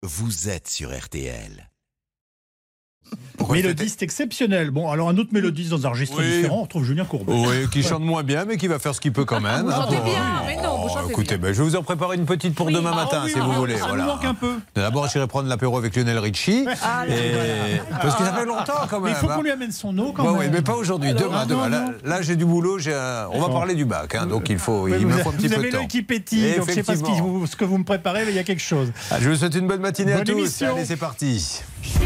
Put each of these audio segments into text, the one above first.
vous êtes sur RTL. Mélodiste exceptionnel. Bon, alors un autre mélodiste dans un registre différent, on retrouve Julien Courbet. Oui, qui chante moins bien, mais qui va faire ce qu'il peut quand même. Vous chantez bien, mais non, vous chantez écoutez, bien. je vais vous en préparer une petite pour demain matin, si vous voulez. Ça nous manque un peu. D'abord, j'irai prendre l'apéro avec Lionel Richie. Parce que ça fait longtemps quand même. Mais il faut qu'on lui amène son eau quand même. Oui, mais pas aujourd'hui, demain. Là, j'ai du boulot. On va parler du bac, donc il me faut un petit peu de temps. Vous avez l'œil qui pétille, donc je ne sais pas ce que vous me préparez, mais il y a quelque chose. Je vous souhaite une bonne matinée à tous. Émission. Allez, c'est parti.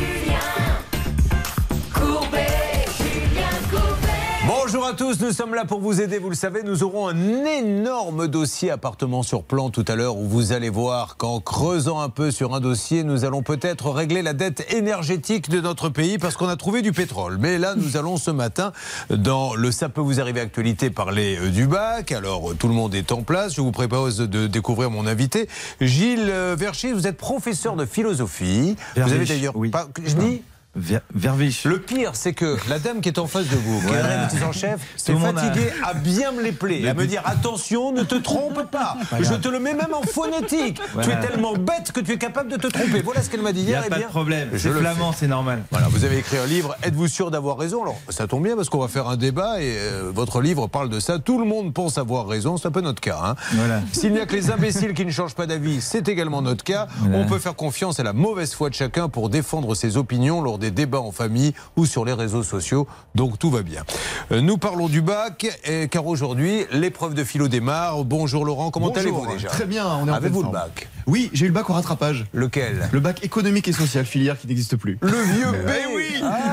Bonjour à tous, nous sommes là pour vous aider, vous le savez, nous aurons un énorme dossier appartement sur plan tout à l'heure où vous allez voir qu'en creusant un peu sur un dossier, nous allons peut-être régler la dette énergétique de notre pays parce qu'on a trouvé du pétrole. Mais là, nous allons ce matin dans le Ça peut vous arriver actualité parler du bac. Alors, tout le monde est en place, je vous propose de découvrir mon invité. Gilles Verchy, vous êtes professeur de philosophie. Vous avez d'ailleurs... Je dis Verviche. Le pire, c'est que la dame qui est en face de vous, qui est rédactrice en chef, s'est fatiguée à bien me les plaies, à me dire attention, ne te trompe pas. Je te le mets même en phonétique. Tu es tellement bête que tu es capable de te tromper. Voilà ce qu'elle m'a dit hier. Il n'y a pas de problème. C'est flamand, c'est normal. Voilà, vous avez écrit un livre. Êtes-vous sûr d'avoir raison? Alors, ça tombe bien parce qu'on va faire un débat et votre livre parle de ça. Tout le monde pense avoir raison. C'est un peu notre cas. Hein. Voilà. S'il n'y a que les imbéciles qui ne changent pas d'avis, c'est également notre cas. Voilà. On peut faire confiance à la mauvaise foi de chacun pour défendre ses opinions lors des débats en famille ou sur les réseaux sociaux, donc tout va bien. Nous parlons du bac, car aujourd'hui, l'épreuve de philo démarre. Bonjour Laurent, comment allez-vous déjà? Très bien, on est en Avez-vous pleine le forme. bac? Oui, j'ai eu le bac au rattrapage. Lequel? Le bac économique et social, filière qui n'existe plus. Le vieux B, oui.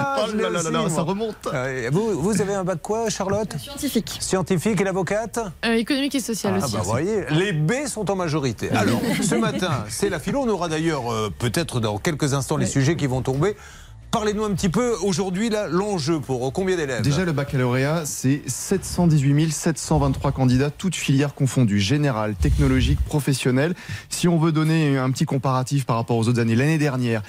Ça remonte. Vous avez un bac quoi, Charlotte? Scientifique. Scientifique et l'avocate? Économique et social aussi. Vous voyez, les B sont en majorité. Alors, ce matin, c'est la philo. On aura d'ailleurs peut-être dans quelques instants les sujets qui vont tomber. Parlez-nous un petit peu, aujourd'hui, l'enjeu pour combien d'élèves? Déjà, le baccalauréat, c'est 718 723 candidats, toutes filières confondues, générales, technologiques, professionnelles. Si on veut donner un petit comparatif par rapport aux autres années, l'année dernière,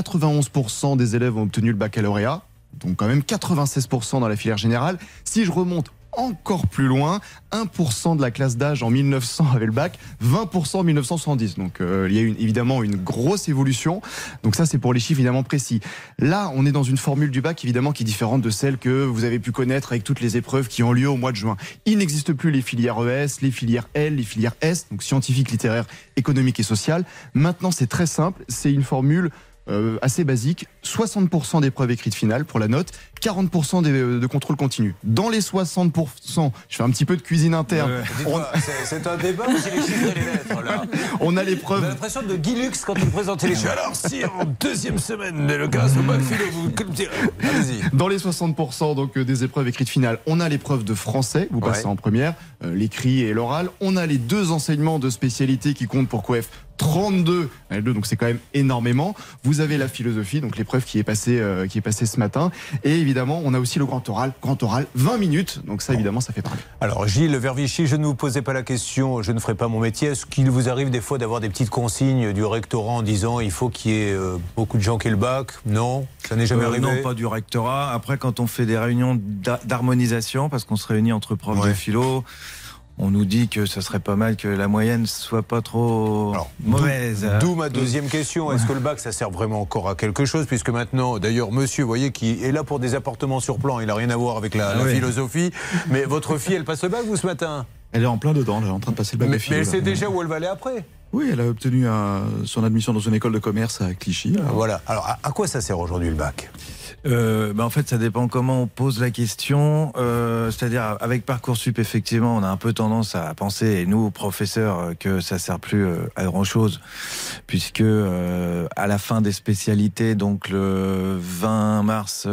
91% des élèves ont obtenu le baccalauréat, donc quand même 96% dans la filière générale. Si je remonte encore plus loin, 1% de la classe d'âge en 1900 avait le bac, 20% en 1970. Donc il y a évidemment une grosse évolution. Donc ça, c'est pour les chiffres évidemment précis. Là, on est dans une formule du bac évidemment qui est différente de celle que vous avez pu connaître avec toutes les épreuves qui ont lieu au mois de juin. Il n'existe plus les filières ES, les filières L, les filières S, donc scientifique, littéraire, économique et social. Maintenant, c'est très simple, c'est une formule assez basique, 60% d'épreuves écrites finales pour la note, 40% de contrôle continu. Dans les 60%, je fais un petit peu de cuisine interne. C'est un débat ou c'est les chiffres et les lettres là? On a l'épreuve. On a l'impression de Guy Lux quand il présentait les chiffres. Alors si en deuxième semaine, le grâce au bac philo, vous allez-y. Dans les 60% donc, des épreuves écrites finales, on a l'épreuve de français, vous passez en première, l'écrit et l'oral. On a les deux enseignements de spécialité qui comptent pour COEF 32, donc c'est quand même énormément. Vous avez la philosophie, donc l'épreuve qui est passée ce matin. Et évidemment, on a aussi le grand oral, 20 minutes. Donc ça, évidemment, ça fait parler. Alors Gilles Vervichy, je ne vous posais pas la question, je ne ferai pas mon métier. Est-ce qu'il vous arrive des fois d'avoir des petites consignes du rectorat en disant il faut qu'il y ait beaucoup de gens qui aient le bac? Non, ça n'est jamais arrivé? Non, pas du rectorat. Après, quand on fait des réunions d'harmonisation, parce qu'on se réunit entre profs de philo, on nous dit que ça serait pas mal que la moyenne soit pas trop mauvaise. D'où ma deuxième question. Est-ce que le bac, ça sert vraiment encore à quelque chose? Puisque maintenant, d'ailleurs, monsieur, vous voyez, qui est là pour des appartements sur plan, il n'a rien à voir avec la philosophie. Mais votre fille, elle passe le bac, vous, ce matin? Elle est en plein dedans, elle est en train de passer le bac de philo. Mais elle sait déjà où elle va aller après? Oui, elle a obtenu son admission dans une école de commerce à Clichy. Voilà. Alors, à quoi ça sert aujourd'hui le bac? En fait, ça dépend comment on pose la question. C'est-à-dire, avec Parcoursup, effectivement, on a un peu tendance à penser, et nous, professeurs, que ça sert plus à grand-chose, puisque à la fin des spécialités, donc le 20 mars,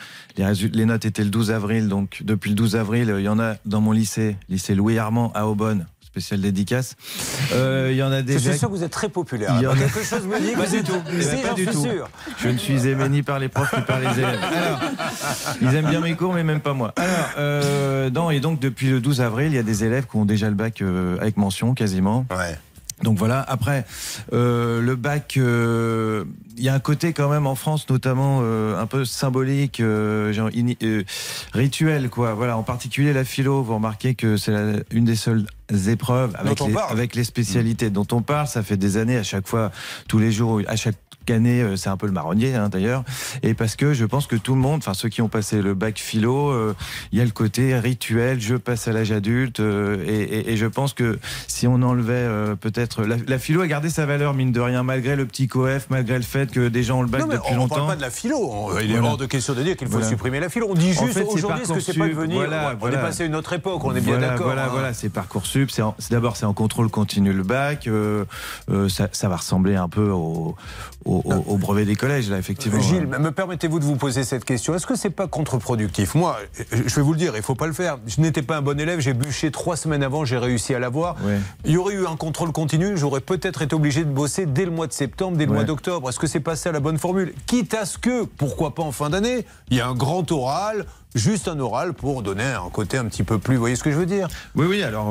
les notes étaient le 12 avril. Donc, depuis le 12 avril, il y en a dans mon lycée Louis Armand à Aubonne. Spécial dédicace. Il y en a déjà. Je suis sûr que vous êtes très populaire. Quelque chose me dit que vous êtes. Pas du tout. Je ne suis aimé ni par les profs ni par les élèves. Alors, ils aiment bien mes cours, mais même pas moi. Alors, et donc depuis le 12 avril, il y a des élèves qui ont déjà le bac avec mention quasiment. Ouais. Donc voilà. Après, le bac. Il y a un côté quand même en France, notamment un peu symbolique, rituel, quoi. Voilà, en particulier la philo. Vous remarquez que c'est une des seules épreuves avec les spécialités dont on parle. Ça fait des années, à chaque fois, tous les jours, à chaque année, c'est un peu le marronnier d'ailleurs, et parce que je pense que tout le monde, enfin ceux qui ont passé le bac philo, il y a le côté rituel, je passe à l'âge adulte, et je pense que si on enlevait peut-être la philo a gardé sa valeur mine de rien, malgré le petit coef, malgré le fait que des gens ont le bac depuis longtemps. On ne parle pas de la philo, il est hors de question de dire qu'il faut supprimer la philo. On dit juste aujourd'hui, est-ce que c'est pas devenir, on est passé à une autre époque, on est bien d'accord. Voilà, c'est Parcoursup, d'abord c'est en contrôle continu le bac, ça va ressembler un peu au brevet des collèges, là, effectivement. Gilles, me permettez-vous de vous poser cette question? Est-ce que c'est pas contre-productif? Moi, je vais vous le dire, il faut pas le faire. Je n'étais pas un bon élève, j'ai bûché 3 semaines avant, j'ai réussi à l'avoir. Ouais. Il y aurait eu un contrôle continu, j'aurais peut-être été obligé de bosser dès le mois de septembre, dès le mois d'octobre. Est-ce que c'est pas ça la bonne formule? Quitte à ce que, pourquoi pas en fin d'année, il y a un grand oral, juste un oral pour donner un côté un petit peu plus... Vous voyez ce que je veux dire? Oui, alors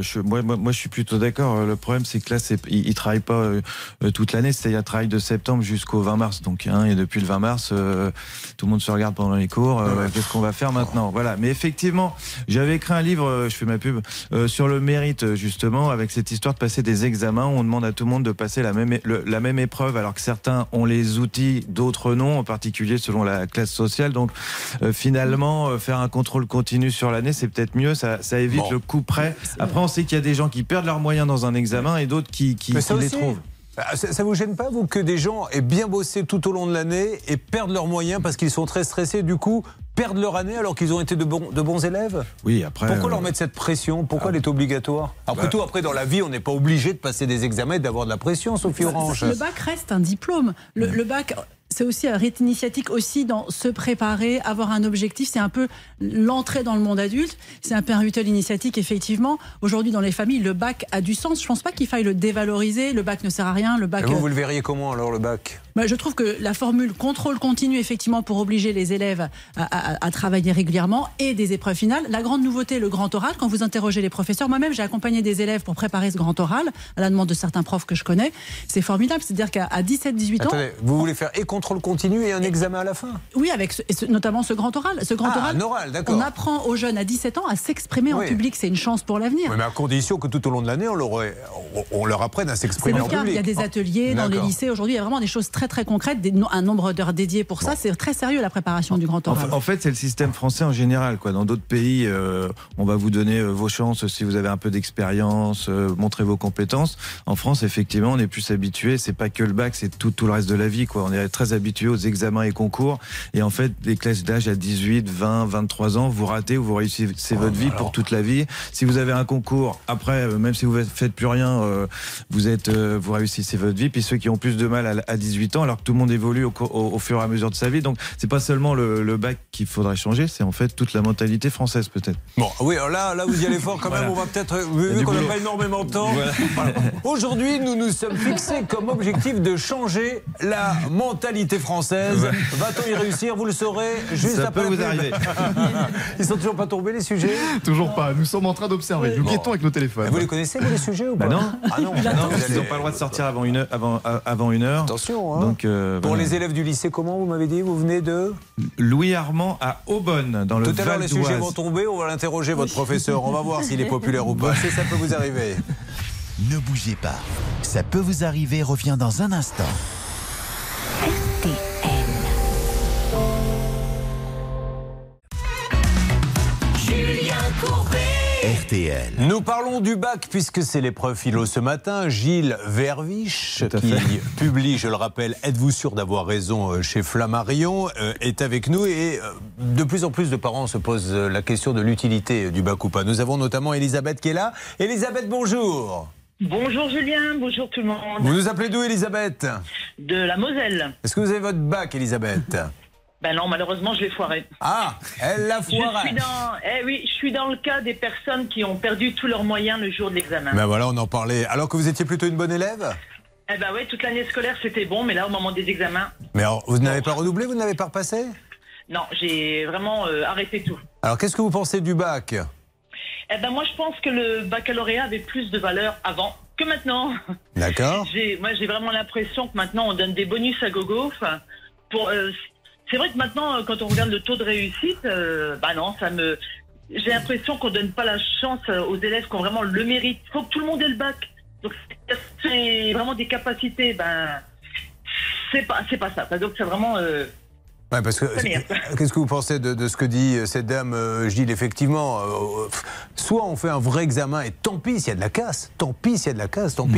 moi je suis plutôt d'accord. Le problème c'est que là ils ne travaillent pas toute l'année, c'est-à-dire ils travaillent de septembre jusqu'au 20 mars. Donc, et depuis le 20 mars, tout le monde se regarde pendant les cours. Qu'est-ce qu'on va faire maintenant? Voilà. Mais effectivement, j'avais écrit un livre, je fais ma pub, sur le mérite justement, avec cette histoire de passer des examens où on demande à tout le monde de passer la même épreuve, alors que certains ont les outils, d'autres non, en particulier selon la classe sociale. Donc finalement, faire un contrôle continu sur l'année, c'est peut-être mieux, ça évite le coup près. Après, on sait qu'il y a des gens qui perdent leurs moyens dans un examen et d'autres qui les trouvent. Ça vous gêne pas, vous, que des gens aient bien bossé tout au long de l'année et perdent leurs moyens parce qu'ils sont très stressés, du coup perdent leur année alors qu'ils ont été de bons élèves? Oui, après... Pourquoi leur mettre cette pression? Pourquoi elle est obligatoire? Après tout, dans la vie, on n'est pas obligé de passer des examens et d'avoir de la pression, Sophie Orange. Le bac reste un diplôme. Le bac... C'est aussi un rite initiatique aussi dans se préparer, avoir un objectif. C'est un peu l'entrée dans le monde adulte. C'est un peu un rituel initiatique, effectivement. Aujourd'hui, dans les familles, le bac a du sens. Je ne pense pas qu'il faille le dévaloriser. Le bac ne sert à rien. Le bac. Et vous le verriez comment alors, le bac? Je trouve que la formule contrôle continu, effectivement, pour obliger les élèves à travailler régulièrement, et des épreuves finales. La grande nouveauté, le grand oral. Quand vous interrogez les professeurs, moi-même, j'ai accompagné des élèves pour préparer ce grand oral, à la demande de certains profs que je connais. C'est formidable. C'est-à-dire qu'à 17-18 ans... Attendez, vous voulez faire contrôle continu et un examen à la fin? Oui, avec notamment ce grand oral. Un oral, d'accord. On apprend aux jeunes à 17 ans à s'exprimer en public. C'est une chance pour l'avenir. Oui, mais à condition que tout au long de l'année, on leur apprenne à s'exprimer en public. Il y a des ateliers dans les lycées. Aujourd'hui, il y a vraiment des choses très très concrètes, un nombre d'heures dédiées pour ça. C'est très sérieux, la préparation du grand oral. En fait, c'est le système français en général, quoi. Dans d'autres pays, on va vous donner vos chances si vous avez un peu d'expérience, montrer vos compétences. En France, effectivement, on est plus habitué. C'est pas que le bac, c'est tout le reste de la vie, quoi. On est très habitué aux examens et concours. Et en fait, les classes d'âge à 18, 20, 23 ans, vous ratez ou vous réussissez votre vie pour toute la vie. Si vous avez un concours, après, même si vous faites plus rien, vous réussissez votre vie. Puis ceux qui ont plus de mal à 18 ans, alors que tout le monde évolue au fur et à mesure de sa vie. Donc, c'est pas seulement le bac qu'il faudrait changer, c'est en fait toute la mentalité française, peut-être. Bon, oui, alors là, vous y allez fort quand même. On va peut-être, vu qu'on n'a pas énormément de temps. Voilà. Aujourd'hui, nous nous sommes fixés comme objectif de changer la mentalité française. Va-t-on y réussir? Vous le saurez juste ça après peut vous arriver. Ils sont toujours pas tombés, les sujets? Toujours pas. Nous sommes en train d'observer. Nous guettons avec nos téléphones. Vous les connaissez, vous, les sujets ou pas? Non. Ah non, ils n'ont pas le droit de sortir avant une heure. Attention, hein. Donc, pour les élèves du lycée, comment vous m'avez dit? Vous venez de Louis Armand à Aubonne, dans le Val d'Oise. Tout à l'heure, les sujets vont tomber. On va l'interroger, votre professeur. On va voir s'il est populaire ou pas. Ça peut vous arriver. Ne bougez pas. Ça peut vous arriver. Revient dans un instant. Julien Courbet. RTL. Nous parlons du bac puisque c'est l'épreuve philo ce matin. Gilles Verviche, qui publie, je le rappelle, Êtes-vous sûr d'avoir raison chez Flammarion, est avec nous et de plus en plus de parents se posent la question de l'utilité du bac ou pas. Nous avons notamment Elisabeth qui est là. Elisabeth, bonjour. Bonjour Julien, bonjour tout le monde. Vous nous appelez d'où, Elisabeth? De la Moselle. Est-ce que vous avez votre bac, Elisabeth? Ben non, malheureusement, je l'ai foiré. Ah, elle l'a foiré. Je suis dans le cas des personnes qui ont perdu tous leurs moyens le jour de l'examen. Ben voilà, on en parlait. Alors que vous étiez plutôt une bonne élève? Eh ben oui, toute l'année scolaire, c'était bon, mais là, au moment des examens... Mais alors, vous n'avez pas redoublé, vous n'avez pas repassé? Non, j'ai vraiment arrêté tout. Alors, qu'est-ce que vous pensez du bac? Eh ben moi, je pense que le baccalauréat avait plus de valeur avant que maintenant. D'accord. Moi, j'ai vraiment l'impression que maintenant, on donne des bonus à gogo. C'est vrai que maintenant, quand on regarde le taux de réussite, non, j'ai l'impression qu'on donne pas la chance aux élèves qui ont vraiment le mérite. Il faut que tout le monde ait le bac. Donc, c'est vraiment des capacités. C'est pas ça. Donc, c'est vraiment... Ouais, parce que qu'est-ce que vous pensez de ce que dit cette dame Gilles? Effectivement, soit on fait un vrai examen et tant pis s'il y a de la casse, tant pis s'il y a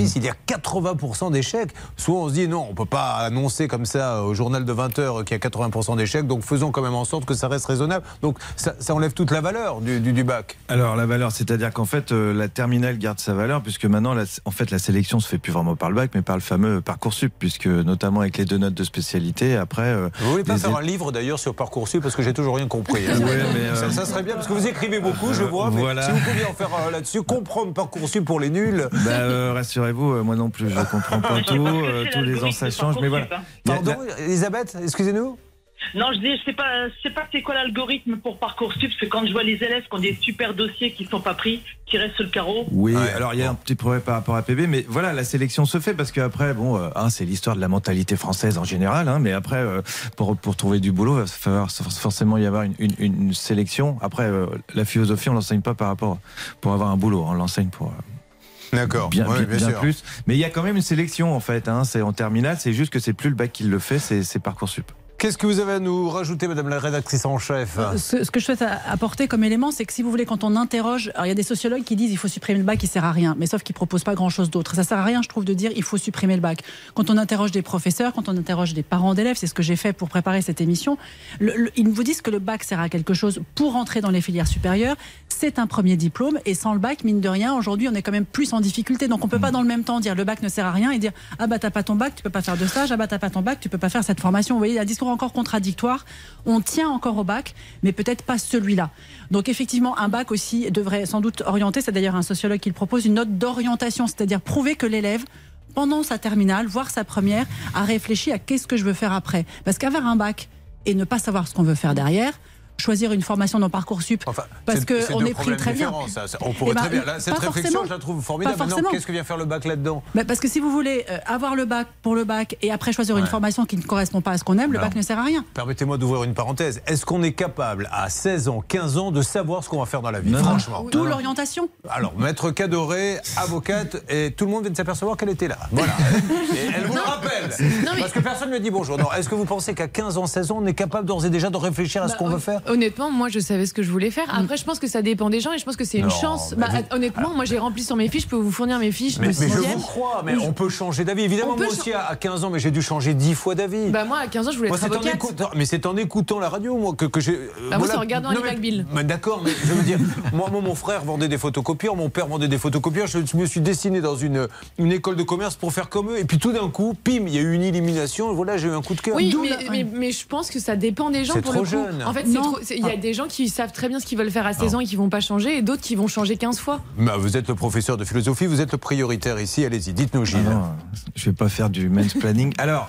80% d'échecs, soit on se dit non, on peut pas annoncer comme ça au journal de 20h qu'il y a 80% d'échecs, donc faisons quand même en sorte que ça reste raisonnable. Donc ça enlève toute la valeur du bac. Alors la valeur, c'est-à-dire qu'en fait la terminale garde sa valeur, puisque maintenant la sélection se fait plus vraiment par le bac mais par le fameux Parcoursup, puisque notamment avec les 2 notes de spécialité après... Vous voulez pas faire un livre d'ailleurs sur Parcoursup, parce que j'ai toujours rien compris. Hein. Ouais, mais ça serait bien, parce que vous écrivez beaucoup, je vois, mais voilà. si vous pouviez en faire là-dessus, comprendre Parcoursup pour les nuls. Rassurez-vous, moi non plus, je comprends pas tout, tous les ans ça change, mais voilà. Pardon, Elisabeth, excusez-nous. Non, je sais pas c'est quoi l'algorithme pour Parcoursup, parce que quand je vois les élèves qui ont des super dossiers qui sont pas pris, qui restent sur le carreau. Oui, alors il y a un petit problème par rapport à PB, mais voilà, la sélection se fait parce qu'après, c'est l'histoire de la mentalité française en général, mais après, pour trouver du boulot, il va falloir forcément y avoir une sélection. Après, la philosophie, on l'enseigne pas pour avoir un boulot, on l'enseigne pour... D'accord, bien sûr. Plus. Mais il y a quand même une sélection en fait, c'est en terminale, c'est juste que c'est plus le bac qui le fait, c'est Parcoursup. Qu'est-ce que vous avez à nous rajouter, madame la rédactrice en chef? Ce que je souhaite apporter comme élément, c'est que si vous voulez, quand on interroge, alors il y a des sociologues qui disent il faut supprimer le bac, il sert à rien, mais sauf qu'ils proposent pas grand-chose d'autre. Ça sert à rien, je trouve, de dire il faut supprimer le bac. Quand on interroge des professeurs, quand on interroge des parents d'élèves, c'est ce que j'ai fait pour préparer cette émission, ils vous disent que le bac sert à quelque chose pour entrer dans les filières supérieures. C'est un premier diplôme, et sans le bac, mine de rien, aujourd'hui, on est quand même plus en difficulté. Donc on peut pas dans le même temps dire le bac ne sert à rien et dire ah bah t'as pas ton bac, tu peux pas faire de stage, ah bah t'as pas ton bac, tu peux pas faire cette formation. Vous voyez, il y a un discours encore contradictoire. On tient encore au bac, mais peut-être pas celui-là. Donc effectivement, un bac aussi devrait sans doute orienter, c'est d'ailleurs un sociologue qui le propose, une note d'orientation, c'est-à-dire prouver que l'élève, pendant sa terminale, voire sa première, a réfléchi à qu'est-ce que je veux faire après. Parce qu'avoir un bac et ne pas savoir ce qu'on veut faire derrière, choisir une formation dans Parcoursup, parce qu'on est pris très bien. On pourrait très bien. Là, cette réflexion, je la trouve formidable. Maintenant, qu'est-ce que vient faire le bac là-dedans? Parce que si vous voulez avoir le bac pour le bac et après choisir une formation qui ne correspond pas à ce qu'on aime, le bac ne sert à rien. Permettez-moi d'ouvrir une parenthèse. Est-ce qu'on est capable, à 16 ans, 15 ans, de savoir ce qu'on va faire dans la vie? Franchement. D'où l'orientation. Alors, maître Cadoré, avocate, et tout le monde vient de s'apercevoir qu'elle était là. Voilà. Et elle vous le rappelle. Parce que personne ne lui a dit bonjour. Non, est-ce que vous pensez qu'à 15 ans, 16 ans, on est capable d'ores et déjà de réfléchir à ce qu'on veut faire? Honnêtement, moi, je savais ce que je voulais faire. Après, je pense que ça dépend des gens et je pense que c'est une chance. Honnêtement, moi, j'ai rempli sur mes fiches. Je peux vous fournir mes fiches. Mais je vous crois, mais on peut changer d'avis. Évidemment, moi aussi, à 15 ans, mais j'ai dû changer 10 fois d'avis. Moi, à 15 ans, je voulais être avocate. Mais c'est en écoutant la radio, moi, que j'ai... moi, c'est en regardant les McBill. D'accord, mais je veux dire, moi, mon frère vendait des photocopieurs, mon père vendait des photocopieurs. Je me suis destiné dans une école de commerce pour faire comme eux. Et puis tout d'un coup, pim, il y a eu une élimination. Et voilà, j'ai eu un coup de cœur. Oui, mais je pense que ça dépend des gens. C'est pour trop le coup. jeune. En fait, il y a des gens qui savent très bien ce qu'ils veulent faire à 16 ans et qui vont pas changer, et d'autres qui vont changer 15 fois. Vous êtes le professeur de philosophie, vous êtes le prioritaire ici. Allez-y, dites-nous, Gilles. Je vais pas faire du mansplaining. Alors,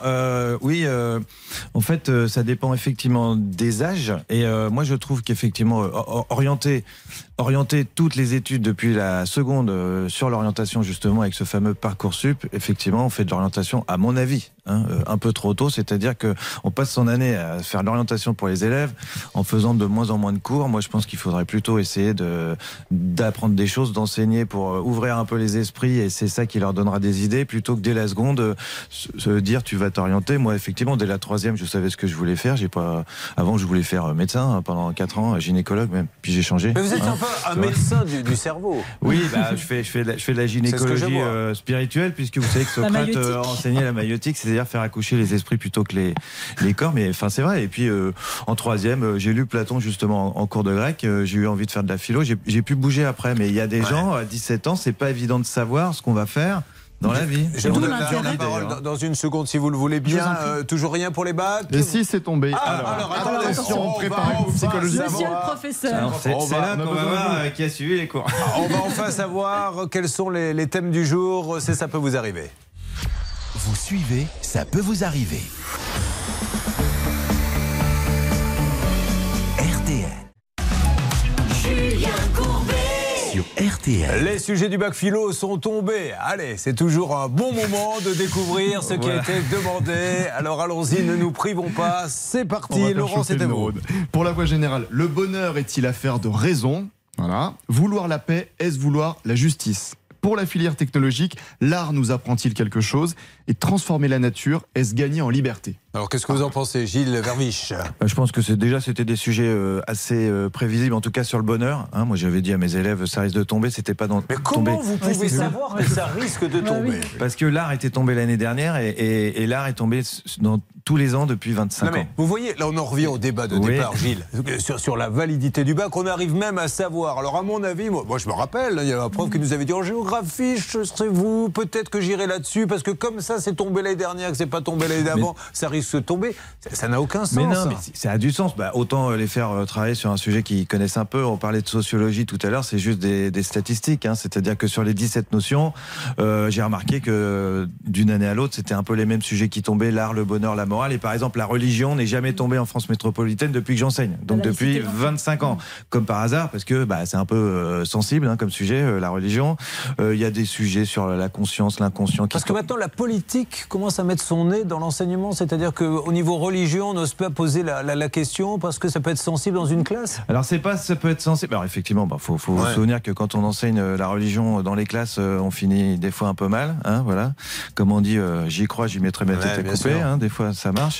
en fait, ça dépend effectivement des âges. Et moi, je trouve qu'effectivement, orienter toutes les études depuis la seconde sur l'orientation, justement, avec ce fameux Parcoursup, effectivement, on fait de l'orientation, à mon avis, un peu trop tôt. C'est-à-dire qu'on passe son année à faire de l'orientation pour les élèves en faisant de moins en moins de cours. Moi, je pense qu'il faudrait plutôt essayer d'apprendre des choses, d'enseigner pour ouvrir un peu les esprits, et c'est ça qui leur donnera des idées, plutôt que dès la seconde se dire tu vas t'orienter. Moi, effectivement, dès la troisième, je savais ce que je voulais faire. Avant, je voulais faire médecin pendant 4 ans, gynécologue même, puis j'ai changé. Mais vous êtes un médecin du cerveau. Oui, je fais de la gynécologie spirituelle, puisque vous savez que Socrate enseignait la maïotique, c'est-à-dire faire accoucher les esprits plutôt que les corps. Mais enfin, c'est vrai. Et puis en troisième, j'ai lu Platon justement en cours de grec. J'ai eu envie de faire de la philo. J'ai pu bouger après. Mais il y a des gens à 17 ans, c'est pas évident de savoir ce qu'on va faire dans la vie. Je vous donne la parole dans une seconde, si vous le voulez bien. Toujours rien pour les bacs? Et si c'est tombé? Alors, attention, préparez-vous psychologiquement. Monsieur le professeur. C'est là qu'on va voir qui a suivi les cours. On va enfin savoir quels sont les thèmes du jour. Ça peut vous arriver. Vous suivez, ça peut vous arriver. RTL. Julien Courbet. Sur RTL. Les sujets du bac philo sont tombés. Allez, c'est toujours un bon moment de découvrir ce qui a été demandé. Alors allons-y, ne nous privons pas. C'est parti, Laurent, c'est à vous. Pour la voie générale, le bonheur est-il affaire de raison? Voilà. Vouloir la paix, est-ce vouloir la justice? Pour la filière technologique, l'art nous apprend-il quelque chose? Et transformer la nature, est-ce gagner en liberté? Alors qu'est-ce que vous en pensez, Gilles Verviche? Je pense que c'était des sujets assez prévisibles, en tout cas sur le bonheur. Hein, moi j'avais dit à mes élèves, ça risque de tomber, c'était pas dans. Mais comment vous pouvez savoir que ça risque de tomber? Parce que l'art était tombé l'année dernière et l'art est tombé dans tous les ans depuis 25 ans. Vous voyez, là on en revient au débat de départ, Gilles, sur la validité du bac. On arrive même à savoir. Alors à mon avis, moi je me rappelle, il y a un prof qui nous avait dit en géographie, vous, peut-être que j'irai là-dessus, parce que comme ça c'est tombé l'année dernière, que c'est pas tombé l'année d'avant, ça risque de tomber. Ça n'a aucun sens. Mais non, mais ça a du sens. Autant les faire travailler sur un sujet qu'ils connaissent un peu. On parlait de sociologie tout à l'heure, c'est juste des statistiques. Hein. C'est-à-dire que sur les 17 notions, j'ai remarqué que d'une année à l'autre, c'était un peu les mêmes sujets qui tombaient, l'art, le bonheur, la morale. Et par exemple, la religion n'est jamais tombée en France métropolitaine depuis que j'enseigne. Donc depuis 25 ans. Comme par hasard, parce que c'est un peu sensible comme sujet, la religion. Il y a des sujets sur la conscience, l'inconscient. Parce que maintenant, la politique commence à mettre son nez dans l'enseignement. C'est-à-dire qu'au niveau religieux, on n'ose pas poser la question parce que ça peut être sensible dans une classe. Alors ça peut être sensible. Alors effectivement, faut se souvenir que quand on enseigne la religion dans les classes, on finit des fois un peu mal. Hein, voilà. Comme on dit, j'y crois, j'y mettrai ma tête à couper. Hein, des fois, ça marche.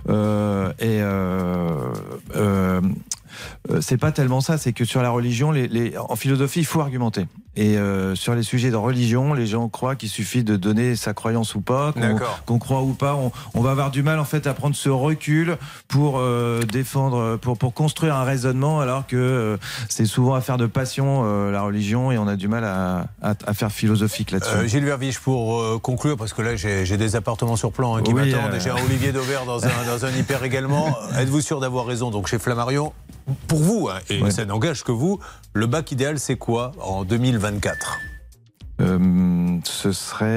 C'est pas tellement ça, c'est que sur la religion, en philosophie, il faut argumenter. Et sur les sujets de religion, les gens croient qu'il suffit de donner sa croyance ou pas, qu'on croit ou pas. On va avoir du mal en fait à prendre ce recul pour défendre, pour construire un raisonnement, alors que c'est souvent affaire de passion la religion, et on a du mal à faire philosophique là-dessus. Gilles Verviche, pour conclure, parce que là j'ai des appartements sur plan qui m'attendent. J'ai un Olivier Dauvert dans un hyper également. Êtes-vous sûr d'avoir raison? Donc chez Flammarion, pour vous, et ça n'engage que vous, le bac idéal c'est quoi en 2024? Ce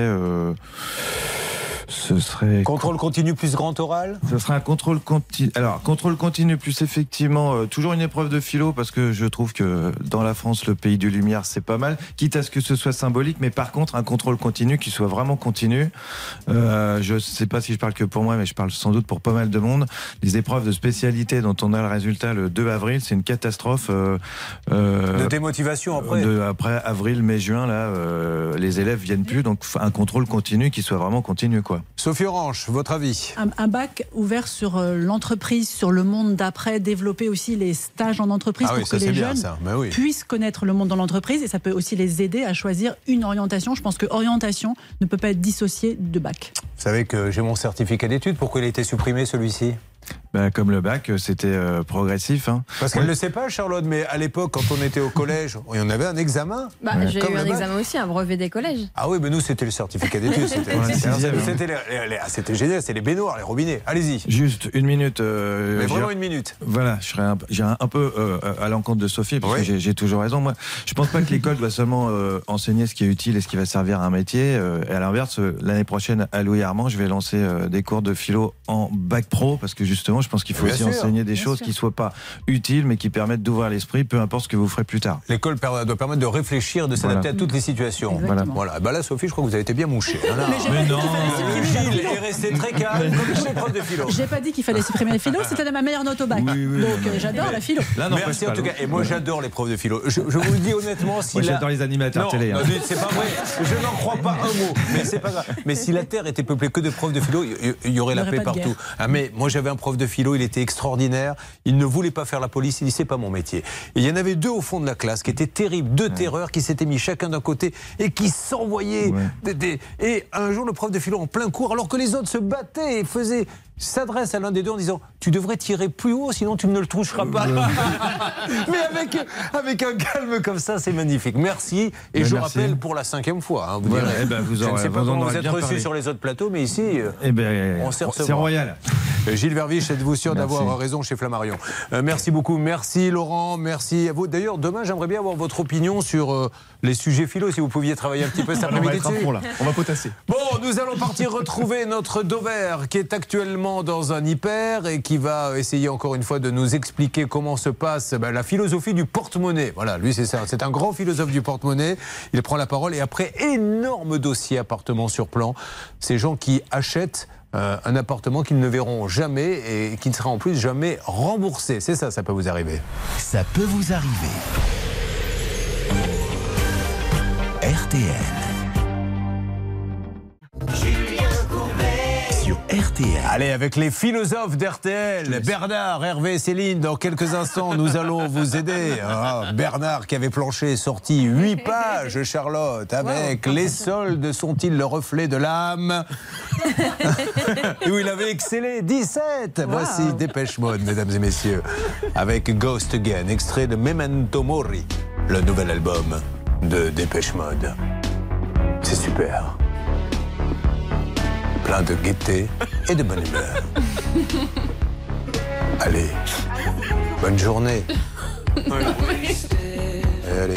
serait contrôle continu plus grand oral. Ce serait un contrôle continu. Alors contrôle continu plus effectivement toujours une épreuve de philo, parce que je trouve que dans la France, le pays du Lumière, c'est pas mal, quitte à ce que ce soit symbolique, mais par contre un contrôle continu qui soit vraiment continu. Je sais pas si je parle que pour moi, mais je parle sans doute pour pas mal de monde. Les épreuves de spécialité dont on a le résultat le 2 avril, c'est une catastrophe. De démotivation après. Après avril, mai, juin, là, les élèves viennent plus, donc un contrôle continu qui soit vraiment continu, quoi. Sophie Orange, votre avis? Un bac ouvert sur l'entreprise, sur le monde d'après, développer aussi les stages en entreprise pour que les jeunes puissent connaître le monde dans l'entreprise, et ça peut aussi les aider à choisir une orientation. Je pense que orientation ne peut pas être dissociée de bac. Vous savez que j'ai mon certificat d'études, pourquoi il a été supprimé celui-ci? Comme le bac, c'était progressif. Hein. Parce qu'elle ne le sait pas, Charlotte, mais à l'époque, quand on était au collège, on avait un examen. J'ai eu un examen aussi, un brevet des collèges. Ah oui, mais nous, c'était le certificat d'études. C'était génial, c'est les baignoires, les robinets. Allez-y. Juste une minute. Mais vraiment une minute. Voilà, j'ai un peu à l'encontre de Sophie, parce que j'ai toujours raison. Moi, je ne pense pas que l'école doit seulement enseigner ce qui est utile et ce qui va servir à un métier. Et à l'inverse, l'année prochaine, à Louis Armand, je vais lancer des cours de philo en bac pro, parce que justement, je pense qu'il faut aussi enseigner des choses qui ne soient pas utiles, mais qui permettent d'ouvrir l'esprit, peu importe ce que vous ferez plus tard. L'école doit permettre de réfléchir, de s'adapter à toutes les situations. Voilà. Là, Sophie, je crois que vous avez été bien mouchée. Mais non. Gilles est resté très calme, comme tous les profs de philo. J'ai pas dit qu'il fallait supprimer la philo, c'était ma meilleure note au bac. Donc j'adore la philo. Merci en tout cas. Et moi, j'adore les profs de philo. Je vous le dis honnêtement. Moi, j'adore les animateurs télé. Non, c'est pas vrai. Je n'en crois pas un mot. Mais c'est pas grave. Mais si la Terre était peuplée que de profs de philo, il y aurait la paix partout. Mais moi, j'avais un prof de philo, il était extraordinaire. Il ne voulait pas faire la police. Il dit, c'est pas mon métier. Et il y en avait deux au fond de la classe qui étaient terribles, deux terreurs qui s'étaient mis chacun d'un côté et qui s'envoyaient. Et un jour, le prof de philo en plein cours, alors que les autres se battaient et s'adresse à l'un des deux en disant, tu devrais tirer plus haut, sinon tu ne le toucheras pas. Mais avec un calme comme ça, c'est magnifique. Merci. Et je rappelle pour la 5e fois. Vous direz, je ne sais pas comment vous êtes reçus sur les autres plateaux, mais ici, on s'est c'est royal. Gilles Verviche, êtes-vous sûr d'avoir raison chez Flammarion? Merci beaucoup. Merci Laurent. Merci à vous. D'ailleurs, demain, j'aimerais bien avoir votre opinion sur les sujets philo, si vous pouviez travailler un petit peu cet après-midi. On va potasser. Bon, nous allons partir retrouver notre Dover qui est actuellement dans un hyper et qui va essayer encore une fois de nous expliquer comment se passe la philosophie du porte-monnaie. Voilà, lui c'est ça, c'est un grand philosophe du porte-monnaie. Il prend la parole et après, énorme dossier appartement sur plan. Ces gens qui achètent un appartement qu'ils ne verront jamais et qui ne sera en plus jamais remboursé. C'est ça, ça peut vous arriver. Ça peut vous arriver. RTL. Julien Courbet. Sur RTL. Allez, avec les philosophes d'RTL, Bernard, Hervé et Céline, dans quelques instants, nous allons vous aider. Bernard qui avait planché, sorti 8 pages, Charlotte, avec les soldes sont-ils le reflet de l'âme? Et où il avait excellé, 17. Voici Dépêche Mode, mesdames et messieurs, avec Ghost Again, extrait de Memento Mori, le nouvel album de Dépêche Mode. C'est super. Plein de gaieté et de bonne humeur. Allez, bonne journée. Et allez.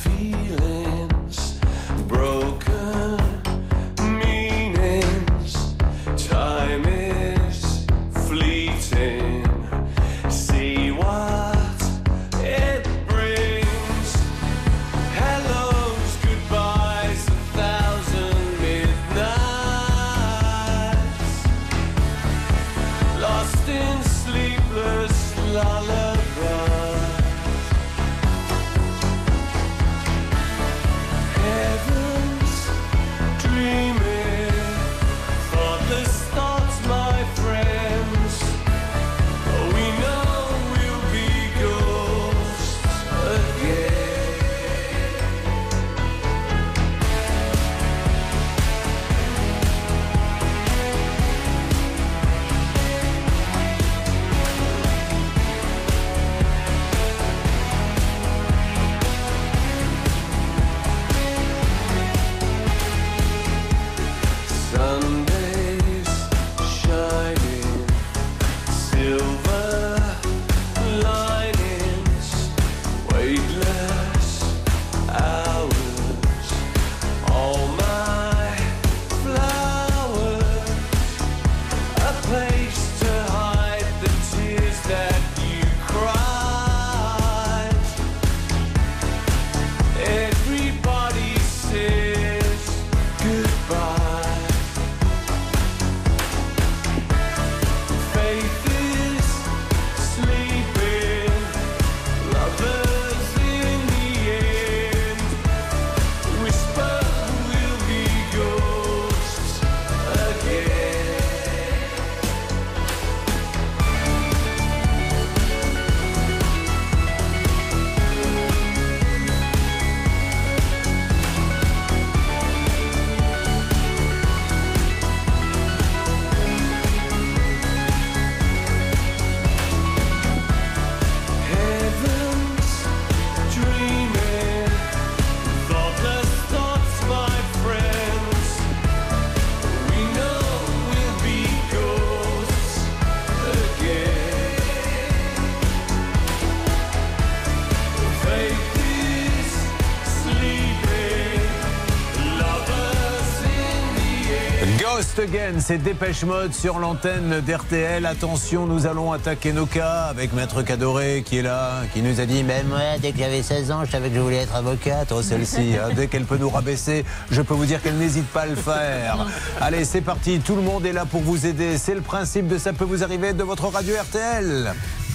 Again, c'est Dépêche Mode sur l'antenne d'RTL. Attention, nous allons attaquer nos cas avec Maître Cadoré qui est là, qui nous a dit même moi, dès que j'avais 16 ans, je savais que je voulais être avocate. Oh, celle-ci, dès qu'elle peut nous rabaisser, je peux vous dire qu'elle n'hésite pas à le faire. Allez, c'est parti, tout le monde est là pour vous aider. C'est le principe de Ça peut vous arriver de votre radio RTL.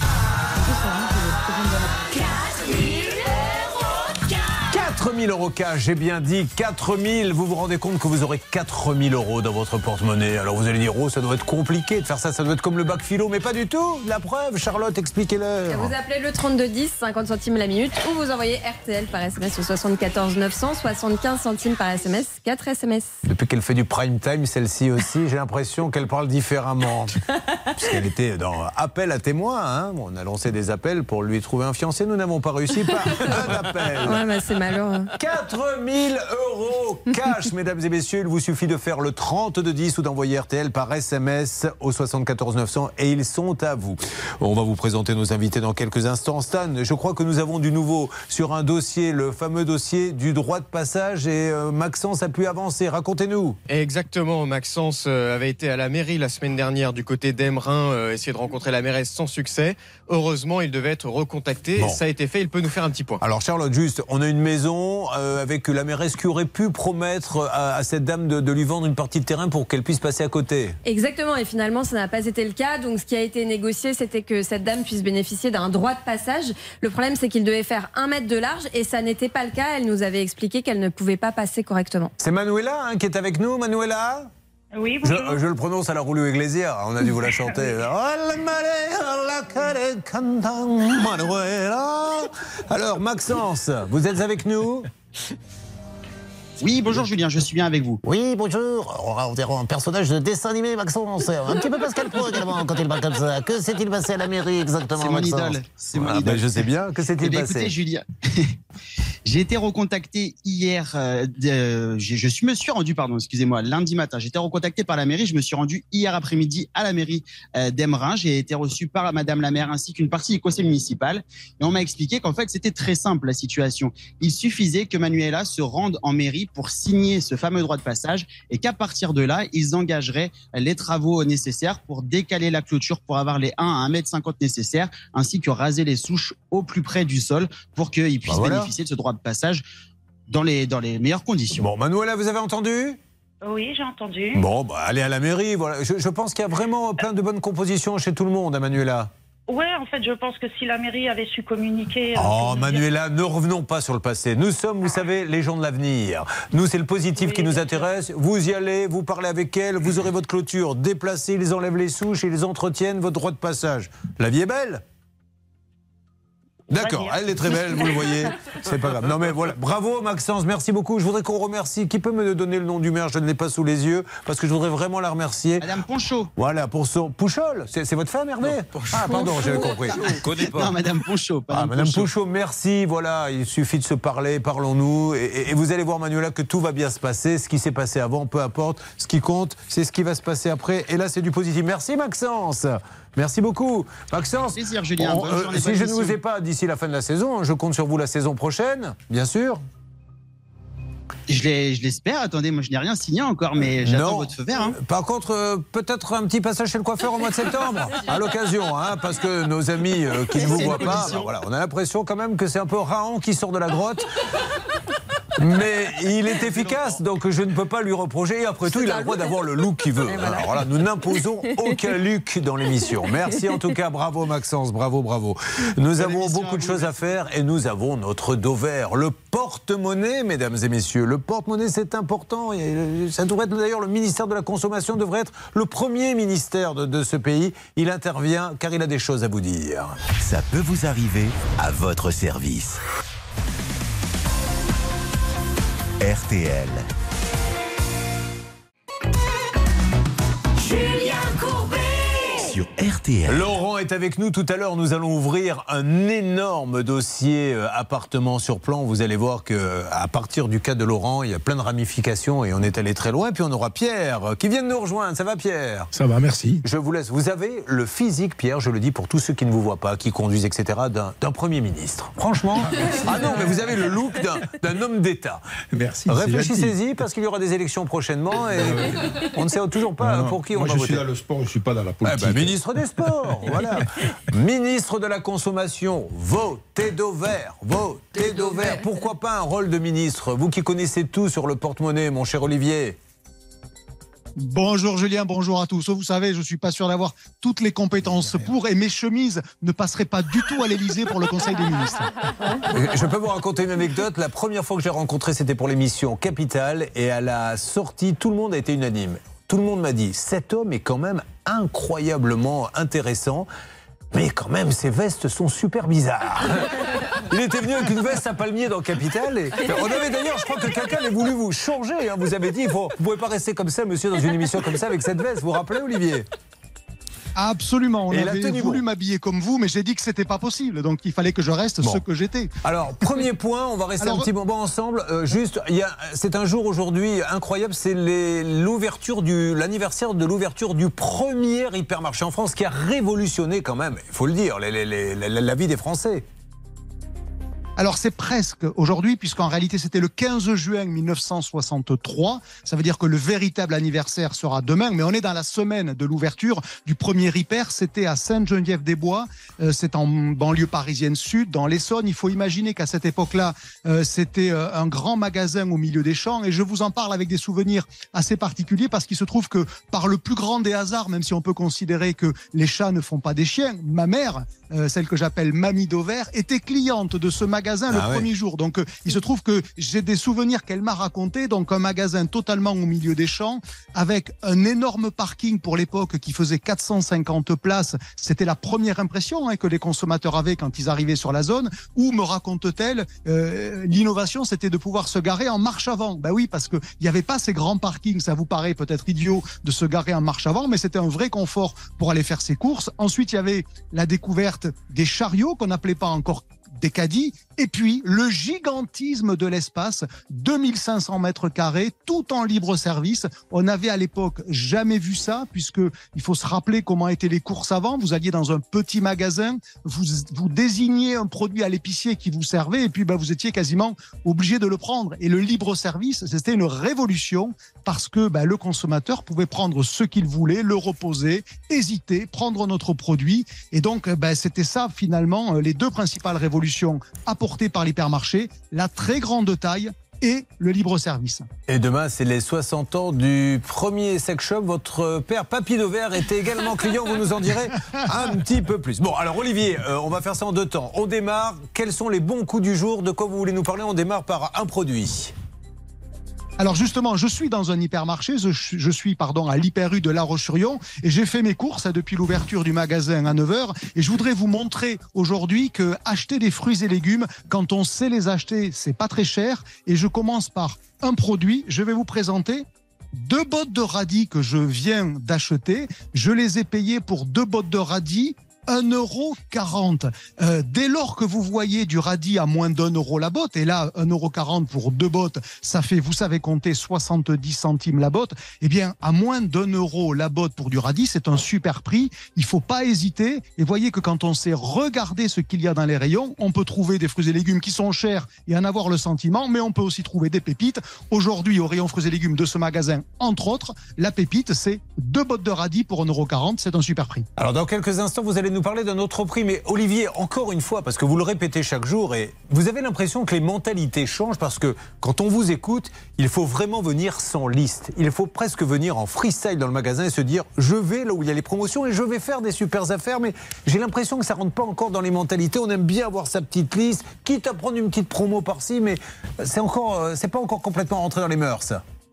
4 000 euros cash, j'ai bien dit 4 000. Vous vous rendez compte que vous aurez 4 000 euros dans votre porte-monnaie. Alors vous allez dire, oh, ça doit être compliqué de faire ça, ça doit être comme le bac philo, mais pas du tout. La preuve, Charlotte, expliquez-le. Vous appelez le 3210, 50 centimes la minute, ou vous envoyez RTL par SMS au 74 900, 75 centimes par SMS. 4 SMS. Depuis qu'elle fait du prime time, celle-ci aussi, j'ai l'impression qu'elle parle différemment. Puisqu'elle était dans appel à témoins. Hein. On a lancé des appels pour lui trouver un fiancé. Nous n'avons pas réussi. Pas un appel. Ouais, bah, c'est malheureux. 4 000 € cash, mesdames et messieurs. Il vous suffit de faire le 3210 ou d'envoyer RTL par SMS au 74 900 et ils sont à vous. On va vous présenter nos invités dans quelques instants. Stan, je crois que nous avons du nouveau sur un dossier, le fameux dossier du droit de passage et Maxence a pu avancer. Racontez-nous. Exactement, Maxence avait été à la mairie la semaine dernière du côté d'Embrun, essayer de rencontrer la mairesse sans succès. Heureusement, il devait être recontacté. Bon. Ça a été fait, il peut nous faire un petit point. Alors Charlotte, juste, on a une maison avec la mairesse qui aurait pu promettre à cette dame de lui vendre une partie de terrain pour qu'elle puisse passer à côté. Exactement, et finalement ça n'a pas été le cas. Donc ce qui a été négocié, c'était que cette dame puisse bénéficier d'un droit de passage. Le problème, c'est qu'il devait faire 1 mètre de large et ça n'était pas le cas. Elle nous avait expliqué qu'elle ne pouvait pas passer correctement. C'est Manuela qui est avec nous. Manuela ? Oui, bonjour. Je le prononce à la Julio Iglesias. On a dû vous la chanter. Alors, Maxence, vous êtes avec nous ? Oui, bonjour Julien, je suis bien avec vous. Oui, bonjour. On dirait un personnage de dessin animé, Maxence. Un petit peu Pascal Pro également quand il parle comme ça. Que s'est-il passé à la mairie exactement, C'est mon Maxence? idole. C'est mon idole. Je sais bien. Que s'est-il passé? Écoutez, Julien, j'ai été recontacté hier. Je me suis rendu, lundi matin. J'ai été recontacté par la mairie. Je me suis rendu hier après-midi à la mairie d'Embrun. J'ai été reçu par Madame la maire ainsi qu'une partie du conseil municipal. Et on m'a expliqué qu'en fait, c'était très simple la situation. Il suffisait que Manuela se rende en mairie pour signer ce fameux droit de passage et qu'à partir de là, ils engageraient les travaux nécessaires pour décaler la clôture pour avoir les 1 à 1,50 m nécessaires ainsi que raser les souches au plus près du sol pour qu'ils puissent bénéficier de ce droit de passage dans les meilleures conditions. Bon, Manuela, vous avez entendu ? Oui, j'ai entendu. Bon, allez à la mairie. Voilà. Je pense qu'il y a vraiment plein de bonnes compositions chez tout le monde, Manuela. Ouais, en fait, je pense que si la mairie avait su communiquer... Manuela, ne revenons pas sur le passé. Nous sommes, vous savez, les gens de l'avenir. Nous, c'est le positif qui nous intéresse. Vous y allez, vous parlez avec elle, vous aurez votre clôture déplacée, ils enlèvent les souches et ils entretiennent votre droit de passage. La vie est belle ? D'accord, elle est très belle, vous le voyez, c'est pas grave. Non mais voilà, bravo Maxence, merci beaucoup. Je voudrais qu'on remercie, qui peut me donner le nom du maire, je ne l'ai pas sous les yeux, parce que je voudrais vraiment la remercier. Madame Ponchot. Voilà, pour son... Pouchol, c'est votre femme Hervé? Ah pardon, j'avais compris. Je connais pas. Non, Madame Ponchot. Madame Ponchot, merci, voilà, il suffit de se parler, parlons-nous, et vous allez voir Manuela que tout va bien se passer, ce qui s'est passé avant, peu importe, ce qui compte, c'est ce qui va se passer après, et là c'est du positif. Merci Maxence. Merci beaucoup. Maxence, plaisir, Julien. Si je ne vous ai pas d'ici la fin de la saison, je compte sur vous la saison prochaine, bien sûr. Je l'espère. Attendez, moi je n'ai rien signé encore, mais j'attends votre feu vert. Hein. Par contre, peut-être un petit passage chez le coiffeur au mois de septembre, à l'occasion, parce que nos amis qui ne vous voient pas, voilà, on a l'impression quand même que c'est un peu Raon qui sort de la grotte. Mais il est efficace, donc je ne peux pas lui reprocher. Et après tout, il a le droit d'avoir le look qu'il veut. Voilà. Alors là, nous n'imposons aucun look dans l'émission. Merci en tout cas, bravo Maxence, bravo. Nous avons beaucoup de choses à faire et nous avons notre dos vert, le porte-monnaie, mesdames et messieurs. Le porte-monnaie, c'est important. Ça devrait être d'ailleurs le ministère de la Consommation devrait être le premier ministère de ce pays. Il intervient car il a des choses à vous dire. Ça peut vous arriver à votre service. RTL. Julien Courbet. Sur RTL. Laurent est avec nous. Tout à l'heure, nous allons ouvrir un énorme dossier appartement sur plan. Vous allez voir qu'à partir du cas de Laurent, il y a plein de ramifications et on est allé très loin. Puis on aura Pierre qui vient de nous rejoindre. Ça va Pierre? Ça va, merci. Je vous laisse. Vous avez le physique, Pierre, je le dis pour tous ceux qui ne vous voient pas, qui conduisent, etc., d'un Premier ministre. Franchement. Ah non, mais vous avez le look d'un homme d'État. Merci. Réfléchissez-y parce qu'il y aura des élections prochainement et on ne sait toujours pas pour qui on va voter. Moi, je suis dans le sport, je ne suis pas dans la politique. Ministre des Sports, voilà. Ministre de la Consommation, votez dos vert, votez dos vert. Pourquoi pas un rôle de ministre? Vous qui connaissez tout sur le porte-monnaie, mon cher Olivier. Bonjour Julien, bonjour à tous. Vous savez, je ne suis pas sûr d'avoir toutes les compétences pour et mes chemises ne passeraient pas du tout à l'Élysée pour le Conseil des ministres. Je peux vous raconter une anecdote. La première fois que j'ai rencontré, c'était pour l'émission Capital et à la sortie, tout le monde a été unanime. Tout le monde m'a dit, cet homme est quand même incroyablement intéressant, mais quand même ses vestes sont super bizarres. Il était venu avec une veste à palmier dans Capital. Et on avait d'ailleurs, je crois que quelqu'un avait voulu vous changer. Hein. Vous avez dit, vous ne pouvez pas rester comme ça, monsieur, dans une émission comme ça avec cette veste. Vous vous rappelez, Olivier ? Absolument, on Et avait voulu m'habiller comme vous, mais j'ai dit que c'était pas possible, donc il fallait que je reste ce que j'étais. Alors, premier point, on va rester un petit moment ensemble. C'est un jour aujourd'hui incroyable, c'est l'anniversaire de l'ouverture du premier hypermarché en France qui a révolutionné quand même, il faut le dire, la vie des Français. Alors c'est presque aujourd'hui, puisqu'en réalité c'était le 15 juin 1963. Ça veut dire que le véritable anniversaire sera demain, mais on est dans la semaine de l'ouverture du premier hyper. C'était à Sainte-Geneviève-des-Bois, c'est en banlieue parisienne sud, dans l'Essonne. Il faut imaginer qu'à cette époque-là, c'était un grand magasin au milieu des champs. Et je vous en parle avec des souvenirs assez particuliers, parce qu'il se trouve que par le plus grand des hasards, même si on peut considérer que les chats ne font pas des chiens, ma mère, celle que j'appelle Mamie Dauvert, était cliente de ce magasin le premier jour. Donc il se trouve que j'ai des souvenirs qu'elle m'a raconté. Donc un magasin totalement au milieu des champs, avec un énorme parking pour l'époque qui faisait 450 places. C'était la première impression que les consommateurs avaient quand ils arrivaient sur la zone. Où, me raconte-t-elle, l'innovation c'était de pouvoir se garer en marche avant. Ben oui, parce qu'il n'y avait pas ces grands parkings. Ça vous paraît peut-être idiot de se garer en marche avant, mais c'était un vrai confort pour aller faire ses courses. Ensuite il y avait la découverte des chariots qu'on n'appelait pas encore des caddies, et puis le gigantisme de l'espace, 2500 mètres carrés, tout en libre service. On n'avait à l'époque jamais vu ça, puisque il faut se rappeler comment étaient les courses avant. Vous alliez dans un petit magasin, vous désigniez un produit à l'épicier qui vous servait, et puis vous étiez quasiment obligé de le prendre. Et le libre service, c'était une révolution, parce que le consommateur pouvait prendre ce qu'il voulait, le reposer, hésiter, prendre notre produit. Et donc c'était ça finalement les deux principales révolutions apportées par l'hypermarché, la très grande taille et le libre service. Et demain, c'est les 60 ans du premier sex shop. Votre père, Papy Dauvert, était également client. Vous nous en direz un petit peu plus. Bon, alors Olivier, on va faire ça en deux temps. On démarre. Quels sont les bons coups du jour? De quoi vous voulez nous parler? On démarre par un produit. Alors justement, je suis dans un hypermarché, je suis à l'Hyper U de La Roche-sur-Yon, et j'ai fait mes courses depuis l'ouverture du magasin à 9h, et je voudrais vous montrer aujourd'hui que acheter des fruits et légumes, quand on sait les acheter, c'est pas très cher. Et je commence par un produit. Je vais vous présenter 2 bottes de radis que je viens d'acheter. Je les ai payées pour 2 bottes de radis 1,40 €. Dès lors que vous voyez du radis à moins d'1 € la botte, et là 1,40 € pour 2 bottes, ça fait, vous savez compter, 70 centimes la botte, eh bien à moins d'1 € la botte pour du radis, c'est un super prix. Il faut pas hésiter. Et voyez que quand on sait regarder ce qu'il y a dans les rayons, on peut trouver des fruits et légumes qui sont chers et en avoir le sentiment, mais on peut aussi trouver des pépites. Aujourd'hui, au rayon fruits et légumes de ce magasin, entre autres, la pépite, c'est 2 bottes de radis pour 1,40 €. C'est un super prix. Alors dans quelques instants, vous allez nous parler d'un autre prix. Mais Olivier, encore une fois, parce que vous le répétez chaque jour, et vous avez l'impression que les mentalités changent, parce que quand on vous écoute, il faut vraiment venir sans liste. Il faut presque venir en freestyle dans le magasin et se dire, je vais là où il y a les promotions et je vais faire des super affaires. Mais j'ai l'impression que ça rentre pas encore dans les mentalités. On aime bien avoir sa petite liste, quitte à prendre une petite promo par-ci, mais c'est pas encore complètement rentré dans les mœurs.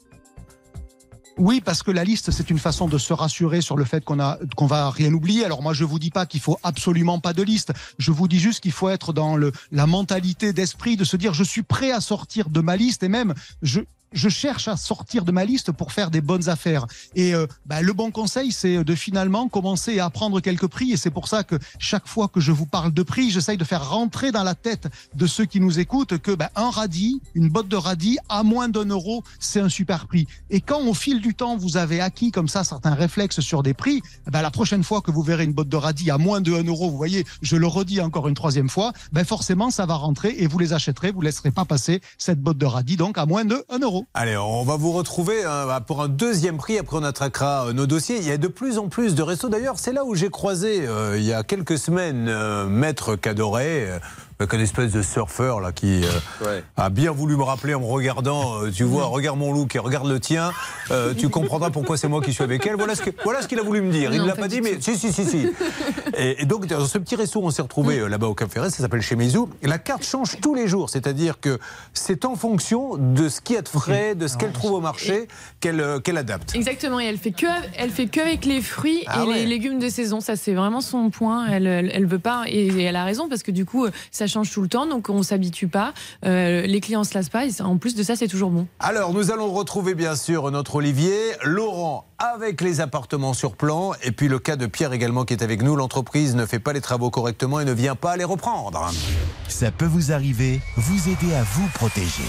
Oui, parce que la liste, c'est une façon de se rassurer sur le fait qu'on va rien oublier. Alors moi, je vous dis pas qu'il faut absolument pas de liste. Je vous dis juste qu'il faut être dans la mentalité d'esprit de se dire, je suis prêt à sortir de ma liste, et même je cherche à sortir de ma liste pour faire des bonnes affaires. Et le bon conseil, c'est de finalement commencer à prendre quelques prix. Et c'est pour ça que chaque fois que je vous parle de prix, j'essaye de faire rentrer dans la tête de ceux qui nous écoutent que un radis, une botte de radis à moins d'1 €, c'est un super prix. Et quand au fil du temps, vous avez acquis comme ça certains réflexes sur des prix, la prochaine fois que vous verrez une botte de radis à moins de 1 €, vous voyez, je le redis encore une troisième fois, forcément ça va rentrer et vous les achèterez, vous ne laisserez pas passer cette botte de radis donc à moins de 1 €. Allez, on va vous retrouver pour un deuxième prix. Après, on attaquera nos dossiers. Il y a de plus en plus de restos. D'ailleurs, c'est là où j'ai croisé, il y a quelques semaines, Maître Cadoret, avec une espèce de surfeur là, qui a bien voulu me rappeler en me regardant. Tu vois, regarde mon look et regarde le tien. Tu comprendras pourquoi c'est moi qui suis avec elle. Voilà ce qu'il a voulu me dire. Il ne l'a pas dit, mais si. Et donc, dans ce petit resto, on s'est retrouvé là-bas au Cap Ferret. Ça s'appelle chez Mezou. Et la carte change tous les jours. C'est-à-dire que c'est en fonction de ce qu'il y a de frais, de ce qu'elle trouve au marché, qu'elle adapte. Exactement. Et elle fait que avec les fruits et les légumes de saison. Ça, c'est vraiment son point. Elle veut pas. Et elle a raison, parce que du coup, ça change tout le temps, donc on s'habitue pas. Les clients se lassent pas. Et en plus de ça, c'est toujours bon. Alors, nous allons retrouver bien sûr notre Olivier, Laurent avec les appartements sur plan, et puis le cas de Pierre également qui est avec nous. L'entreprise ne fait pas les travaux correctement et ne vient pas les reprendre. Ça peut vous arriver, vous aider à vous protéger.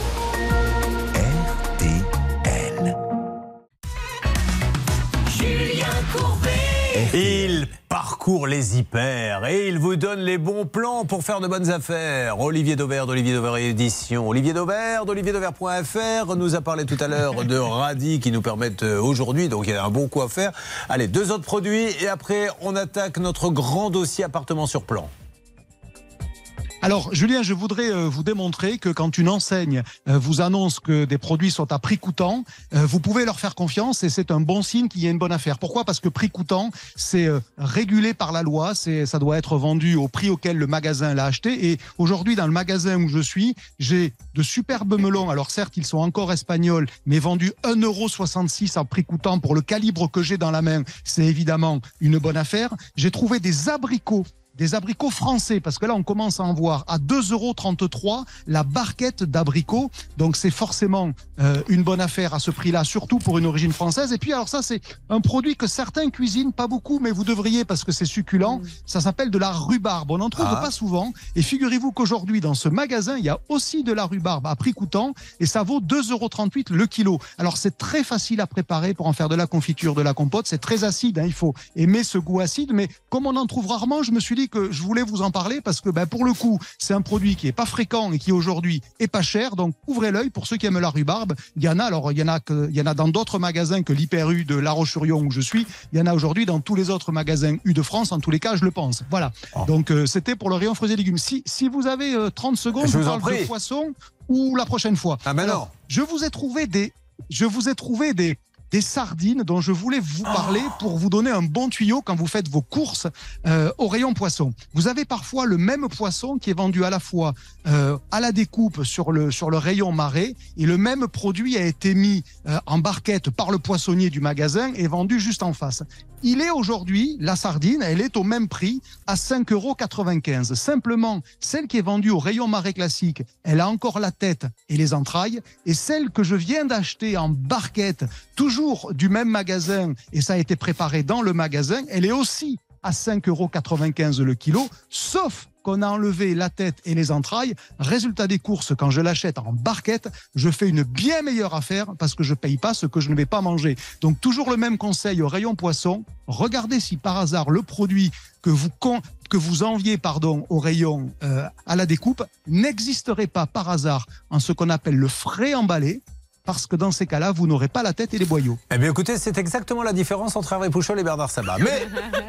RTL. Julien Courbet. Il parcourt les hyper et il vous donne les bons plans pour faire de bonnes affaires. Olivier Dauvert d'Olivier Dauvert Édition. Olivier Dauvert d'olivierdauvert.fr nous a parlé tout à l'heure de radis qui nous permettent aujourd'hui, donc il y a un bon coup à faire. Allez, 2 autres produits et après on attaque notre grand dossier appartement sur plan. Alors, Julien, je voudrais vous démontrer que quand une enseigne vous annonce que des produits sont à prix coûtant, vous pouvez leur faire confiance et c'est un bon signe qu'il y a une bonne affaire. Pourquoi ? Parce que prix coûtant, c'est régulé par la loi, ça doit être vendu au prix auquel le magasin l'a acheté. Et aujourd'hui, dans le magasin où je suis, j'ai de superbes melons. Alors certes, ils sont encore espagnols, mais vendus 1,66 € à prix coûtant pour le calibre que j'ai dans la main. C'est évidemment une bonne affaire. J'ai trouvé des abricots français, parce que là, on commence à en voir à 2,33 € la barquette d'abricots. Donc, c'est forcément une bonne affaire à ce prix-là, surtout pour une origine française. Et puis, alors ça, c'est un produit que certains cuisinent, pas beaucoup, mais vous devriez, parce que c'est succulent. Ça s'appelle de la rhubarbe. On n'en trouve pas souvent. Et figurez-vous qu'aujourd'hui, dans ce magasin, il y a aussi de la rhubarbe à prix coûtant, et ça vaut 2,38 € le kilo. Alors, c'est très facile à préparer pour en faire de la confiture, de la compote. C'est très acide, hein, il faut aimer ce goût acide, mais comme on en trouve rarement, je me suis dit que je voulais vous en parler parce que pour le coup, c'est un produit qui est pas fréquent et qui aujourd'hui est pas cher. Donc ouvrez l'œil pour ceux qui aiment la rhubarbe. Il y en a dans d'autres magasins que l'Hyper U de La Roche-sur-Yon où je suis. Il y en a aujourd'hui dans tous les autres magasins U de France. En tous les cas, je le pense. Voilà. Donc c'était pour le rayon fruits et légumes. Si vous avez 30 secondes, je vous parle de poisson ou la prochaine fois. Alors, je vous ai trouvé des sardines dont je voulais vous parler pour vous donner un bon tuyau quand vous faites vos courses au rayon poisson. Vous avez parfois le même poisson qui est vendu à la fois à la découpe sur le rayon marais et le même produit a été mis en barquette par le poissonnier du magasin et vendu juste en face. Il est aujourd'hui, la sardine, elle est au même prix, à 5,95 €. Simplement, celle qui est vendue au rayon marais classique, elle a encore la tête et les entrailles. Et celle que je viens d'acheter en barquette, toujours du même magasin, et ça a été préparé dans le magasin, elle est aussi à 5,95 € le kilo, sauf qu'on a enlevé la tête et les entrailles. Résultat des courses, quand je l'achète en barquette, je fais une bien meilleure affaire parce que je ne paye pas ce que je ne vais pas manger. Donc toujours le même conseil au rayon poisson. Regardez si par hasard le produit que vous enviez au rayon à la découpe n'existerait pas par hasard en ce qu'on appelle le frais emballé. Parce que dans ces cas-là, vous n'aurez pas la tête et les boyaux. Eh bien écoutez, c'est exactement la différence entre Hervé Pouchol et Bernard Sabat. Mais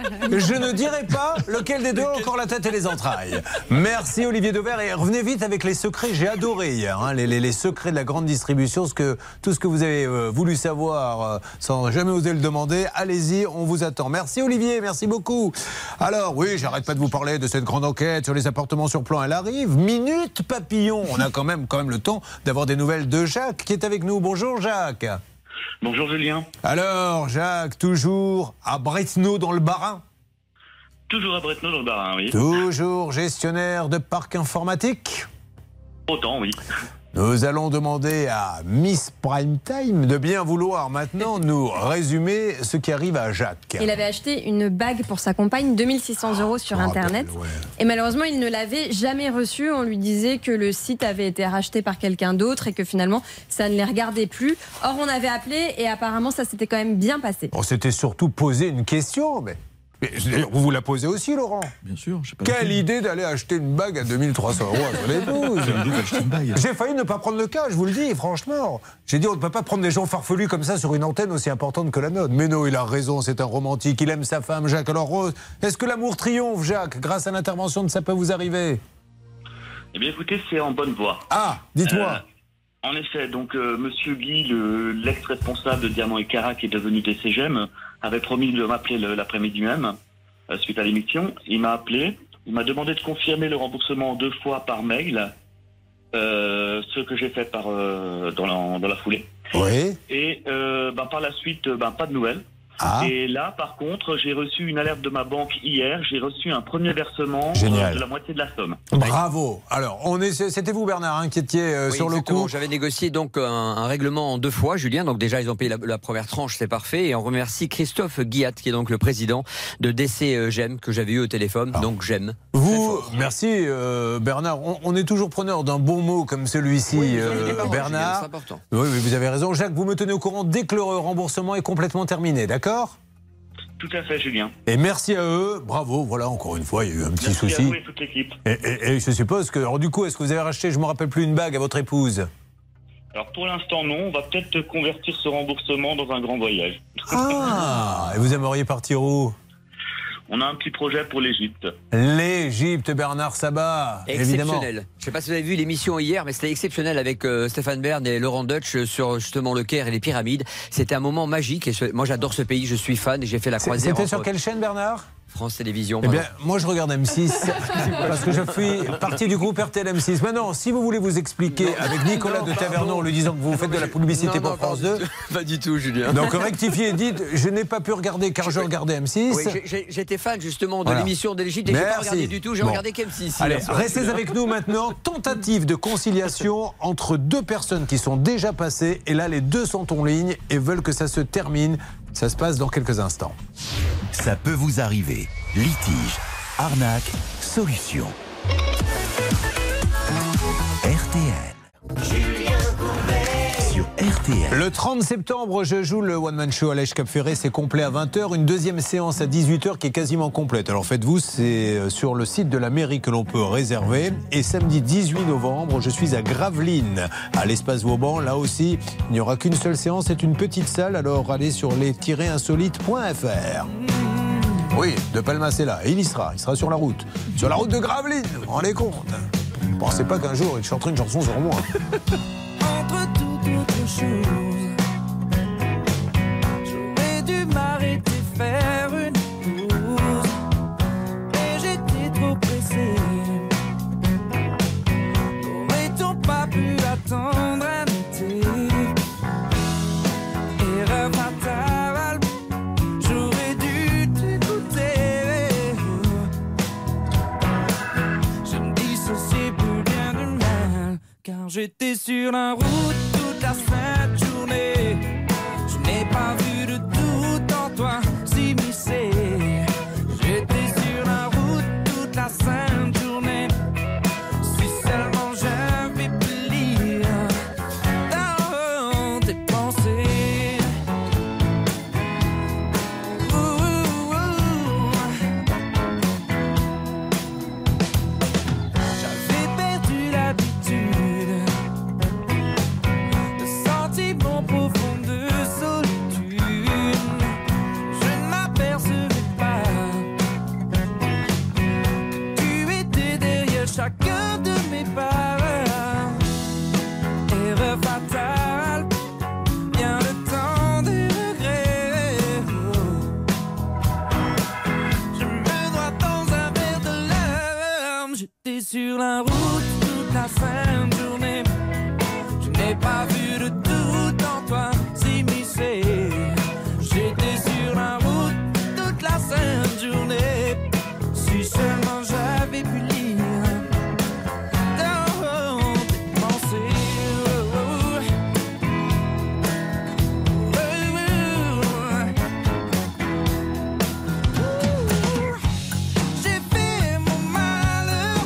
je ne dirai pas lequel des deux a encore la tête et les entrailles. Merci Olivier Dauvert et revenez vite avec les secrets. J'ai adoré hier, hein, les secrets de la grande distribution, tout ce que vous avez voulu savoir sans jamais oser le demander. Allez-y, on vous attend. Merci Olivier, merci beaucoup. Alors oui, j'arrête pas de vous parler de cette grande enquête sur les appartements sur plan. Elle arrive. Minute papillon. On a quand même le temps d'avoir des nouvelles de Jacques qui est avec nous. Bonjour Jacques. Bonjour Julien. Alors Jacques, toujours à Bretenoux dans le Bas-Rhin? Toujours à Bretenoux dans le Bas-Rhin, oui. Toujours gestionnaire de parc informatique? Autant, oui. Nous allons demander à Miss Prime Time de bien vouloir maintenant nous résumer ce qui arrive à Jacques. Il avait acheté une bague pour sa compagne, 2600 € sur Internet. Et malheureusement, il ne l'avait jamais reçue. On lui disait que le site avait été racheté par quelqu'un d'autre et que finalement, ça ne les regardait plus. Or, on avait appelé et apparemment, ça s'était quand même bien passé. On s'était surtout posé une question, mais vous vous la posez aussi, Laurent? Bien sûr. Je sais pas. Quelle idée d'aller acheter une bague à 2300 € à son épouse. J'ai failli ne pas prendre le cas, je vous le dis, franchement. J'ai dit, on ne peut pas prendre des gens farfelus comme ça sur une antenne aussi importante que la nôtre. Mais non, il a raison, c'est un romantique, il aime sa femme, Jacques. Alors, est-ce que l'amour triomphe, Jacques, grâce à l'intervention de Ça peut vous arriver? Eh bien, écoutez, c'est en bonne voie. Ah, dites-moi. En effet, donc, Monsieur Guy, l'ex-responsable de Diamant et Cara, qui est devenu DCGM, avait promis de m'appeler l'après-midi même, suite à l'émission. Il m'a appelé, il m'a demandé de confirmer le remboursement 2 fois par mail, ce que j'ai fait dans la foulée. Oui. Et par la suite, pas de nouvelles. Et là, par contre, j'ai reçu une alerte de ma banque hier. J'ai reçu un premier versement Génial. de la moitié de la somme. Bravo. Alors, c'était vous, Bernard, qui étiez Oui, sur le exactement. coup. J'avais négocié donc un règlement en 2 fois, Julien. Donc déjà, ils ont payé la première tranche, c'est parfait. Et on remercie Christophe Guillat, qui est donc le président de DC GEM, que j'avais eu au téléphone. Donc GEM. Vous, merci Bernard. On est toujours preneur d'un bon mot comme celui-ci, Bernard. C'est important. Oui, vous avez raison. Jacques, vous me tenez au courant dès que le remboursement est complètement terminé, d'accord ? Tout à fait, Julien. Et merci à eux. Bravo. Voilà, encore une fois, il y a eu un petit Merci souci. à vous et toute l'équipe. Et je suppose que, alors du coup, est-ce que vous avez racheté, je ne me rappelle plus, une bague à votre épouse ? Alors pour l'instant, non. On va peut-être convertir ce remboursement dans un grand voyage. Ah, et vous aimeriez partir où ? On a un petit projet pour l'Égypte. L'Égypte, Bernard Sabat, évidemment. Exceptionnel. Je ne sais pas si vous avez vu l'émission hier, mais c'était exceptionnel avec Stéphane Bern et Laurent Deutsch sur justement le Caire et les pyramides. C'était un moment magique. Et moi, j'adore ce pays. Je suis fan et j'ai fait la croisière. C'était sur quelle chaîne, Bernard ? France Télévisions. Eh bien, moi je regarde M6 parce que je suis parti du groupe RTL M6. Maintenant, si vous voulez vous expliquer avec Nicolas de Tavernon en lui disant que vous faites de la publicité pour France 2. Pas du tout, Julien. Donc rectifiez et dites, je n'ai pas pu regarder car je regardais M6. Oui, j'étais fan justement de l'émission de l'Égypte et je n'ai pas regardé du tout, j'ai regardé qu'M6. Allez, restez avec nous maintenant. Tentative de conciliation entre 2 personnes qui sont déjà passées. Et là, les 2 sont en ligne et veulent que ça se termine. Ça se passe dans quelques instants. Ça peut vous arriver. Litige, arnaque, solution. RTL. Julien Courbet. Sur RTL. Le 30 septembre, je joue le One Man Show à l'Èche Cap Ferré. C'est complet à 20h. Une deuxième séance à 18h qui est quasiment complète. Alors faites-vous, c'est sur le site de la mairie que l'on peut réserver. Et samedi 18 novembre, je suis à Gravelines, à l'espace Vauban. Là aussi, il n'y aura qu'une seule séance. C'est une petite salle. Alors allez sur les-insolites.fr. Oui, de Palma, c'est là. Et il y sera. Il sera sur la route. Sur la route de Gravelines. Vous vous rendez compte ? Ne pensez pas qu'un jour, il chantera une chanson sur moi. Entre toute autre chose, j'aurais dû m'arrêter, faire une pause. Mais j'étais trop pressé. N'aurait-on pas pu attendre un été? Erreur fatale, j'aurais dû t'écouter. Je me dissociais plus bien du mal, car j'étais sur la route toute la sainte journée. Je n'ai pas vu de doute en toi s'immiscer. J'étais sur la route toute la sainte journée. Si seulement j'avais pu lire dans tes pensées. J'avais perdu l'habitude de sentiments profonds de solitude. Je ne m'apercevais pas. Tu étais derrière chacun de mes pas. Erreur fatale, bien le temps des regrets. Je me noie dans un verre de larmes. J'étais sur la route toute la sainte journée. Je n'ai pas vu de doute en toi s'immiscer. J'étais sur la route toute la sainte journée. Si seulement j'avais pu lire dans tes pensées. J'ai fait mon malheur.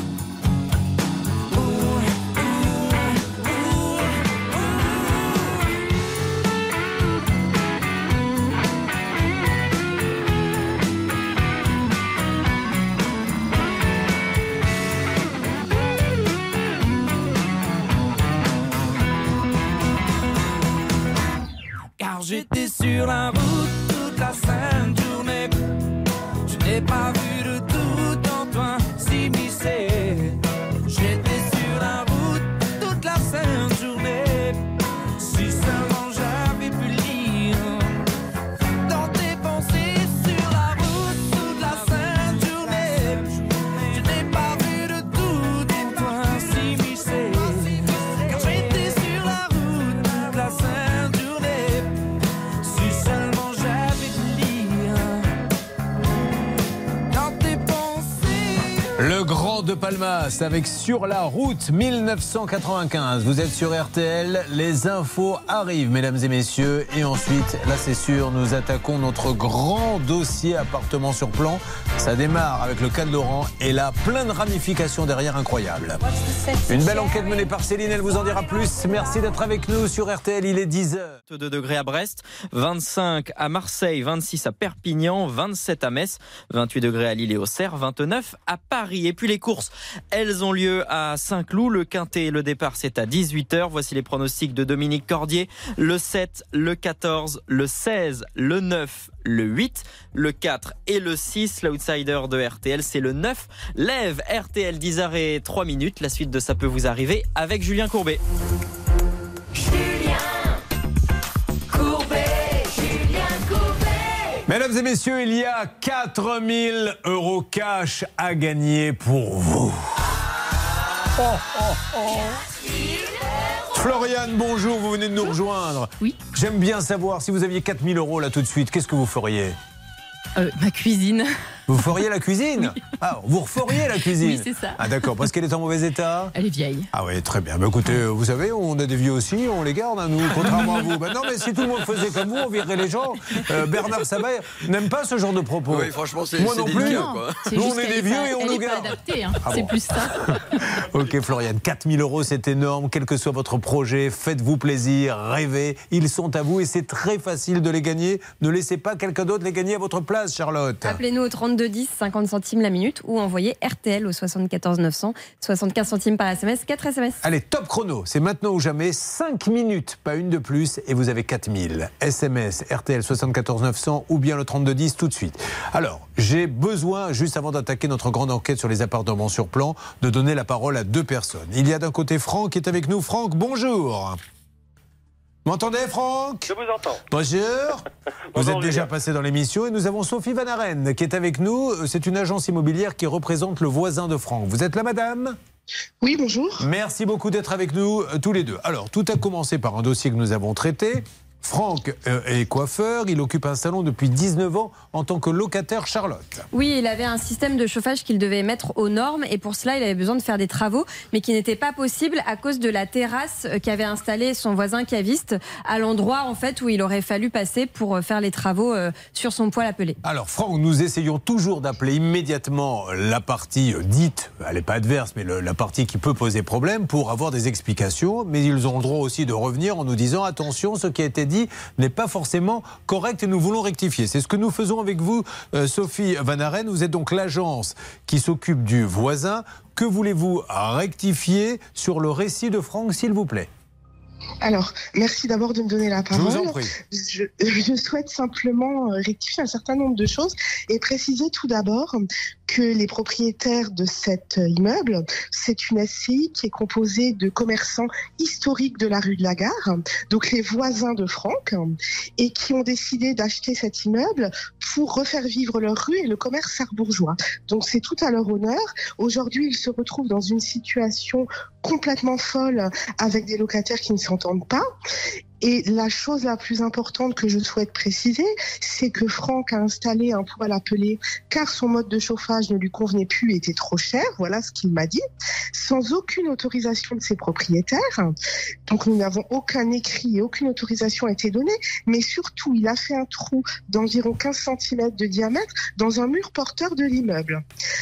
Car j'étais sur la route toute la sainte journée. Je n'ai pas vu de doute en toi s'immiscer. J'étais sur la route toute la sainte journée. Si seulement j'avais pu lire dans tes pensées. Sur la route toute la sainte journée. Je n'ai pas vu de doute en toi s'immiscer. Car j'étais sur la route toute la sainte journée. Si seulement j'avais pu lire Le Grand de Palmas avec Sur la route 1995. Vous êtes sur RTL, les infos arrivent, mesdames et messieurs. Et ensuite, là c'est sûr, nous attaquons notre grand dossier appartement sur plan. Ça démarre avec le cas de Laurent et là, plein de ramifications derrière incroyables. Une belle enquête menée par Céline, elle vous en dira plus. Merci d'être avec nous sur RTL, il est 10h. 22 degrés à Brest, 25 à Marseille, 26 à Perpignan, 27 à Metz, 28 degrés à Lille et Auxerre, 29 à Paris. Et puis les courses, elles ont lieu à Saint-Cloud. Le quintet, le départ, c'est à 18h. Voici les pronostics de Dominique Cordier. Le 7, le 14, le 16, le 9, le 8, le 4 et le 6. L'outsider de RTL, c'est le 9. Lève RTL 10h03. La suite de Ça peut vous arriver avec Julien Courbet. Mesdames et messieurs, il y a 4 000 € cash à gagner pour vous. Floriane, bonjour, vous venez de nous rejoindre. Oui. J'aime bien savoir, si vous aviez 4 000 € là tout de suite, qu'est-ce que vous feriez ? Ma cuisine. Vous feriez la cuisine ? Ah, vous referiez la cuisine ? Oui, c'est ça. Ah d'accord, parce qu'elle est en mauvais état ? Elle est vieille. Ah oui, très bien. Bah, écoutez, vous savez, on a des vieux aussi, on les garde, hein, nous, contrairement à vous. Bah, non, mais si tout le monde faisait comme vous, on virerait les gens. Bernard Sabat n'aime pas ce genre de propos. Oui, franchement, c'est moi non plus. délicat, quoi. Nous, on est des vieux et on nous garde. Adapté, hein. Ah c'est bon. plus ça. Ok, Floriane, 4 000 €, c'est énorme. Quel que soit votre projet, faites-vous plaisir, rêvez. Ils sont à vous et c'est très facile de les gagner. Ne laissez pas quelqu'un d'autre les gagner à votre place, Charlotte. Appelez-nous au 32 10, 50 centimes la minute ou envoyez RTL au 74 900, 75 centimes par SMS, 4 SMS. Allez, top chrono, c'est maintenant ou jamais, 5 minutes, pas une de plus, et vous avez 4000. SMS, RTL 74 900 ou bien le 32 10 tout de suite. Alors, j'ai besoin, juste avant d'attaquer notre grande enquête sur les appartements sur plan, de donner la parole à 2 personnes. Il y a d'un côté Franck qui est avec nous. Franck, bonjour. Vous m'entendez, Franck ? Je vous entends. Bonjour. Vous Bonjour, êtes déjà Julien. passé dans l'émission et nous avons Sophie Van Aren qui est avec nous. C'est une agence immobilière qui représente le voisin de Franck. Vous êtes là, madame ? Oui, bonjour. Merci beaucoup d'être avec nous tous les deux. Alors, tout a commencé par un dossier que nous avons traité. Franck est coiffeur, il occupe un salon depuis 19 ans en tant que locataire, Charlotte. Oui, il avait un système de chauffage qu'il devait mettre aux normes et pour cela, il avait besoin de faire des travaux, mais qui n'étaient pas possibles à cause de la terrasse qu'avait installée son voisin caviste à l'endroit en fait où il aurait fallu passer pour faire les travaux sur son poêle à peler. Alors Franck, nous essayons toujours d'appeler immédiatement la partie dite, elle n'est pas adverse, mais la partie qui peut poser problème pour avoir des explications, mais ils ont le droit aussi de revenir en nous disant attention, ce qui a été dit n'est pas forcément correct et nous voulons rectifier. C'est ce que nous faisons avec vous, Sophie Van Aren. Vous êtes donc l'agence qui s'occupe du voisin. Que voulez-vous rectifier sur le récit de Franck, s'il vous plaît ? Alors, merci d'abord de me donner la parole. Je vous en prie. Je souhaite simplement rectifier un certain nombre de choses et préciser tout d'abord que les propriétaires de cet immeuble, c'est une SCI qui est composée de commerçants historiques de la rue de la Gare, donc les voisins de Franck, et qui ont décidé d'acheter cet immeuble pour refaire vivre leur rue et le commerce sarrebourgeois. Donc c'est tout à leur honneur. Aujourd'hui, ils se retrouvent dans une situation complètement folle avec des locataires qui ne s'entendent pas. Et la chose la plus importante que je souhaite préciser, c'est que Franck a installé un poêle à peler car son mode de chauffage ne lui convenait plus et était trop cher, voilà ce qu'il m'a dit, sans aucune autorisation de ses propriétaires. Donc nous n'avons aucun écrit et aucune autorisation a été donnée, mais surtout il a fait un trou d'environ 15 cm de diamètre dans un mur porteur de l'immeuble.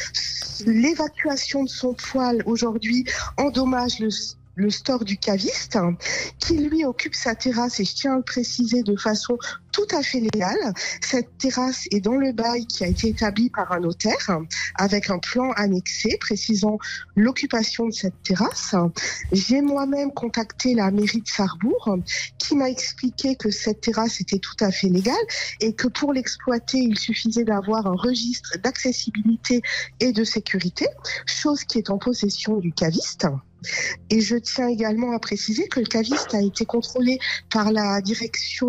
L'évacuation de son poêle aujourd'hui endommage le store du caviste, qui lui occupe sa terrasse, et je tiens à le préciser de façon tout à fait légale. Cette terrasse est dans le bail qui a été établi par un notaire, avec un plan annexé précisant l'occupation de cette terrasse. J'ai moi-même contacté la mairie de Sarrebourg, qui m'a expliqué que cette terrasse était tout à fait légale, et que pour l'exploiter, il suffisait d'avoir un registre d'accessibilité et de sécurité, chose qui est en possession du caviste. Et je tiens également à préciser que le caviste a été contrôlé par la direction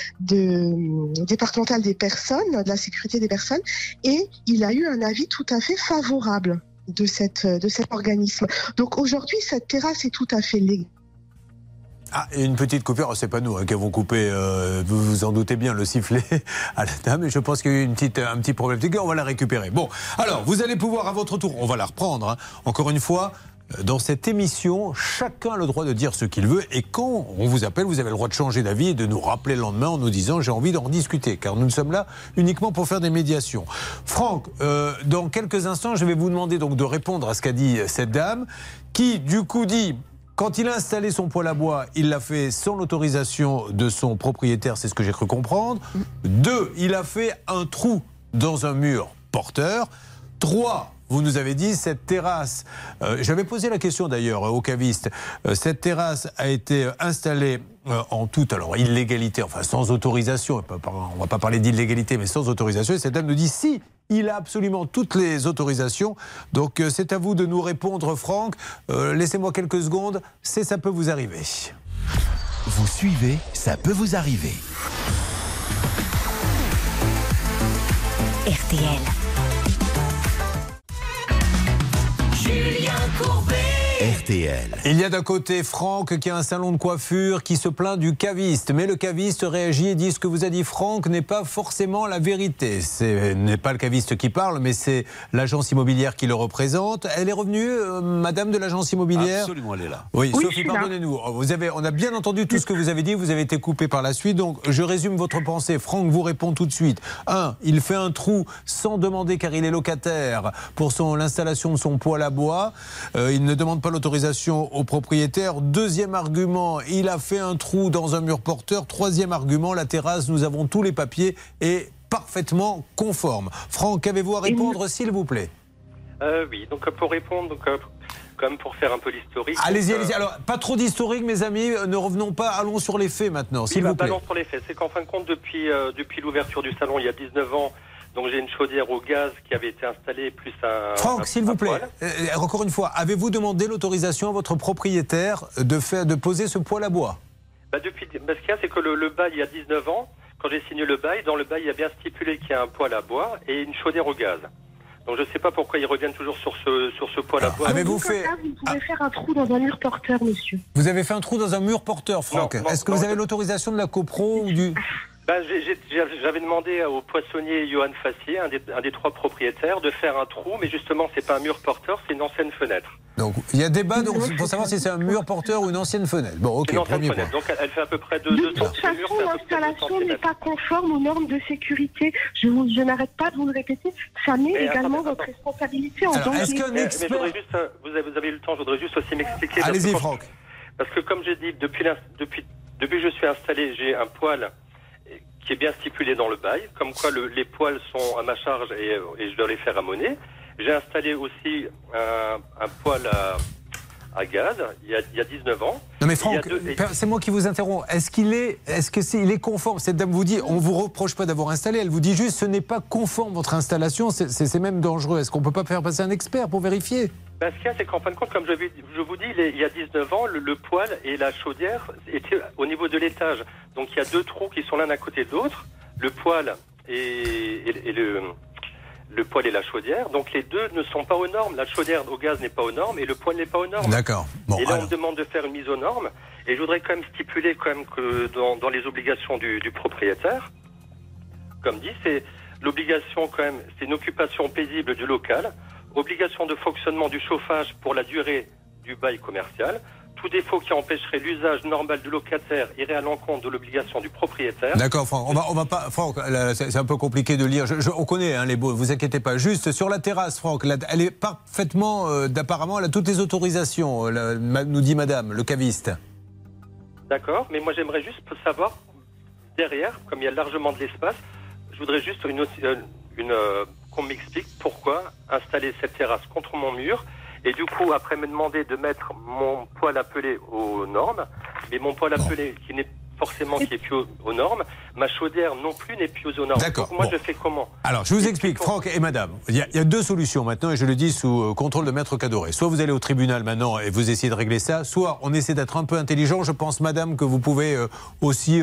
départementale des personnes, de la sécurité des personnes, et il a eu un avis tout à fait favorable de cet organisme. Donc aujourd'hui, cette terrasse est tout à fait légale. Ah, et une petite coupure, c'est pas nous qui avons coupé, vous vous en doutez bien, le sifflet à la dame, et je pense qu'il y a eu un petit problème technique, on va la récupérer. Bon, alors, vous allez pouvoir à votre tour, on va la reprendre, hein. Encore une fois, dans cette émission, chacun a le droit de dire ce qu'il veut, et quand on vous appelle, vous avez le droit de changer d'avis et de nous rappeler le lendemain en nous disant j'ai envie d'en discuter, car nous sommes là uniquement pour faire des médiations. Franck, dans quelques instants, je vais vous demander donc de répondre à ce qu'a dit cette dame, qui du coup dit... Quand il a installé son poêle à bois, il l'a fait sans l'autorisation de son propriétaire, c'est ce que j'ai cru comprendre. 2, il a fait un trou dans un mur porteur. 3, vous nous avez dit, cette terrasse, j'avais posé la question d'ailleurs au caviste, cette terrasse a été installée en toute illégalité, enfin sans autorisation, on ne va pas parler d'illégalité, mais sans autorisation, et cette dame nous dit si, il a absolument toutes les autorisations, donc c'est à vous de nous répondre, Franck. Laissez-moi quelques secondes, ça peut vous arriver. Vous suivez, ça peut vous arriver. RTL. Julien Courbet. RTL. Il y a d'un côté Franck qui a un salon de coiffure qui se plaint du caviste. Mais le caviste réagit et dit ce que vous a dit Franck n'est pas forcément la vérité. Ce n'est pas le caviste qui parle, mais c'est l'agence immobilière qui le représente. Elle est revenue, madame de l'agence immobilière ? Absolument, elle est là. Oui, Sophie, pardonnez-nous. On a bien entendu tout ce que vous avez dit. Vous avez été coupé par la suite. Donc, je résume votre pensée. Franck vous répond tout de suite. 1. Il fait un trou sans demander car il est locataire pour l'installation de son poêle à bois. Il ne demande pas l'autorisation au propriétaire. 2e argument, il a fait un trou dans un mur porteur. 3e argument, la terrasse, nous avons tous les papiers et parfaitement conforme. Franck, avez-vous à répondre, s'il vous plaît ? Oui, donc pour répondre, comme pour faire un peu l'historique. Allez-y. Alors, pas trop d'historique, mes amis, ne revenons pas, allons sur les faits maintenant, s'il vous plaît. Allons sur les faits. C'est qu'en fin de compte, depuis l'ouverture du salon, il y a 19 ans, donc j'ai une chaudière au gaz qui avait été installée, plus un... Franck, s'il vous plaît, encore une fois, avez-vous demandé l'autorisation à votre propriétaire de poser ce poêle à bois ? Ce qu'il y a, c'est que le bail, il y a 19 ans, quand j'ai signé le bail, dans le bail, il y a bien stipulé qu'il y a un poêle à bois et une chaudière au gaz. Donc je ne sais pas pourquoi ils reviennent toujours sur ce poêle à bois. Avez-vous fait... Vous pouvez faire un trou dans un mur porteur, monsieur. Vous avez fait un trou dans un mur porteur, Franck. Est-ce que vous avez l'autorisation de la copro ou du... J'avais demandé au poissonnier Johan Fassier, un des 3 propriétaires, de faire un trou, mais justement, c'est pas un mur porteur, c'est une ancienne fenêtre. Donc, il y a débat pour savoir si c'est un mur porteur ou une ancienne fenêtre. Bon, ok, premier point. Donc, elle fait à peu près 2 De toute façon, l'installation n'est pas conforme aux normes de sécurité. Je n'arrête pas de vous le répéter. Ça met également votre responsabilité en tant que... Est-ce qu'un expert... vous avez eu le temps, je voudrais juste aussi m'expliquer. Allez-y, Franck. Parce que, comme j'ai dit, depuis que je suis installé, j'ai un poêle qui est bien stipulé dans le bail, comme quoi les poêles sont à ma charge et je dois les faire à monnaie. J'ai installé aussi un poêle à gaz il y a 19 ans. Non mais Franck, c'est moi qui vous interromps. Est-ce qu'il est conforme ? Cette dame vous dit, on ne vous reproche pas d'avoir installé, elle vous dit juste ce n'est pas conforme votre installation, c'est même dangereux. Est-ce qu'on ne peut pas faire passer un expert pour vérifier ? Ce qu'il y a, c'est qu'en fin de compte, comme je vous dis, il y a 19 ans, le poêle et la chaudière étaient au niveau de l'étage. Donc il y a 2 trous qui sont l'un à côté de l'autre, le poêle et le poêle et la chaudière. Donc les deux ne sont pas aux normes. La chaudière au gaz n'est pas aux normes et le poêle n'est pas aux normes. D'accord. Bon, et là, on me demande de faire une mise aux normes. Et je voudrais quand même stipuler que dans les obligations du propriétaire, comme dit, c'est l'obligation quand même, c'est une occupation paisible du local, obligation de fonctionnement du chauffage pour la durée du bail commercial. Tout défaut qui empêcherait l'usage normal du locataire irait à l'encontre de l'obligation du propriétaire. D'accord, Franck. On va pas. Franck, c'est un peu compliqué de lire. On connaît les mots. Vous inquiétez pas. Juste sur la terrasse, Franck. Elle est parfaitement. Apparemment, elle a toutes les autorisations. Nous dit Madame, le caviste. D'accord, mais moi j'aimerais juste savoir derrière, comme il y a largement de l'espace, je voudrais juste qu'on m'explique pourquoi installer cette terrasse contre mon mur. Et du coup, après me demander de mettre mon poêle à peler aux normes, mais mon poêle à peler qui n'est forcément qui est plus aux normes, ma chaudière non plus n'est plus aux normes. D'accord. Donc moi, je fais comment ? Alors, je vous explique, Franck et Madame. Il y a 2 solutions maintenant, et je le dis sous contrôle de Maître Cadoré. Soit vous allez au tribunal maintenant et vous essayez de régler ça, soit on essaie d'être un peu intelligent. Je pense, Madame, que vous pouvez aussi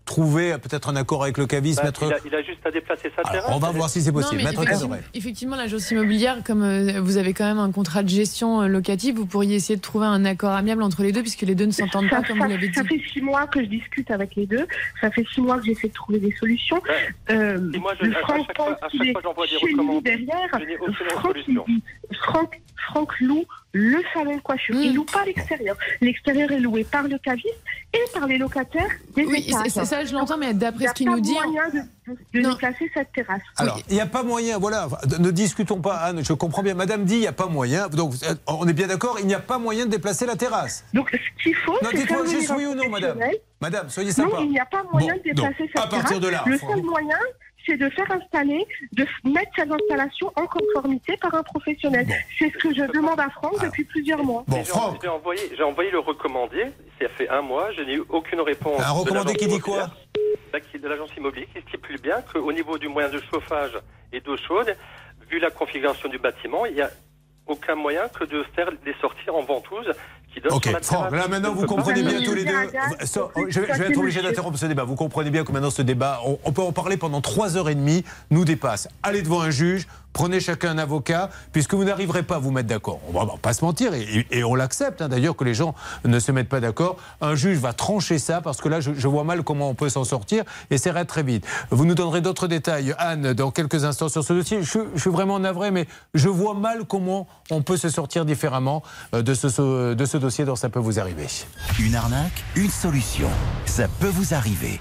trouver peut-être un accord avec le caviste, maître. Il a juste à déplacer sa terrasse. On va voir si c'est possible. Non, mais effectivement, l'agence immobilière, comme vous avez quand même un contrat de gestion locative, vous pourriez essayer de trouver un accord amiable entre les deux, puisque les deux ne s'entendent pas, comme vous l'avez dit. Ça fait 6 mois que je discute avec les deux. Ça fait 6 mois que j'essaie de trouver des solutions. Et moi, à chaque fois, j'envoie des recommandations. Franck loue le salon de coiffure. Il loue pas l'extérieur. L'extérieur est loué par le caviste et par les locataires des étages. C'est ça, je l'entends, mais d'après ce qu'il nous dit... Il n'y a pas moyen de déplacer cette terrasse. Alors, il n'y a pas moyen, voilà, ne discutons pas, Anne, je comprends bien. Madame dit, il n'y a pas moyen, donc on est bien d'accord, il n'y a pas moyen de déplacer la terrasse. Donc, ce qu'il faut, c'est dites-moi juste oui ou non, madame. Madame, soyez sympa. Non, il n'y a pas moyen de déplacer cette terrasse. À partir de là... Le seul moyen, c'est de faire installer, de mettre cette installation en conformité par un professionnel. Bon. C'est ce que je demande à Franck depuis plusieurs mois. Bon, Franck. J'ai envoyé le recommandé, ça fait 1 mois, je n'ai eu aucune réponse. Un recommandé qui dit quoi? De l'agence immobilière qui stipule bien qu'au niveau du moyen de chauffage et d'eau chaude, vu la configuration du bâtiment, il n'y a aucun moyen que de faire des sorties en ventouse qui donnent sur la terrasse. Franck, là maintenant vous comprenez bien tous les deux. Je vais être obligé d'interrompre ce débat. Vous comprenez bien que maintenant ce débat, on peut en parler pendant 3h30, nous dépasse. Allez devant un juge, prenez chacun un avocat, puisque vous n'arriverez pas à vous mettre d'accord. On va pas se mentir, et on l'accepte d'ailleurs que les gens ne se mettent pas d'accord. Un juge va trancher ça, parce que là je vois mal comment on peut s'en sortir, et c'est très vite. Vous nous donnerez d'autres détails, Anne, dans quelques instants sur ce dossier. Je suis vraiment navré, mais je vois mal comment on peut se sortir différemment de ce dossier dont ça peut vous arriver. Une arnaque, une solution. Ça peut vous arriver.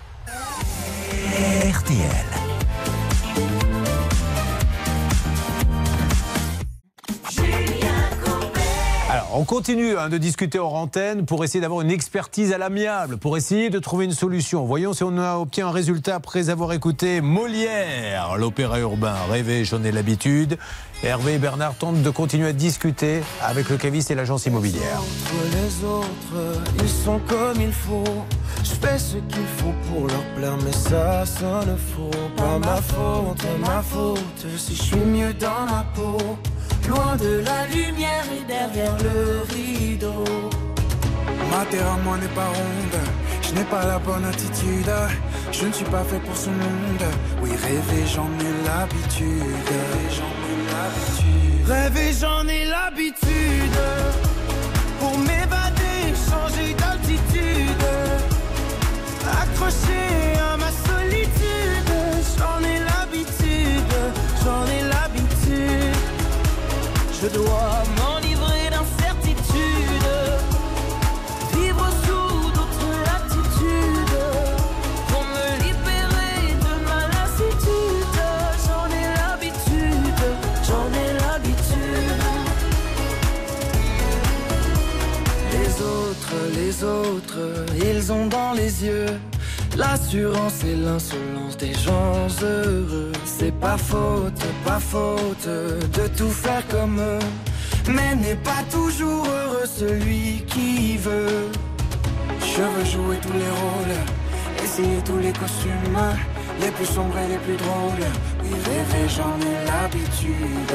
RTL. Alors, on continue de discuter hors antenne pour essayer d'avoir une expertise à l'amiable, pour essayer de trouver une solution. Voyons si on a obtient un résultat après avoir écouté Molière, l'opéra urbain. Rêver, j'en ai l'habitude. Hervé et Bernard tentent de continuer à discuter avec le caviste et l'agence immobilière. Entre les autres, ils sont comme il faut. Je fais ce qu'il faut pour leur plaire, mais ça ne faut pas ma faute. Si je suis mieux dans ma peau, loin de la lumière et derrière le rideau. Ma terre à moi n'est pas ronde, je n'ai pas la bonne attitude. Je ne suis pas fait pour ce monde. Oui, rêver, j'en ai l'habitude. Rêver, j'en ai l'habitude. Pour m'évader, changer d'altitude. Accroché à ma solitude. J'en ai l'habitude. Je dois m'enivrer d'incertitude, vivre sous d'autres latitudes, pour me libérer de ma lassitude. J'en ai l'habitude. Les autres, ils ont dans les yeux l'assurance et l'insolence des gens heureux. C'est pas faute de tout faire comme eux, mais n'est pas toujours heureux celui qui veut. Je veux jouer tous les rôles, essayer tous les costumes, les plus sombres et les plus drôles. Oui, rêver, j'en ai l'habitude.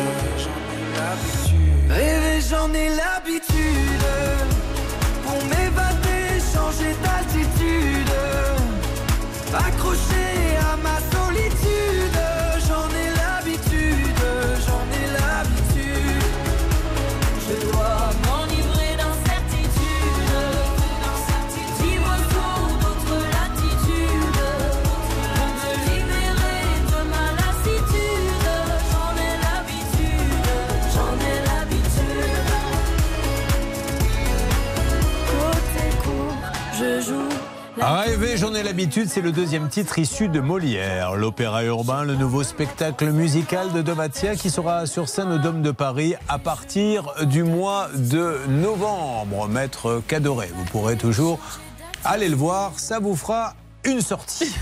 Rêver, j'en ai l'habitude. Pour m'évader, changer d'altitude, accroché à ma solitude. J'en ai l'habitude. Je dois m'enivrer d'incertitude, vivre sous d'autres latitudes, pour me libérer de ma lassitude. J'en ai l'habitude. Côté court, je joue. Rêver, j'en ai l'habitude, c'est le deuxième titre issu de Molière. L'opéra urbain, le nouveau spectacle musical de Domatia qui sera sur scène au Dôme de Paris à partir du mois de novembre. Maître Cadoré, vous pourrez toujours aller le voir, ça vous fera une sortie.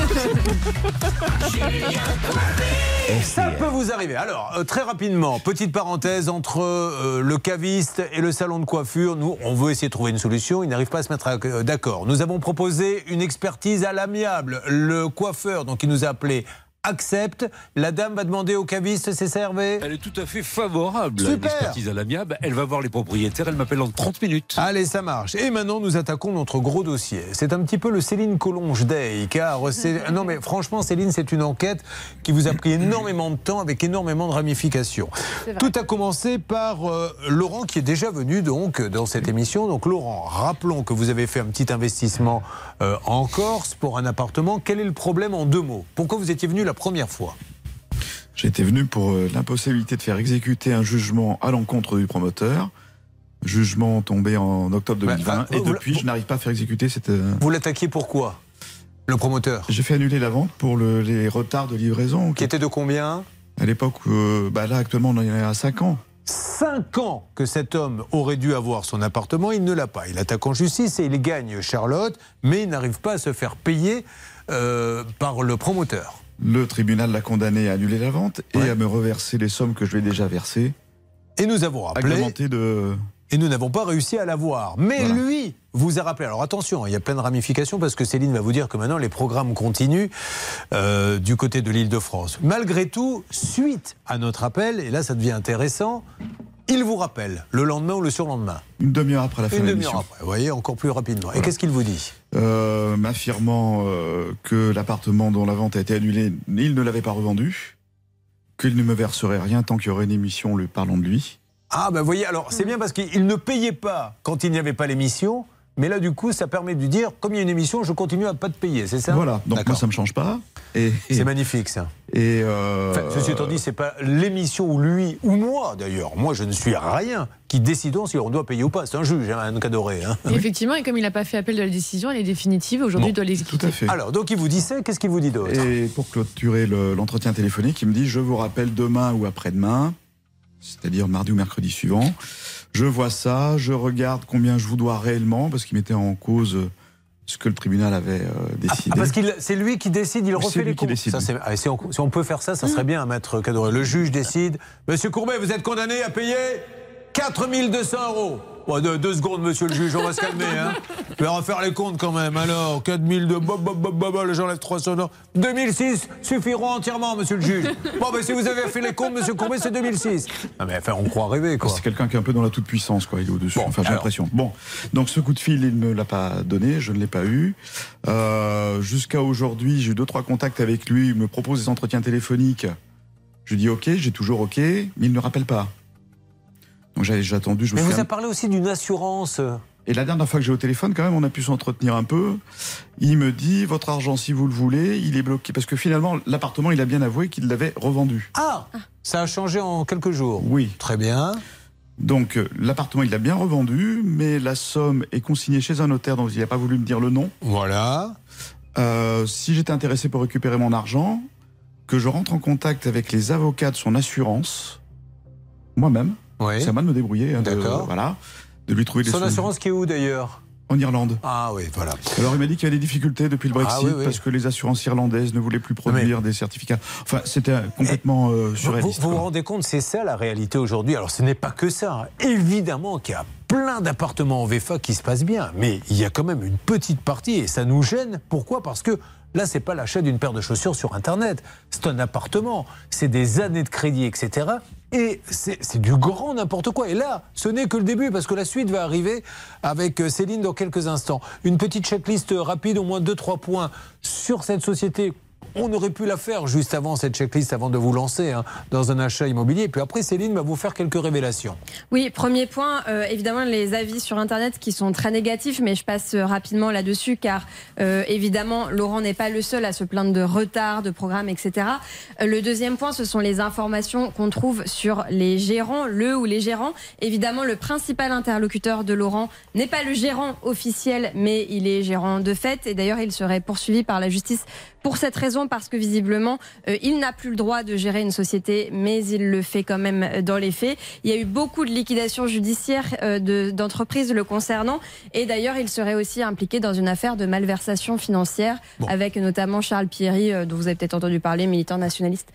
Ça peut vous arriver. Alors, très rapidement, petite parenthèse entre le caviste et le salon de coiffure. Nous, on veut essayer de trouver une solution. Ils n'arrivent pas à se mettre d'accord. Nous avons proposé une expertise à l'amiable. Le coiffeur, donc il nous a appelé accepte. La dame va demander au caviste, c'est ça Hervé ? Elle est tout à fait favorable à une Super. expertise à l'amiable. Elle va voir les propriétaires, elle m'appelle en 30 minutes. Allez, ça marche. Et maintenant, nous attaquons notre gros dossier. C'est un petit peu le Céline Collonges Day, car non mais franchement, Céline, c'est une enquête qui vous a pris énormément de temps avec énormément de ramifications. Tout a commencé par Laurent, qui est déjà venu donc dans cette émission. Donc Laurent, rappelons que vous avez fait un petit investissement en Corse pour un appartement. Quel est le problème en 2 mots ? Pourquoi vous étiez venu la première fois ? J'étais venu pour l'impossibilité de faire exécuter un jugement à l'encontre du promoteur. Jugement tombé en octobre 2020. Et depuis, je n'arrive pas à faire exécuter cette... Vous l'attaquiez pourquoi ? Le promoteur ? J'ai fait annuler la vente pour les retards de livraison. Qui était de combien ? À l'époque, là actuellement, on en est à 5 ans. 5 ans que cet homme aurait dû avoir son appartement, il ne l'a pas. Il attaque en justice et il gagne Charlotte, mais il n'arrive pas à se faire payer par le promoteur. Le tribunal l'a condamné à annuler la vente et à me reverser les sommes que je lui ai déjà versées. Et nous avons rappelé... Agrémenté de... Et nous n'avons pas réussi à l'avoir. Mais lui vous a rappelé. Alors attention, il y a plein de ramifications parce que Céline va vous dire que maintenant les programmes continuent du côté de l'Île-de-France. Malgré tout, suite à notre appel, et là ça devient intéressant, il vous rappelle le lendemain ou le surlendemain. Une demi-heure après la fin de l'émission. Une demi-heure après, vous voyez, encore plus rapidement. Et qu'est-ce qu'il vous dit ? M'affirmant que l'appartement dont la vente a été annulée, il ne l'avait pas revendu, qu'il ne me verserait rien tant qu'il y aurait une émission lui parlant de lui. Ah ben vous voyez, alors c'est bien parce qu'il ne payait pas quand il n'y avait pas l'émission, mais là du coup ça permet de lui dire, comme il y a une émission, je continue à pas te payer, c'est ça ? Voilà, donc moi ça ne me change pas. C'est magnifique ça. Et ceci étant dit, c'est pas l'émission ou lui ou moi d'ailleurs. Moi je ne suis rien qui décidons si on doit payer ou pas. C'est un juge, un cadoré. Et effectivement, et comme il n'a pas fait appel de la décision, elle est définitive. Aujourd'hui, il doit l'exécuter. Tout à fait. Alors, donc il vous dit ça, qu'est-ce qu'il vous dit d'autre ? Et pour clôturer l'entretien téléphonique, il me dit, je vous rappelle demain ou après-demain, c'est-à-dire mardi ou mercredi suivant. Je vois ça, je regarde combien je vous dois réellement, parce qu'il mettait en cause ce que le tribunal avait décidé. Parce que c'est lui qui décide, il refait les comptes. Ça, si on peut faire ça, ça serait bien, maître Cadoré. Le juge décide. Monsieur Courbet, vous êtes condamné à payer 4 200 €. Bon, 2 secondes, monsieur le juge, on va se calmer. Je vais refaire les comptes quand même. Alors, 4 000 de... j'enlève 300 €. 2006 suffiront entièrement, monsieur le juge. Bon, ben si vous avez fait les comptes, monsieur Courbet, c'est 2006. Ah, mais enfin, on croit rêver, quoi. C'est quelqu'un qui est un peu dans la toute-puissance, quoi. Il est au-dessus. Enfin, j'ai l'impression. Bon, donc ce coup de fil, il ne me l'a pas donné. Je ne l'ai pas eu. Jusqu'à aujourd'hui, j'ai eu 2-3 contacts avec lui. Il me propose des entretiens téléphoniques. Je dis OK, j'ai toujours OK, mais il ne me rappelle pas. Donc j'ai attendu. Mais vous avez parlé aussi d'une assurance. Et la dernière fois que j'ai au téléphone, quand même, on a pu s'entretenir un peu. Il me dit, votre argent, si vous le voulez, il est bloqué. Parce que finalement, l'appartement, il a bien avoué qu'il l'avait revendu. Ah, ça a changé en quelques jours. Oui. Très bien. Donc l'appartement, il l'a bien revendu, mais la somme est consignée chez un notaire dont il n'a pas voulu me dire le nom. Voilà. Si j'étais intéressé pour récupérer mon argent, que je rentre en contact avec les avocats de son assurance, moi-même. Oui. C'est à moi de me débrouiller. D'accord. Voilà. De lui trouver des son assurance qui est où d'ailleurs ? En Irlande. Ah oui, voilà. Alors il m'a dit qu'il y a des difficultés depuis le Brexit parce que les assurances irlandaises ne voulaient plus produire des certificats. Enfin, c'était complètement surréaliste. Vous vous rendez compte, c'est ça la réalité aujourd'hui. Alors ce n'est pas que ça. Évidemment qu'il y a plein d'appartements en VFA qui se passent bien, mais il y a quand même une petite partie et ça nous gêne. Pourquoi ? Parce que là, c'est pas l'achat d'une paire de chaussures sur Internet. C'est un appartement. C'est des années de crédit, etc. Et c'est du grand n'importe quoi. Et là, ce n'est que le début, parce que la suite va arriver avec Céline dans quelques instants. Une petite checklist rapide, au moins 2-3 points sur cette société. On aurait pu la faire juste avant cette checklist, avant de vous lancer dans un achat immobilier. Et puis après, Céline va vous faire quelques révélations. Oui, premier point, évidemment, les avis sur Internet qui sont très négatifs, mais je passe rapidement là-dessus, car évidemment, Laurent n'est pas le seul à se plaindre de retard, de programmes, etc. Le deuxième point, ce sont les informations qu'on trouve sur les gérants, le ou les gérants. Évidemment, le principal interlocuteur de Laurent n'est pas le gérant officiel, mais il est gérant de fait. Et d'ailleurs, il serait poursuivi par la justice pour cette raison, parce que visiblement, il n'a plus le droit de gérer une société, mais il le fait quand même dans les faits. Il y a eu beaucoup de liquidations judiciaires d'entreprises le concernant, et d'ailleurs, il serait aussi impliqué dans une affaire de malversation financière, avec notamment Charles Pierry, dont vous avez peut-être entendu parler, militant nationaliste.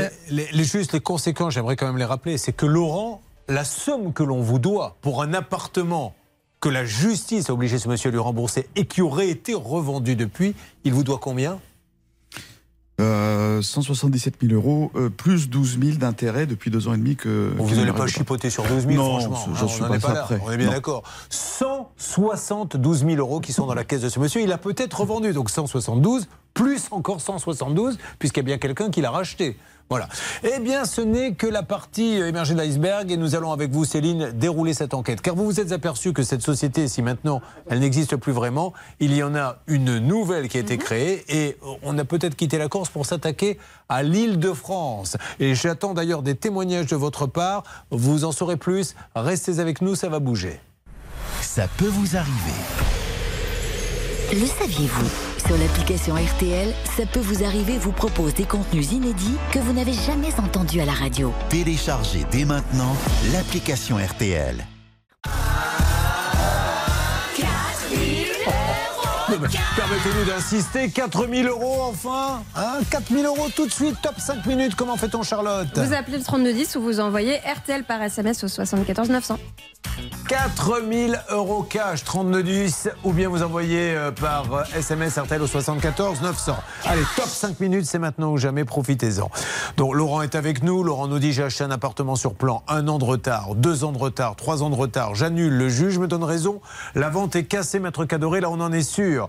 Les conséquences, j'aimerais quand même les rappeler, c'est que Laurent, la somme que l'on vous doit pour un appartement que la justice a obligé ce monsieur à lui rembourser et qui aurait été revendu depuis, il vous doit combien ? 177 000 euros, plus 12 000 d'intérêts depuis 2 ans et demi que... Vous n'allez pas chipoter sur 12 000, non, franchement. j'en suis on pas n'est pas là, prêt. on est bien d'accord. 172 000 euros qui sont dans la caisse de ce monsieur. Il a peut-être revendu, donc 172, plus encore 172, puisqu'il y a bien quelqu'un qui l'a racheté. Voilà. Eh bien, ce n'est que la partie émergée de l'iceberg et nous allons avec vous, Céline, dérouler cette enquête. Car vous vous êtes aperçu que cette société, si maintenant elle n'existe plus vraiment, il y en a une nouvelle qui a été créée et on a peut-être quitté la Corse pour s'attaquer à l'Île-de-France. Et j'attends d'ailleurs des témoignages de votre part. Vous en saurez plus. Restez avec nous, ça va bouger. Ça peut vous arriver. Le saviez-vous ? Sur l'application RTL, Ça peut vous arriver vous propose des contenus inédits que vous n'avez jamais entendus à la radio. Téléchargez dès maintenant l'application RTL. Permettez-nous d'insister, 4 000 euros enfin, 4 000 euros tout de suite, top 5 minutes, comment fait-on Charlotte? Vous appelez le 3210 ou vous envoyez RTL par SMS au 74 900. 4 000 euros cash, 3210, ou bien vous envoyez par SMS RTL au 74 900. Allez, top 5 minutes, c'est maintenant ou jamais, profitez-en. Donc Laurent est avec nous, Laurent nous dit j'ai acheté un appartement sur plan, 1 an de retard, 2 ans de retard, 3 ans de retard, j'annule, le juge me donne raison, la vente est cassée, maître Cadoré, là on en est sûr.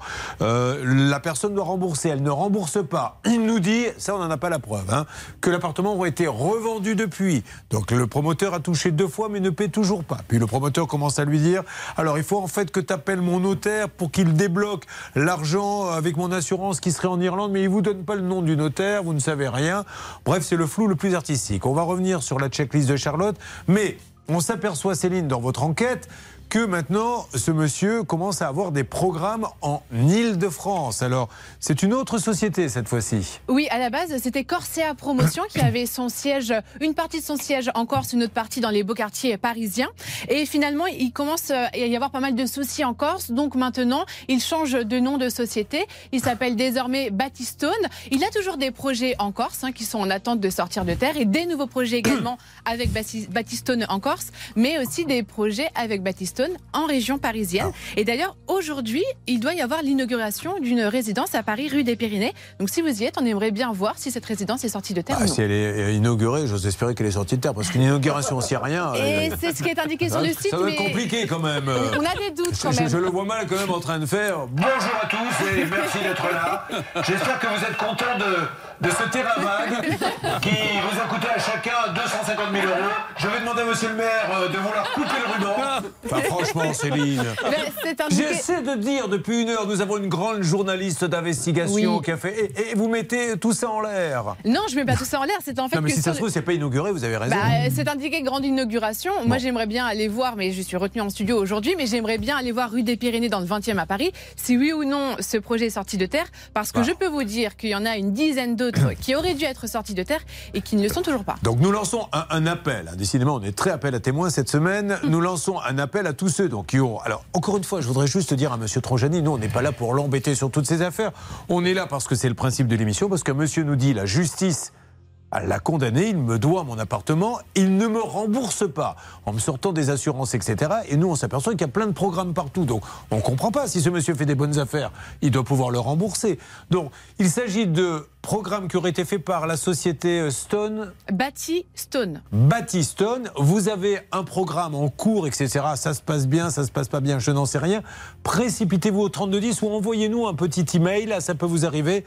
La personne doit rembourser, elle ne rembourse pas. Il nous dit, ça on n'en a pas la preuve, que l'appartement aurait été revendu depuis. Donc le promoteur a touché 2 fois mais ne paie toujours pas. Puis le promoteur commence à lui dire, alors il faut en fait que tu appelles mon notaire pour qu'il débloque l'argent avec mon assurance qui serait en Irlande, mais il vous donne pas le nom du notaire, vous ne savez rien. Bref, c'est le flou le plus artistique. On va revenir sur la checklist de Charlotte, mais on s'aperçoit, Céline, dans votre enquête, que maintenant, ce monsieur commence à avoir des programmes en Île-de-France. Alors, c'est une autre société cette fois-ci. Oui, à la base, c'était Corsia Promotion qui avait son siège, une partie de son siège en Corse, une autre partie dans les beaux quartiers parisiens. Et finalement, il commence à y avoir pas mal de soucis en Corse. Donc maintenant, il change de nom de société. Il s'appelle désormais Battistone. Il a toujours des projets en Corse qui sont en attente de sortir de terre et des nouveaux projets également avec Battistone en Corse, mais aussi des projets avec Battistone en région parisienne. Et d'ailleurs, aujourd'hui, il doit y avoir l'inauguration d'une résidence à Paris, rue des Pyrénées. Donc si vous y êtes, on aimerait bien voir si cette résidence est sortie de terre ou non. Si elle est inaugurée, j'ose espérer qu'elle est sortie de terre, parce qu'une inauguration, s'il n'y a rien... Et c'est ce qui est indiqué sur le site. Ça va être compliqué quand même. On a des doutes quand même. Je le vois mal quand même en train de faire « Bonjour à tous et merci d'être là. J'espère que vous êtes contents de ce terrain vague qui vous a coûté à chacun 250 000 euros. Je vais demander à monsieur le maire de vouloir couper le ruban. » Enfin, franchement, Céline, j'essaie de dire depuis 1 heure, nous avons une grande journaliste d'investigation qui a fait... Et vous mettez tout ça en l'air. Non, je ne mets pas tout ça en l'air. C'est en fait non, mais si ça se trouve, c'est pas inauguré, vous avez raison. C'est indiqué grande inauguration. Moi, j'aimerais bien aller voir, mais je suis retenue en studio aujourd'hui, mais j'aimerais bien aller voir rue des Pyrénées dans le 20e à Paris, si oui ou non ce projet est sorti de terre, parce que je peux vous dire qu'il y en a une dizaine d'autres qui auraient dû être sortis de terre et qui ne le sont toujours pas. Donc nous lançons un appel. Décidément, on est très appel à témoins cette semaine. Nous lançons un appel à tous ceux qui ont... Alors, encore une fois, je voudrais juste dire à monsieur Tronjani, nous, on n'est pas là pour l'embêter sur toutes ces affaires. On est là parce que c'est le principe de l'émission, parce qu'un monsieur nous dit, la justice l'a condamné, il me doit mon appartement, il ne me rembourse pas, en me sortant des assurances, etc. Et nous, on s'aperçoit qu'il y a plein de programmes partout. Donc, on ne comprend pas. Si ce monsieur fait des bonnes affaires, il doit pouvoir le rembourser. Donc, il s'agit de programmes qui auraient été faits par la société Stone. Battistone. Battistone. Vous avez un programme en cours, etc. Ça se passe bien, ça se passe pas bien, je n'en sais rien. Précipitez-vous au 3210 ou envoyez-nous un petit email, ça peut vous arriver,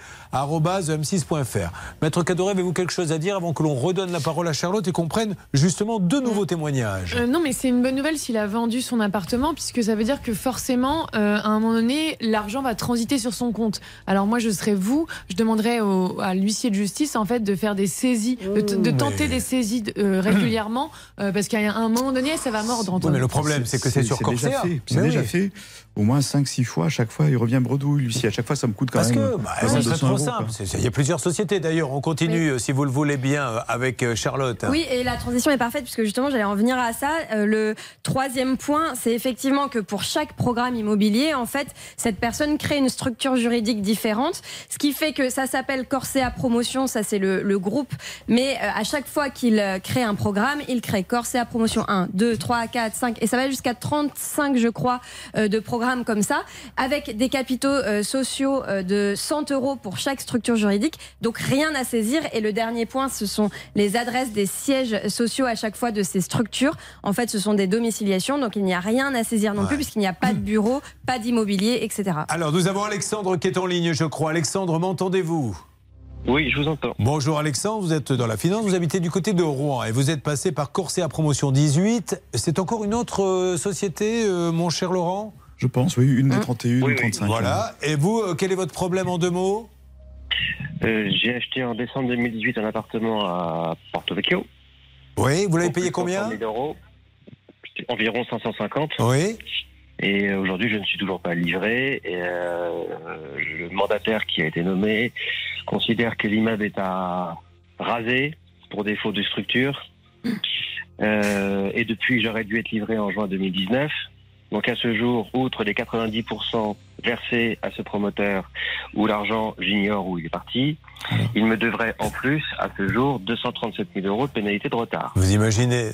@m6.fr. Maître Cadoré, avez-vous quelque chose à dire avant que l'on redonne la parole à Charlotte et qu'on prenne justement 2 nouveaux témoignages? Non, mais c'est une bonne nouvelle s'il a vendu son appartement, puisque ça veut dire que forcément, à un moment donné, l'argent va transiter sur son compte. Alors moi, je serais vous, je demanderais à l'huissier de justice en fait de faire des saisies, de tenter des saisies régulièrement, parce qu'à un moment donné, ça va mordre. Oui, mais le problème, c'est que c'est sur Corsia. C'est déjà fait. Au moins 5-6 fois, à chaque fois, il revient bredouille, l'huissier. À chaque fois, ça me coûte quand même. Parce que ça serait trop simple. Il y a plusieurs sociétés d'ailleurs. On continue, si vous le voulez. voulez bien, avec Charlotte. Oui, et la transition est parfaite puisque justement j'allais en venir à ça. Le troisième point, c'est effectivement que pour chaque programme immobilier, en fait, cette personne crée une structure juridique différente, ce qui fait que ça s'appelle Corséa Promotion, ça c'est le groupe, mais à chaque fois qu'il crée un programme, il crée Corséa Promotion 1, 2, 3, 4, 5, et ça va jusqu'à 35, je crois, de programmes comme ça, avec des capitaux sociaux de 100 € pour chaque structure juridique, donc rien à saisir. Et le dernier point, ce sont les adresses des sièges sociaux à chaque fois de ces structures. En fait, ce sont des domiciliations, donc il n'y a rien à saisir non plus, puisqu'il n'y a pas de bureau, pas d'immobilier, etc. Alors, nous avons Alexandre qui est en ligne, je crois. Alexandre, m'entendez-vous ? Oui, je vous entends. Bonjour Alexandre, vous êtes dans la finance, vous habitez du côté de Rouen et vous êtes passé par Corséa Promotion 18. C'est encore une autre société, mon cher Laurent ? Je pense, oui, une des 31, oui, une 35. Voilà. Et vous, quel est votre problème en 2 mots ? J'ai acheté en décembre 2018 un appartement à Porto Vecchio. Oui, vous l'avez payé combien ? 100 000 €, environ 550. Oui. Et aujourd'hui, je ne suis toujours pas livré. Et le mandataire qui a été nommé considère que l'immeuble est à raser pour défaut de structure. Et depuis, j'aurais dû être livré en juin 2019. Donc à ce jour, outre les 90% versés à ce promoteur, où l'argent, j'ignore où il est parti, il me devrait en plus, à ce jour, 237 000 € de pénalité de retard. Vous imaginez,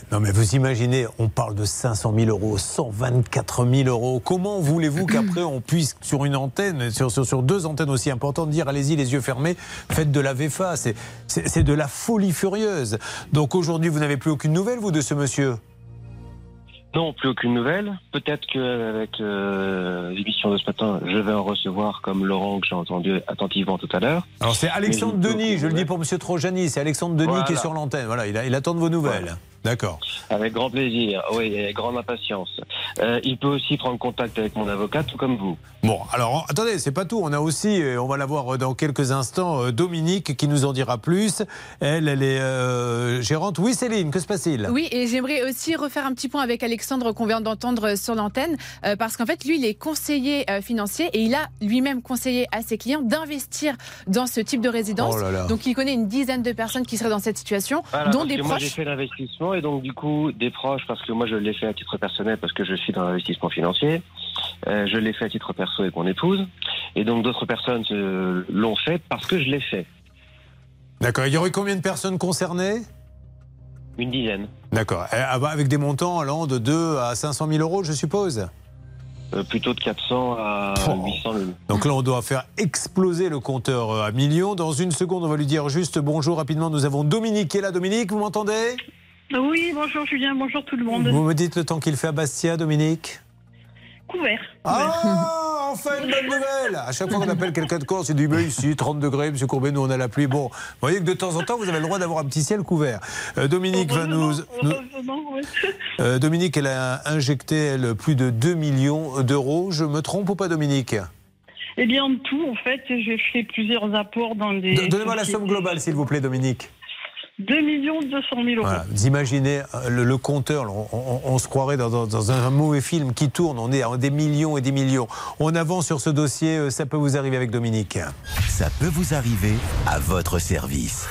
on parle de 500 000 €, 124 000 €. Comment voulez-vous qu'après on puisse, sur une antenne, sur 2 antennes aussi importantes, dire allez-y les yeux fermés, faites de la VFA. C'est de la folie furieuse. Donc aujourd'hui, vous n'avez plus aucune nouvelle, vous, de ce monsieur ? Non, plus aucune nouvelle. Peut-être qu'avec l'émission de ce matin, je vais en recevoir, comme Laurent, que j'ai entendu attentivement tout à l'heure. Alors c'est Alexandre Denis, je le dis pour M. Trojani, c'est Alexandre Denis qui est sur l'antenne. Voilà, il attend de vos nouvelles. Voilà. D'accord. Avec grand plaisir, oui, avec grande impatience. Il peut aussi prendre contact avec mon avocat, tout comme vous. Bon, alors attendez, c'est pas tout. On a aussi, on va la voir dans quelques instants, Dominique qui nous en dira plus. Elle est gérante. Oui, Céline, que se passe-t-il ? Oui, et j'aimerais aussi refaire un petit point avec Alexandre qu'on vient d'entendre sur l'antenne, parce qu'en fait, lui, il est conseiller financier et il a lui-même conseillé à ses clients d'investir dans ce type de résidence. Oh là là. Donc, il connaît une dizaine de personnes qui seraient dans cette situation, voilà, dont des proches. Moi, j'ai fait l'investissement et donc, du coup, des proches, parce que moi, je l'ai fait à titre personnel, parce que je suis dans l'investissement financier. Je l'ai fait à titre perso avec mon épouse. Et donc, d'autres personnes l'ont fait parce que je l'ai fait. D'accord. Il y aurait combien de personnes concernées ? Une dizaine. D'accord. Avec des montants allant de 2 à 500 000 €, je suppose ? Plutôt de 400 à 800 000. Donc là, on doit faire exploser le compteur à millions. Dans une seconde, on va lui dire juste bonjour rapidement. Nous avons Dominique qui est là. Dominique, vous m'entendez ? Oui, bonjour Julien, bonjour tout le monde. Vous me dites le temps qu'il fait à Bastia, Dominique ? Couvert. Ah, enfin une bonne nouvelle. À chaque fois qu'on appelle quelqu'un de Corse, il dit mais ici 30 degrés, monsieur Courbet, nous on a la pluie. Bon, vous voyez que de temps en temps vous avez le droit d'avoir un petit ciel couvert. Dominique va nous. Dominique, elle a injecté elle plus de 2 millions d'euros. Je me trompe ou pas, Dominique ? Eh bien, en tout, en fait, j'ai fait plusieurs apports dans des. Donnez-moi la somme globale, s'il vous plaît, Dominique. 2 200 000 €. Voilà. Vous imaginez le compteur, on se croirait dans un mauvais film qui tourne, on est à des millions et des millions. On avance sur ce dossier, ça peut vous arriver avec Dominique. Ça peut vous arriver à votre service.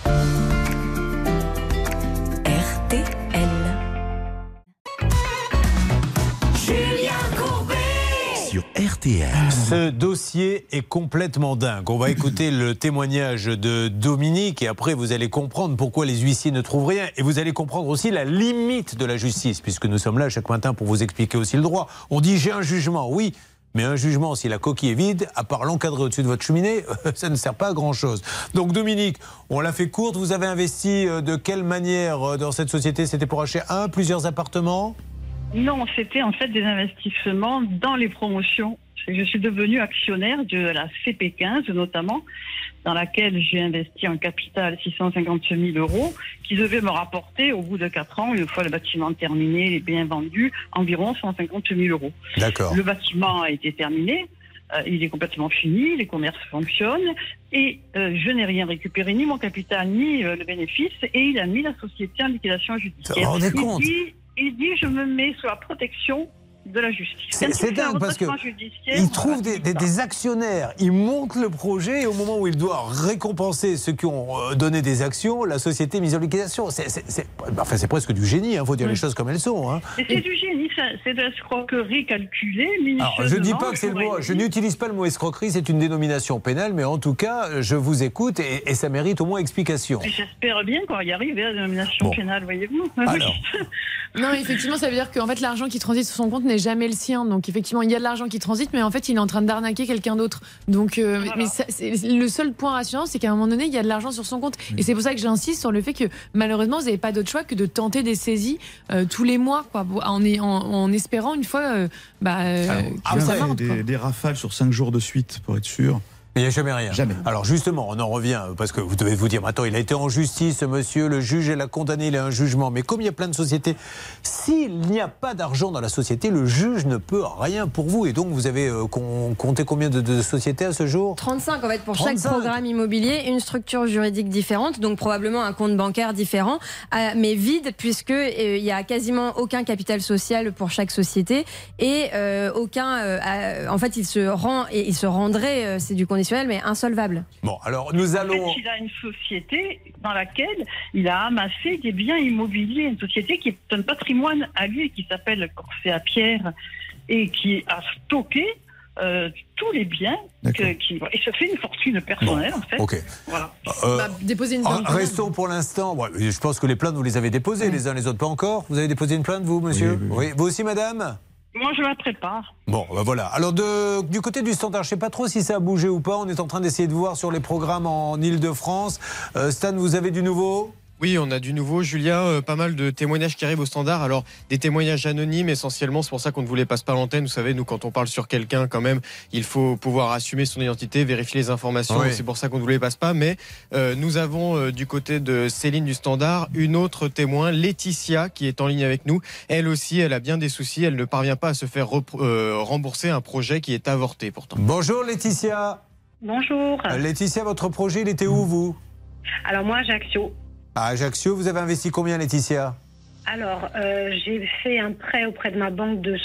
Sur RTL. Ce dossier est complètement dingue. On va écouter le témoignage de Dominique et après vous allez comprendre pourquoi les huissiers ne trouvent rien et vous allez comprendre aussi la limite de la justice puisque nous sommes là chaque matin pour vous expliquer aussi le droit. On dit j'ai un jugement, oui, mais un jugement si la coquille est vide, à part l'encadrer au-dessus de votre cheminée, ça ne sert pas à grand-chose. Donc Dominique, on l'a fait courte, vous avez investi de quelle manière dans cette société ? C'était pour acheter plusieurs appartements ? Non, c'était en fait des investissements dans les promotions. Je suis devenue actionnaire de la CP15 notamment, dans laquelle j'ai investi en capital 650 000 €, qui devait me rapporter au bout de 4 ans, une fois le bâtiment terminé, les biens vendus, environ 150 000 €. D'accord. Le bâtiment a été terminé, il est complètement fini, les commerces fonctionnent, et je n'ai rien récupéré, ni mon capital, ni le bénéfice, et il a mis la société en liquidation judiciaire. Vous vous rendez compte ? Il dit, je me mets sous la protection de la justice. C'est dingue parce que il trouve des actionnaires, il monte le projet et au moment où il doit récompenser ceux qui ont donné des actions, la société est mise en liquidation. C'est presque du génie, il faut dire les choses comme elles sont. Hein. Et c'est du génie, c'est de l'escroquerie calculée. Alors, je ne dis pas que c'est le mot, je n'utilise pas le mot escroquerie, c'est une dénomination pénale, mais en tout cas, je vous écoute et ça mérite au moins explication. J'espère bien qu'on va y arriver à la dénomination pénale, voyez-vous. Alors. Non, effectivement, ça veut dire qu'en fait, l'argent qui transite sur son compte n'est jamais le sien. Donc, effectivement, il y a de l'argent qui transite, mais en fait, il est en train d'arnaquer quelqu'un d'autre. Donc, mais le seul point rassurant, c'est qu'à un moment donné, il y a de l'argent sur son compte. Et c'est pour ça que j'insiste sur le fait que, malheureusement, vous n'avez pas d'autre choix que de tenter des saisies tous les mois, quoi, en espérant une fois que ça marche. Des rafales sur 5 jours de suite, pour être sûr. Mais il n'y a jamais rien. Jamais. Alors justement, on en revient, parce que vous devez vous dire, attends, il a été en justice, ce monsieur, le juge l'a condamné, il a un jugement. Mais comme il y a plein de sociétés, s'il n'y a pas d'argent dans la société, le juge ne peut rien pour vous. Et donc, vous avez compté combien de sociétés à ce jour ? 35 en fait pour chaque programme immobilier, une structure juridique différente, donc probablement un compte bancaire différent, mais vide puisque il y a quasiment aucun capital social pour chaque société et aucun. En fait, il se rendrait, c'est du conditionnel, mais insolvable. Bon, alors nous allons. En fait, il a une société dans laquelle il a amassé des biens immobiliers, une société qui est un patrimoine à lui, qui s'appelle Corset à Pierre et qui a stocké tous les biens et se fait une fortune personnelle en fait. Ok. Voilà. Déposer une plainte. Restons pour l'instant. Bon, je pense que les plaintes vous les avez déposées les uns les autres, pas encore. Vous avez déposé une plainte vous, monsieur ? Oui. Vous aussi, madame ? Moi, je la prépare. Bon, voilà. Alors, du côté du Standard, je ne sais pas trop si ça a bougé ou pas. On est en train d'essayer de voir sur les programmes en Ile-de-France. Stan, vous avez du nouveau ? Oui, on a du nouveau, Julien, pas mal de témoignages qui arrivent au Standard. Alors, des témoignages anonymes essentiellement, c'est pour ça qu'on ne vous les passe pas à l'antenne. Vous savez, nous, quand on parle sur quelqu'un, quand même, il faut pouvoir assumer son identité, vérifier les informations. Oui. C'est pour ça qu'on ne vous les passe pas. Mais nous avons, du côté de Céline du Standard, une autre témoin, Laetitia, qui est en ligne avec nous. Elle aussi, elle a bien des soucis. Elle ne parvient pas à se faire rembourser un projet qui est avorté, pourtant. Bonjour, Laetitia. Bonjour. Laetitia, votre projet, il était où, vous ? Alors, moi, Ajaccio. À Ajaccio, vous avez investi combien, Laetitia ? Alors, j'ai fait un prêt auprès de ma banque de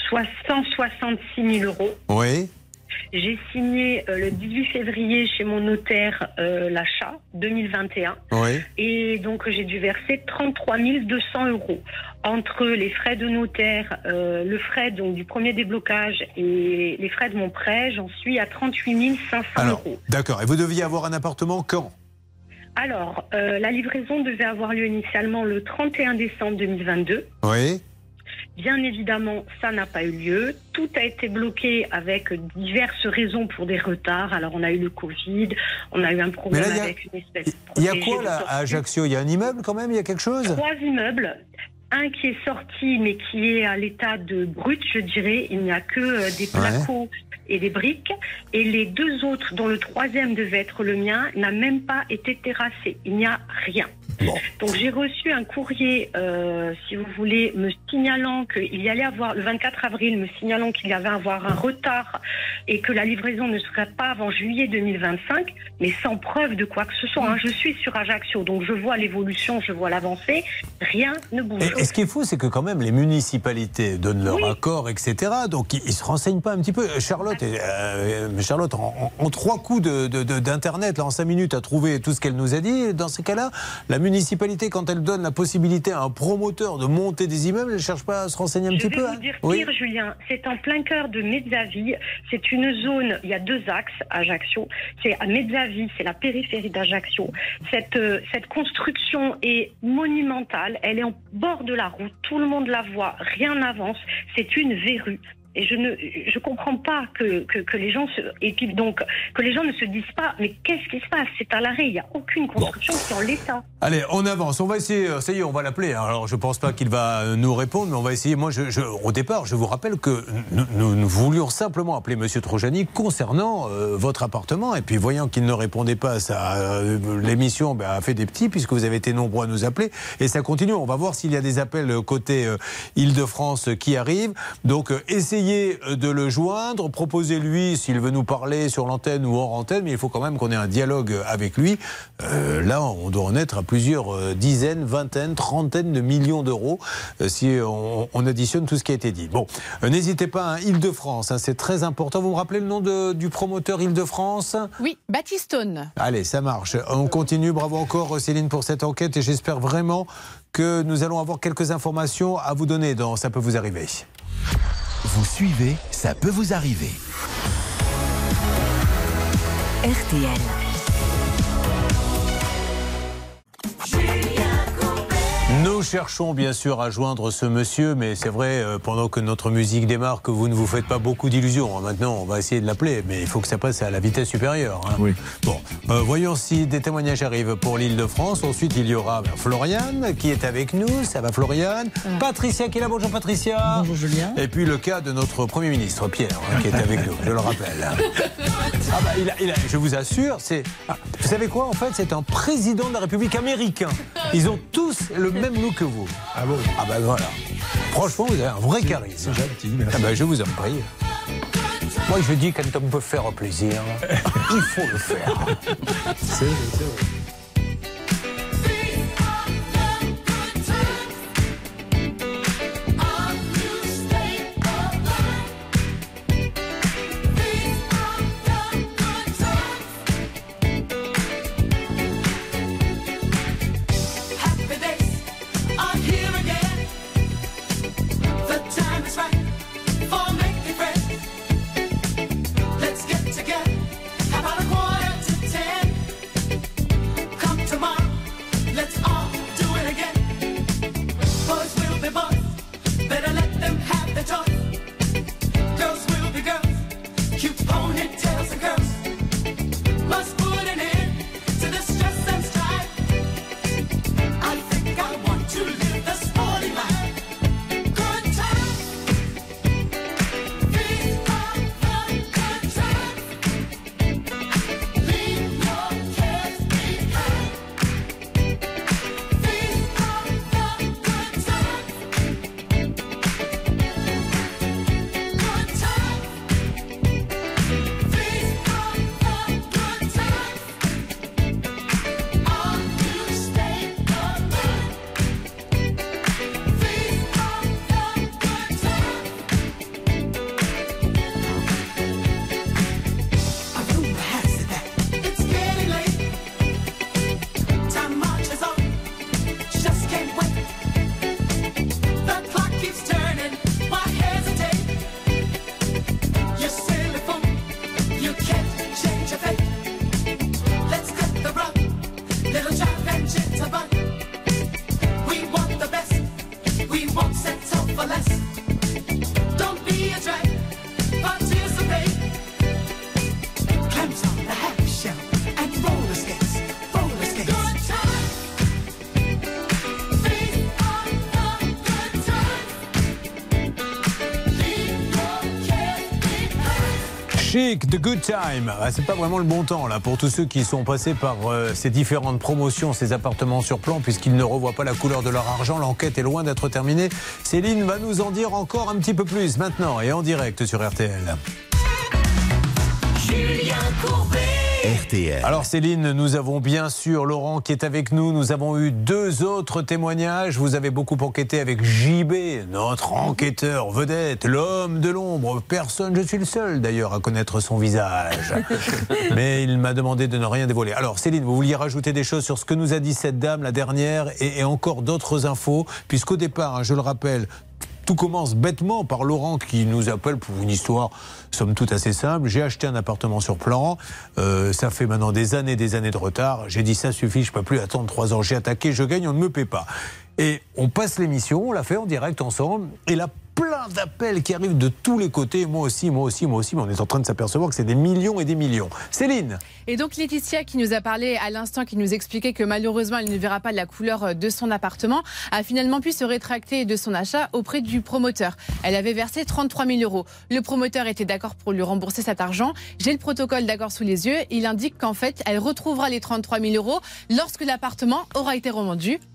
166 000 euros. Oui. J'ai signé le 18 février chez mon notaire l'achat 2021. Oui. Et donc, j'ai dû verser 33 200 euros. Entre les frais de notaire, le frais donc, du premier déblocage et les frais de mon prêt, j'en suis à 38 500 euros. D'accord. Et vous deviez avoir un appartement quand ? Alors, la livraison devait avoir lieu initialement le 31 décembre 2022. Oui. Bien évidemment, ça n'a pas eu lieu. Tout a été bloqué avec diverses raisons pour des retards. Alors, on a eu le Covid, on a eu un problème avec une espèce. Il y a quoi là à Ajaccio ? Il y a un immeuble quand même ? Il y a quelque chose ? 3 immeubles. Un qui est sorti, mais qui est à l'état de brut, je dirais. Il n'y a que des placos et des briques. Et les 2 autres, dont le 3e devait être le mien, n'a même pas été terrassé. Il n'y a rien. Bon. Donc j'ai reçu un courrier, si vous voulez, me signalant qu'il y allait avoir, le 24 avril, me signalant qu'il y avait avoir un retard et que la livraison ne serait pas avant juillet 2025, mais sans preuve de quoi que ce soit. Hein. Je suis sur Ajaccio, donc je vois l'évolution, je vois l'avancée. Rien ne bouge. Et ce qui est fou, c'est que quand même les municipalités donnent leur accord, etc. Donc ils se renseignent pas un petit peu. Charlotte, en 3 coups d'internet, là, en 5 minutes, a trouvé tout ce qu'elle nous a dit. Dans ces cas-là, la municipalité, quand elle donne la possibilité à un promoteur de monter des immeubles, elle ne cherche pas à se renseigner un petit peu. Je vais vous dire pire, Julien. C'est en plein cœur de Mezzaville. C'est une zone, il y a 2 axes à Ajaccio. C'est à Mezzaville, c'est la périphérie d'Ajaccio. Cette construction est monumentale. Elle est en bord de la route. Tout le monde la voit. Rien n'avance. C'est une verrue. Et je comprends pas que les gens que les gens ne se disent pas mais qu'est-ce qui se passe ? C'est à l'arrêt, il n'y a aucune construction qui est en l'état. Allez, on avance, on va essayer, ça y est, on va l'appeler. Alors je pense pas qu'il va nous répondre, mais on va essayer. Moi, au départ, je vous rappelle que nous voulions simplement appeler Monsieur Trojani concernant votre appartement, et puis voyant qu'il ne répondait pas, l'émission a fait des petits, puisque vous avez été nombreux à nous appeler, et ça continue. On va voir s'il y a des appels côté Île-de-France qui arrivent. Donc essayez essayez de le joindre, proposez-lui s'il veut nous parler sur l'antenne ou hors antenne, mais il faut quand même qu'on ait un dialogue avec lui. Là, on doit en être à plusieurs dizaines, vingtaines, trentaines de millions d'euros si on additionne tout ce qui a été dit. Bon, n'hésitez pas, hein, Île-de-France, hein, c'est très important. Vous me rappelez le nom du promoteur Île-de-France ? Oui, Baptistone. Allez, ça marche. On continue. Bravo encore Céline pour cette enquête et j'espère vraiment que nous allons avoir quelques informations à vous donner dans Ça peut vous arriver. Vous suivez Ça peut vous arriver. RTL. Nous cherchons bien sûr à joindre ce monsieur, mais c'est vrai, pendant que notre musique démarre, que vous ne vous faites pas beaucoup d'illusions. Maintenant, on va essayer de l'appeler, mais il faut que ça passe à la vitesse supérieure. Hein. Oui. Bon, voyons si des témoignages arrivent pour l'Île-de-France. Ensuite, il y aura Floriane qui est avec nous. Ça va, Floriane. Patricia qui est là. Bonjour, Patricia. Bonjour, Julien. Et puis le cas de notre Premier ministre, Pierre, hein, qui est avec nous, je le rappelle. Ah bah, je vous assure, vous savez quoi, en fait, c'est un président de la République américain. Ils ont tous le même look que vous. Ah bon ? Ah ben voilà. Franchement, vous avez un vrai charisme. C'est gentil, merci. Ah ben je vous en prie. Moi, je dis quand on peut faire plaisir, il faut le faire. C'est vrai. Chic, The Good Time. C'est pas vraiment le bon temps là pour tous ceux qui sont passés par ces différentes promotions, ces appartements sur plan, puisqu'ils ne revoient pas la couleur de leur argent. L'enquête est loin d'être terminée. Céline va nous en dire encore un petit peu plus maintenant et en direct sur RTL. Julien Courbet. RTL. Alors Céline, nous avons bien sûr Laurent qui est avec nous. Nous avons eu 2 autres témoignages. Vous avez beaucoup enquêté avec JB, notre enquêteur vedette, l'homme de l'ombre. Personne, je suis le seul d'ailleurs à connaître son visage. Mais il m'a demandé de ne rien dévoiler. Alors Céline, vous vouliez rajouter des choses sur ce que nous a dit cette dame, la dernière, et encore d'autres infos, puisqu'au départ, hein, je le rappelle, tout commence bêtement par Laurent qui nous appelle pour une histoire somme toute assez simple. J'ai acheté un appartement sur plan, ça fait maintenant des années de retard. J'ai dit ça suffit, je ne peux plus attendre 3 ans. J'ai attaqué, je gagne, on ne me paie pas. Et on passe l'émission, on l'a fait en direct ensemble, et là plein d'appels qui arrivent de tous les côtés, moi aussi, mais on est en train de s'apercevoir que c'est des millions et des millions. Céline. Et donc Laetitia qui nous a parlé à l'instant, qui nous expliquait que malheureusement elle ne verra pas la couleur de son appartement, a finalement pu se rétracter de son achat auprès du promoteur. Elle avait versé 33 000 €. Le promoteur était d'accord pour lui rembourser cet argent. J'ai le protocole d'accord sous les yeux. Il indique qu'en fait elle retrouvera les 33 000 € lorsque l'appartement aura été revendu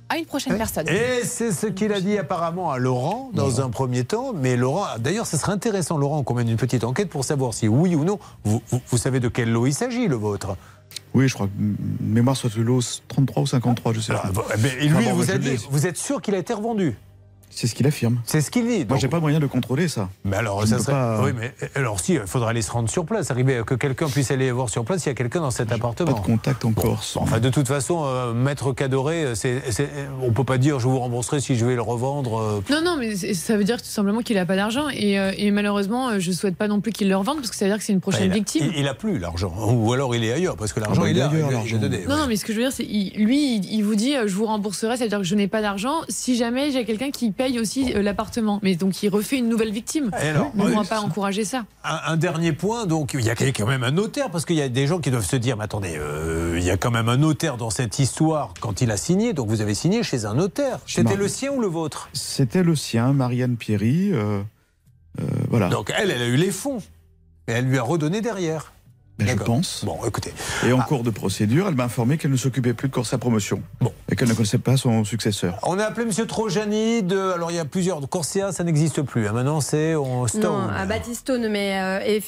à une prochaine personne. Et c'est ce qu'il a dit apparemment à Laurent dans un premier temps. Mais Laurent, d'ailleurs, ce serait intéressant, Laurent, qu'on mène une petite enquête pour savoir si oui ou non, vous savez de quel lot il s'agit, le vôtre. Oui, je crois que mémoire soit le lot 33 ou 53, je sais pas. Et lui, il vous a dit, vous êtes sûr qu'il a été revendu? C'est ce qu'il affirme. C'est ce qu'il dit. Moi, j'ai pas moyen de contrôler ça. Mais alors, ça serait... Oui, mais alors si, il faudrait aller se rendre sur place. Arriver que quelqu'un puisse aller voir sur place s'il y a quelqu'un dans cet appartement. Pas de contact en Corse. Enfin, de toute façon, Maître Cadoré, on peut pas dire je vous rembourserai si je vais le revendre. Non, mais ça veut dire tout simplement qu'il a pas d'argent. Et malheureusement, je souhaite pas non plus qu'il le revende parce que ça veut dire que c'est une prochaine victime. Il a plus l'argent. Ou alors il est ailleurs parce que l'argent il est ailleurs. Non, mais ce que je veux dire, c'est lui, il vous dit je vous rembourserai. Ça veut dire que je n'ai pas d'argent si jamais j'ai quelqu'un qui paye aussi l'appartement. Mais donc il refait une nouvelle victime. Alors, on ne va pas encourager ça. Un dernier point, donc il y a quand même un notaire, parce qu'il y a des gens qui doivent se dire, mais attendez, il y a quand même un notaire dans cette histoire quand il a signé, donc vous avez signé chez un notaire. C'était le sien ou le vôtre? C'était le sien, Marianne Pierry. Voilà. Donc elle a eu les fonds, et elle lui a redonné derrière. Je pense. Bon, écoutez. Et en cours de procédure, elle m'a informé qu'elle ne s'occupait plus de Corsa Promotion. Bon. Et qu'elle ne connaissait pas son successeur. On a appelé M. Trojani alors il y a plusieurs. Corsia, ça n'existe plus. Maintenant, c'est Stone. Non, à Battistone, mais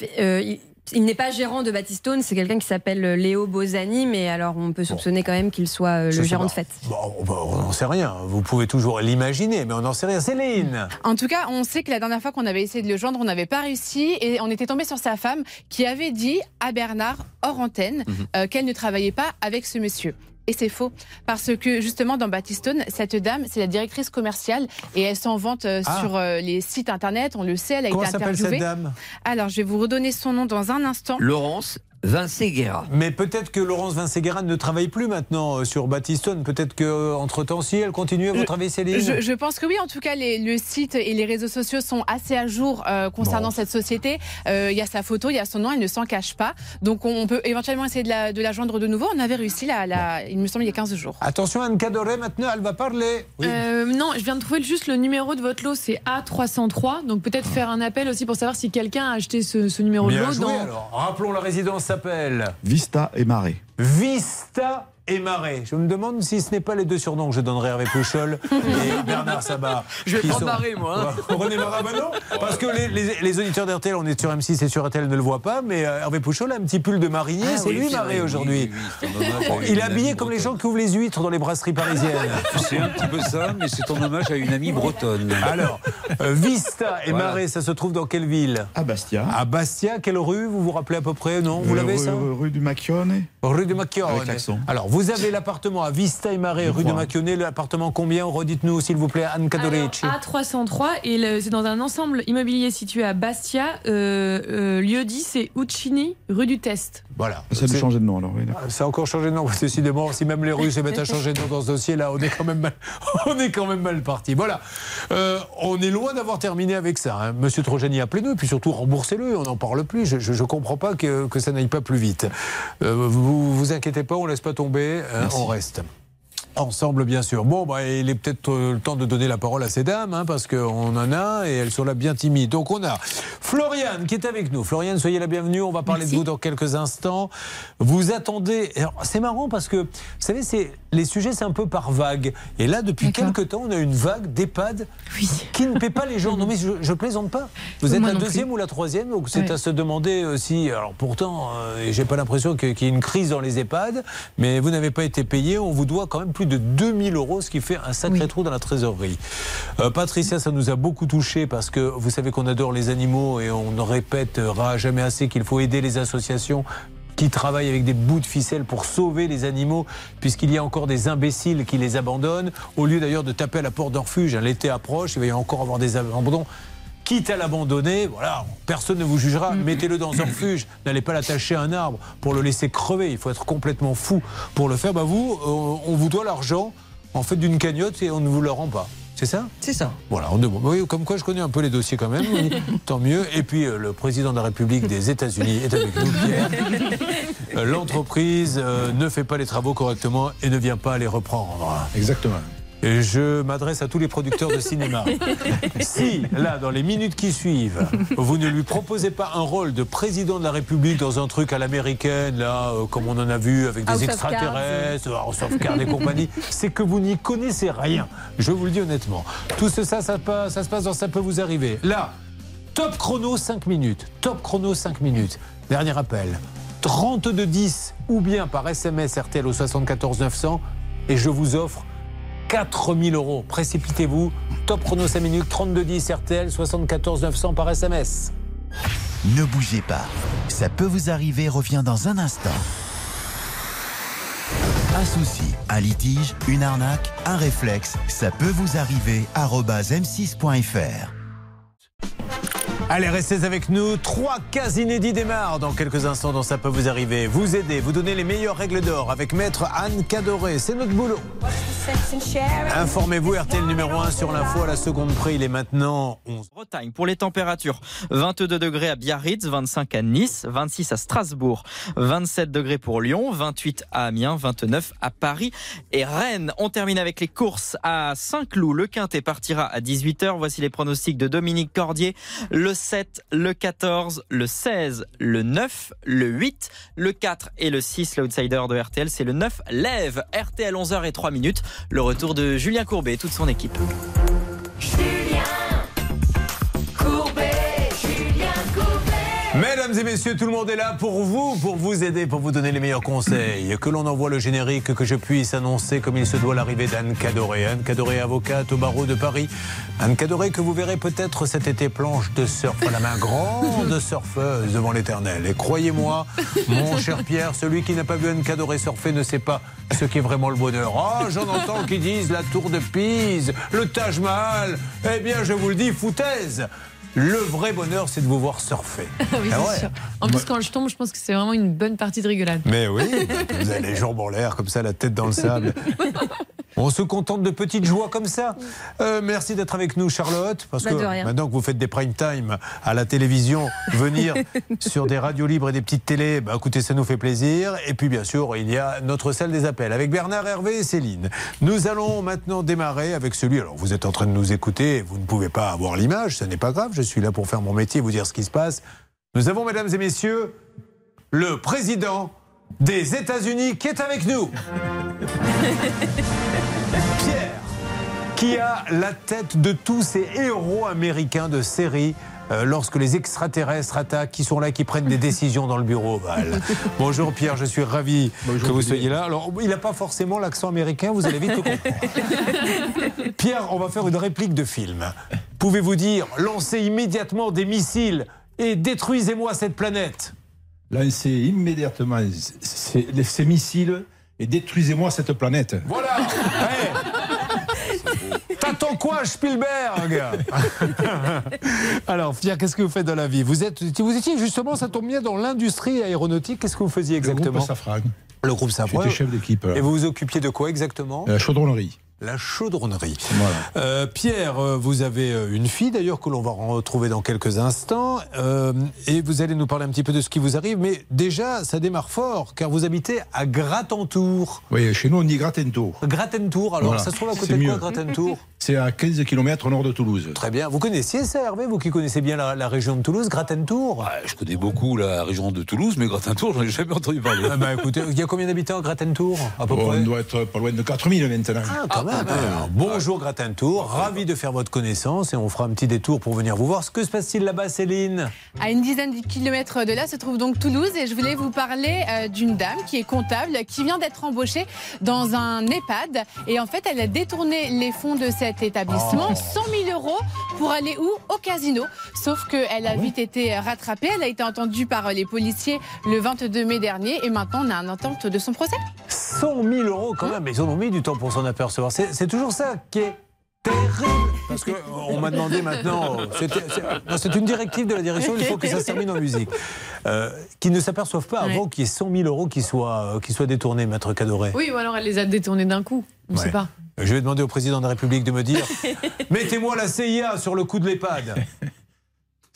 il n'est pas gérant de Battistone, c'est quelqu'un qui s'appelle Léo Bozani, mais alors on peut soupçonner quand même qu'il soit le gérant de fête. On n'en sait rien. Vous pouvez toujours l'imaginer, mais on n'en sait rien. Céline. En tout cas, on sait que la dernière fois qu'on avait essayé de le joindre, on n'avait pas réussi et on était tombé sur sa femme qui avait dit à Bernard, hors antenne, qu'elle ne travaillait pas avec ce monsieur. Et c'est faux, parce que justement dans Battistone, cette dame, c'est la directrice commerciale et elle s'en vante sur les sites internet, on le sait, elle a été interviewée. Comment s'appelle cette dame? Alors je vais vous redonner son nom dans un instant. Laurence Vinceguera. Mais peut-être que Laurence Vinceguera ne travaille plus maintenant sur Battistone. Peut-être qu'entre-temps, si elle continue à travailler, Céline. Je pense que oui. En tout cas, le site et les réseaux sociaux sont assez à jour concernant cette société. Il y a sa photo, il y a son nom, elle ne s'en cache pas. Donc on peut éventuellement essayer de la joindre de nouveau. On avait réussi, il me semble, il y a 15 jours. Attention, Anne Cadoré, maintenant, elle va parler. Oui. Non, je viens de trouver juste le numéro de votre lot, c'est A303. Donc peut-être faire un appel aussi pour savoir si quelqu'un a acheté ce numéro de lot. Bien joué, alors. Rappelons la résidence s'appelle Vista et Marais. Vista et Marais. Je me demande si ce n'est pas les deux surnoms que je donnerai à Hervé Pouchol et Bernard Sabat. Je vais prendre Marais, moi. René Marais, non, parce que les auditeurs d'RTL, on est sur M6 et sur RTL, ne le voient pas, mais Hervé Pouchol a un petit pull de marinier, c'est lui Marais aujourd'hui. Il est habillé comme les gens qui ouvrent les huîtres dans les brasseries parisiennes. C'est un petit peu ça, mais c'est en hommage à une amie bretonne. Alors, Vista et Marais, ça se trouve dans quelle ville? À Bastia. À Bastia, quelle rue? Vous vous rappelez à peu près? Non, vous l'avez ça? Rue du Macchione. Rue du Macchione. Avec l'accent. Alors, vous avez l'appartement à Vista et Marais, rue de Macchione. L'appartement combien? Redites-nous, s'il vous plaît, Anne Cadoreci. A303, et c'est dans un ensemble immobilier situé à Bastia. Lieu dit, c'est Uccini, rue du Test. Voilà. Ça a changé de nom, alors. Oui, ça a encore changé de nom, décidément. Si même les rues se mettent à changer de nom dans ce dossier-là, on est quand même mal parti. Voilà. On est loin d'avoir terminé avec ça. Hein. Monsieur Trojani, appelez-nous, et puis surtout, remboursez-le. On n'en parle plus. Je ne comprends pas que ça n'aille pas plus vite. Vous inquiétez pas, on ne laisse pas tomber. On reste. Ensemble, bien sûr. Bon, il est peut-être le temps de donner la parole à ces dames, hein, parce qu'on en a et elles sont là bien timides. Donc on a Floriane qui est avec nous. Floriane, soyez la bienvenue. On va parler de vous dans quelques instants. Vous attendez. Alors, c'est marrant parce que, vous savez, les sujets, c'est un peu par vague. Et là, depuis quelques temps, on a une vague d'EHPAD qui ne paie pas les gens. Non, mais je plaisante pas. Vous êtes la deuxième ou la troisième, donc c'est à se demander si. Alors pourtant, j'ai pas l'impression qu'il y ait une crise dans les EHPAD, mais vous n'avez pas été payé. On vous doit quand même plus de 2000 €, ce qui fait un sacré trou dans la trésorerie. Patricia, ça nous a beaucoup touché parce que vous savez qu'on adore les animaux et on ne répétera jamais assez qu'il faut aider les associations qui travaillent avec des bouts de ficelle pour sauver les animaux, puisqu'il y a encore des imbéciles qui les abandonnent, au lieu d'ailleurs de taper à la porte d'un refuge. L'été approche, il va y encore avoir des abandons. Quitte à l'abandonner, voilà, personne ne vous jugera, mettez-le dans un refuge, n'allez pas l'attacher à un arbre pour le laisser crever, il faut être complètement fou pour le faire. Vous, on vous doit l'argent, en fait, d'une cagnotte et on ne vous le rend pas. C'est ça? C'est ça. Voilà, oui, comme quoi je connais un peu les dossiers quand même, tant mieux. Et puis le président de la République des États-Unis est avec nous, Pierre. L'entreprise ne fait pas les travaux correctement et ne vient pas les reprendre. Exactement. Je m'adresse à tous les producteurs de cinéma. Si, là, dans les minutes qui suivent, vous ne lui proposez pas un rôle de président de la République dans un truc à l'américaine, là, comme on en a vu avec des extraterrestres, House of Cards et compagnie, c'est que vous n'y connaissez rien. Je vous le dis honnêtement. Tout ça se passe dans Ça peut vous arriver. Là, top chrono 5 minutes. Top chrono 5 minutes. Dernier appel. 3210 ou bien par SMS RTL au 74 900 et je vous offre 4 000 €. Précipitez-vous. Top chrono 5 minutes, 3210 RTL, 74 900 par SMS. Ne bougez pas. Ça peut vous arriver revient dans un instant. Un souci, un litige, une arnaque, un réflexe, ça peut vous arriver. @m6.fr. Allez, restez avec nous. 3 cas inédits démarrent dans quelques instants dans Ça peut vous arriver. Vous aider, vous donner les meilleures règles d'or avec maître Anne Cadoré. C'est notre boulot. Informez-vous, RTL numéro 1 sur l'info à la seconde près. Il est maintenant 11. Bretagne pour les températures. 22 degrés à Biarritz, 25 à Nice, 26 à Strasbourg, 27 degrés pour Lyon, 28 à Amiens, 29 à Paris et Rennes. On termine avec les courses à Saint-Cloud. Le Quintet partira à 18h. Voici les pronostics de Dominique Cordier. Le 7, le 14, le 16, le 9, le 8, le 4 et le 6. L'outsider de RTL, c'est le 9, Lève. RTL 11h03. Le retour de Julien Courbet et toute son équipe. Mesdames et messieurs, tout le monde est là pour vous aider, pour vous donner les meilleurs conseils. Que l'on envoie le générique, que je puisse annoncer comme il se doit l'arrivée d'Anne Cadoré. Anne Cadoré, avocate au barreau de Paris. Anne Cadoré que vous verrez peut-être cet été planche de surf à la main, grande surfeuse devant l'éternel. Et croyez-moi, mon cher Pierre, celui qui n'a pas vu Anne Cadoré surfer ne sait pas ce qu'est vraiment le bonheur. Oh, j'en entends qui disent la tour de Pise, le Taj Mahal. Eh bien, je vous le dis, foutaise. Le vrai bonheur, c'est de vous voir surfer. Oui, c'est sûr. En plus, quand je tombe, je pense que c'est vraiment une bonne partie de rigolade. Mais oui, vous avez les jambes en l'air, comme ça, la tête dans le sable. On se contente de petites joies comme ça. Merci d'être avec nous, Charlotte. Parce que maintenant que vous faites des prime time à la télévision, venir sur des radios libres et des petites télés, bah, écoutez, ça nous fait plaisir. Et puis, bien sûr, il y a notre salle des appels avec Bernard, Hervé et Céline. Nous allons maintenant démarrer avec celui... Alors, vous êtes en train de nous écouter, vous ne pouvez pas avoir l'image, ce n'est pas grave, je suis là pour faire mon métier et vous dire ce qui se passe. Nous avons, mesdames et messieurs, le président des États-Unis qui est avec nous. Pierre, qui a la tête de tous ces héros américains de série lorsque les extraterrestres attaquent, qui sont là, qui prennent des décisions dans le bureau ovale. Bonjour Pierre, je suis ravi que vous soyez là. Alors, il n'a pas forcément l'accent américain, vous allez vite le comprendre. Pierre, on va faire une réplique de film. Pouvez-vous dire, lancez immédiatement des missiles et détruisez-moi cette planète? Lancez immédiatement ces missiles et détruisez-moi cette planète. Voilà. T'attends quoi, Spielberg? Alors, Pierre, qu'est-ce que vous faites dans la vie? Vous étiez justement, ça tombe bien, dans l'industrie aéronautique. Qu'est-ce que vous faisiez exactement? Le groupe Safran. Le groupe Safran. J'étais chef d'équipe. Et vous vous occupiez de quoi exactement? La chaudronnerie. La chaudronnerie. Voilà. Pierre, vous avez une fille d'ailleurs que l'on va retrouver dans quelques instants et vous allez nous parler un petit peu de ce qui vous arrive, mais déjà ça démarre fort car vous habitez à Grattentour. Oui, chez nous on dit Grattentour. Grattentour, alors voilà. Ça se trouve à côté de quoi Grattentour? C'est à 15 km au nord de Toulouse. Très bien. Vous connaissiez ça, Hervé, vous qui connaissez bien la région de Toulouse, Grattentour? Je connais beaucoup la région de Toulouse, mais Grattentour, j'en ai jamais entendu parler. Écoutez, il y a combien d'habitants à Grattentour à peu près? On doit être pas loin de 4000 maintenant. Ah, quand même. Bonjour Grattentour, ravi de faire votre connaissance et on fera un petit détour pour venir vous voir. Que se passe-t-il là-bas, Céline? À une dizaine de kilomètres de là se trouve donc Toulouse et je voulais vous parler d'une dame qui est comptable, qui vient d'être embauchée dans un EHPAD et en fait elle a détourné les fonds de cet établissement. 100 000 € pour aller où? Au casino. Sauf qu'elle a vite été rattrapée. Elle a été entendue par les policiers le 22 mai dernier et maintenant on a une attente de son procès. 100 000 € quand même, mais ils ont mis du temps pour s'en apercevoir. C'est toujours ça qui est terrible. Parce qu'on m'a demandé maintenant, c'est une directive de la direction, il faut que ça se termine en musique. Qu'ils ne s'aperçoivent pas avant qu'il y ait 100 000 € qui soient détournés, maître Cadoré. Oui, ou alors elle les a détournés d'un coup, on ne sait pas. Je vais demander au président de la République de me dire mettez-moi la CIA sur le coup de l'EHPAD.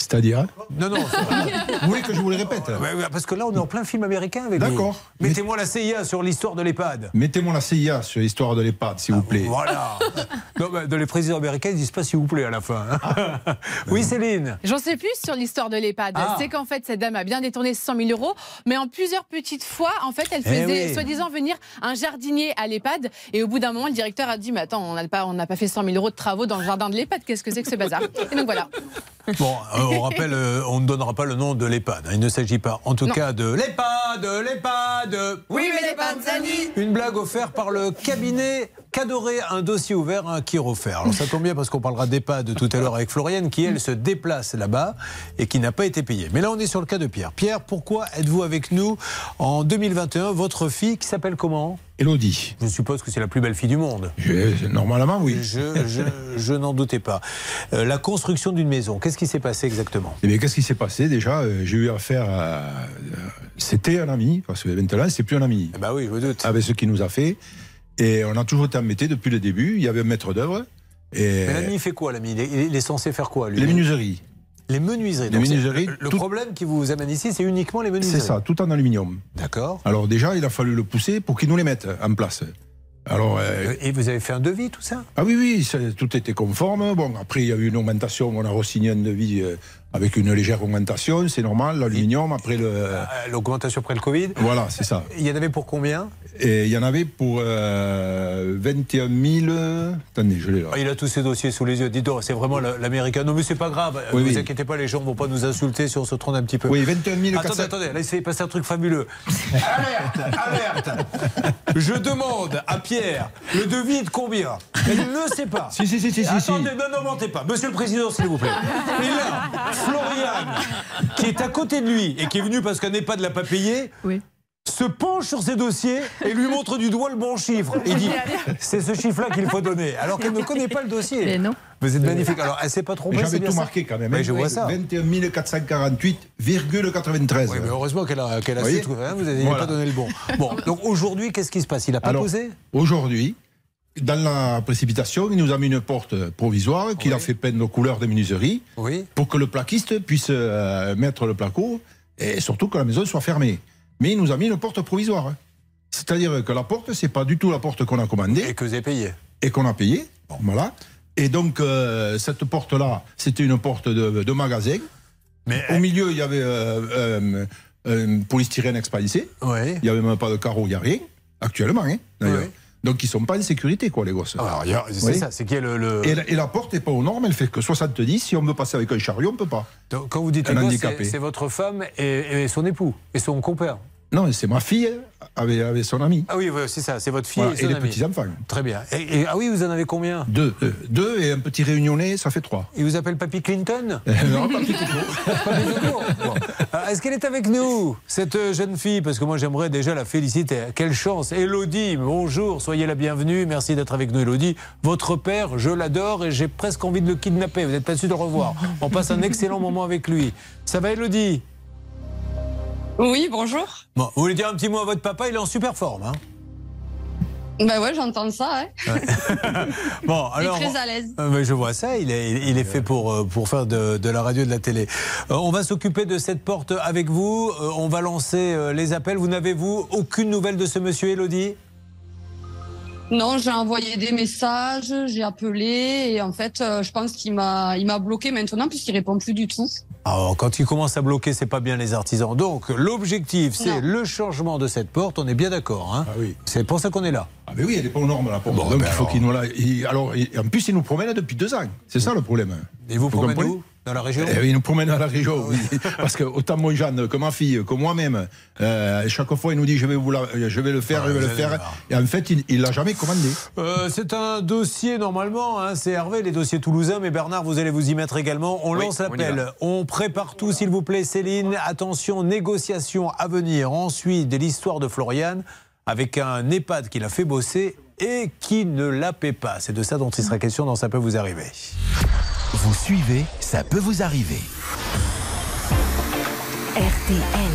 C'est-à-dire Non, non. Vous voulez que je vous le répète? Parce que là, on est en plein film américain avec vous. D'accord. Mettez-moi la CIA sur l'histoire de l'EHPAD. Mettez-moi la CIA sur l'histoire de l'EHPAD, s'il vous plaît. Voilà. Non, les présidents américains, ils disent pas s'il vous plaît à la fin. Hein. Oui, Céline. J'en sais plus sur l'histoire de l'EHPAD. C'est qu'en fait, cette dame a bien détourné 100 000 euros, mais en plusieurs petites fois, en fait, elle faisait soi-disant venir un jardinier à l'EHPAD. Et au bout d'un moment, le directeur a dit mais attends, on n'a pas fait 100 000 euros de travaux dans le jardin de l'EHPAD. Qu'est-ce que c'est que ce bazar? Et donc voilà. Bon, on rappelle, on ne donnera pas le nom de l'EHPAD. Il ne s'agit pas, en tout cas, de l'EHPAD. Oui, mais l'EHPAD, Zani. Une blague offerte par le cabinet Cadoré, un dossier ouvert, un Quirofer. Alors ça tombe bien parce qu'on parlera d'EHPAD tout à l'heure avec Floriane, qui elle se déplace là-bas et qui n'a pas été payée. Mais là, on est sur le cas de Pierre. Pierre, pourquoi êtes-vous avec nous en 2021? Votre fille, qui s'appelle comment? Élodie. Je suppose que c'est la plus belle fille du monde. Normalement, oui. Je n'en doutais pas. La construction d'une maison, qu'est-ce qui s'est passé exactement? Eh bien, qu'est-ce qui s'est passé? Déjà, j'ai eu affaire à... C'était un ami, parce que maintenant, c'est plus un ami. Bah oui, je me doute. Avec ce qu'il nous a fait. Et on a toujours été embêtés depuis le début. Il y avait un maître d'œuvre. Mais l'ami, il fait quoi, l'ami? Il est censé faire quoi, lui? Les menuiseries. Les menuiseries. Les menuiseries. Le problème qui vous amène ici, c'est uniquement les menuiseries. C'est ça, tout en aluminium. D'accord. Alors déjà, il a fallu le pousser pour qu'il nous les mette en place. Alors, et vous avez fait un devis, tout ça? Ah oui, tout était conforme. Bon, après, il y a eu une augmentation. On a re-signé un devis avec une légère augmentation. C'est normal, l'aluminium. Après l'augmentation après le Covid. Voilà, c'est ça. Il y en avait pour combien? Et il y en avait pour 21 000... Attendez, je l'ai là. Il a tous ses dossiers sous les yeux. Dites donc, c'est vraiment l'américain. Non, mais c'est pas grave. Ne vous inquiétez pas, les gens ne vont pas nous insulter si on se trompe un petit peu. Oui, 21 400... Attendez, là, il s'est passé un truc fabuleux. Alerte. Je demande à Pierre, le devis est de combien? Il ne sait pas. Si. Attendez, ne mentez pas. Monsieur le Président, s'il vous plaît. Et là, Floriane, qui est à côté de lui et qui est venu parce qu'un EHPAD ne l'a pas payé, se penche sur ses dossiers et lui montre du doigt le bon chiffre. Il dit, c'est ce chiffre-là qu'il faut donner. Alors qu'elle ne connaît pas le dossier. Mais non. Vous êtes magnifique. Alors, elle ne s'est pas trompée. J'avais tout marqué quand même. Mais je vois ça. 21 448,93. Oui, mais heureusement qu'elle a su tout. Hein, vous n'avez pas donné le bon. Bon, donc aujourd'hui, qu'est-ce qui se passe? Il n'a pas posé? Aujourd'hui, dans la précipitation, il nous a mis une porte provisoire qu'il a fait peindre aux couleurs des menuiseries pour que le plaquiste puisse mettre le placo et surtout que la maison soit fermée. Mais il nous a mis une porte provisoire. C'est-à-dire que la porte, c'est pas du tout la porte qu'on a commandée. Et que vous avez payé. Et qu'on a payé. Bon. Voilà. Et donc, cette porte-là, c'était une porte de magasin. Mais au milieu, il y avait un polystyrène expandé. Il n'y avait même pas de carreaux, il n'y a rien. Actuellement, hein, d'ailleurs. Donc, ils ne sont pas en sécurité, quoi, les gosses. Alors, c'est ça, c'est qu'il y a Et la porte n'est pas aux normes, elle fait que 70. Si on veut passer avec un chariot, on ne peut pas. Donc, quand vous dites handicapé, c'est votre femme et son époux, et son compère? Non, c'est ma fille avec son ami. Ah oui, c'est ça, c'est votre fille et son et les ami. petits-enfants. Très bien. Ah oui, vous en avez combien? Deux et un petit réunionnais, ça fait 3. Il vous appelle Papy Clinton? Non, Papy Clinton. Bon. Est-ce qu'elle est avec nous, cette jeune fille? Parce que moi, j'aimerais déjà la féliciter. Quelle chance. Élodie, bonjour, soyez la bienvenue. Merci d'être avec nous, Élodie. Votre père, je l'adore et j'ai presque envie de le kidnapper. Vous n'êtes pas sûr de le revoir. On passe un excellent moment avec lui. Ça va, Élodie? Oui, bonjour. Bon, vous voulez dire un petit mot à votre papa? Il est en super forme, hein? Ben ouais, j'entends ça, hein. Bon, alors, il est très à l'aise. Je vois ça, il est fait pour faire de la radio et de la télé. On va s'occuper de cette porte avec vous. On va lancer les appels. Vous n'avez, vous, aucune nouvelle de ce monsieur, Élodie? Non, j'ai envoyé des messages, j'ai appelé et en fait, je pense qu'il m'a bloqué maintenant puisqu'il répond plus du tout. Alors, quand il commence à bloquer, c'est pas bien les artisans. Donc, l'objectif, c'est le changement de cette porte. On est bien d'accord, hein? Ah oui. C'est pour ça qu'on est là. Ah mais oui, elle n'est pas aux normes, la porte. Bon, donc, il faut qu'il nous la... en plus, il nous promène depuis 2 ans. C'est ça le problème. Et vous promènez où? Dans la région? Il nous promène dans la région, oui. Parce que autant mon Jeanne que ma fille, que moi-même, chaque fois il nous dit je vais le faire. Et en fait, il l'a jamais commandé. C'est un dossier normalement, hein, c'est Hervé, les dossiers toulousains, mais Bernard, vous allez vous y mettre également. On lance l'appel. On prépare tout, s'il vous plaît, Céline. Attention, négociation à venir. Ensuite, l'histoire de Floriane avec un EHPAD qui l'a fait bosser et qui ne la paie pas. C'est de ça dont il sera question dans Ça peut vous arriver. Vous suivez, ça peut vous arriver. RTL.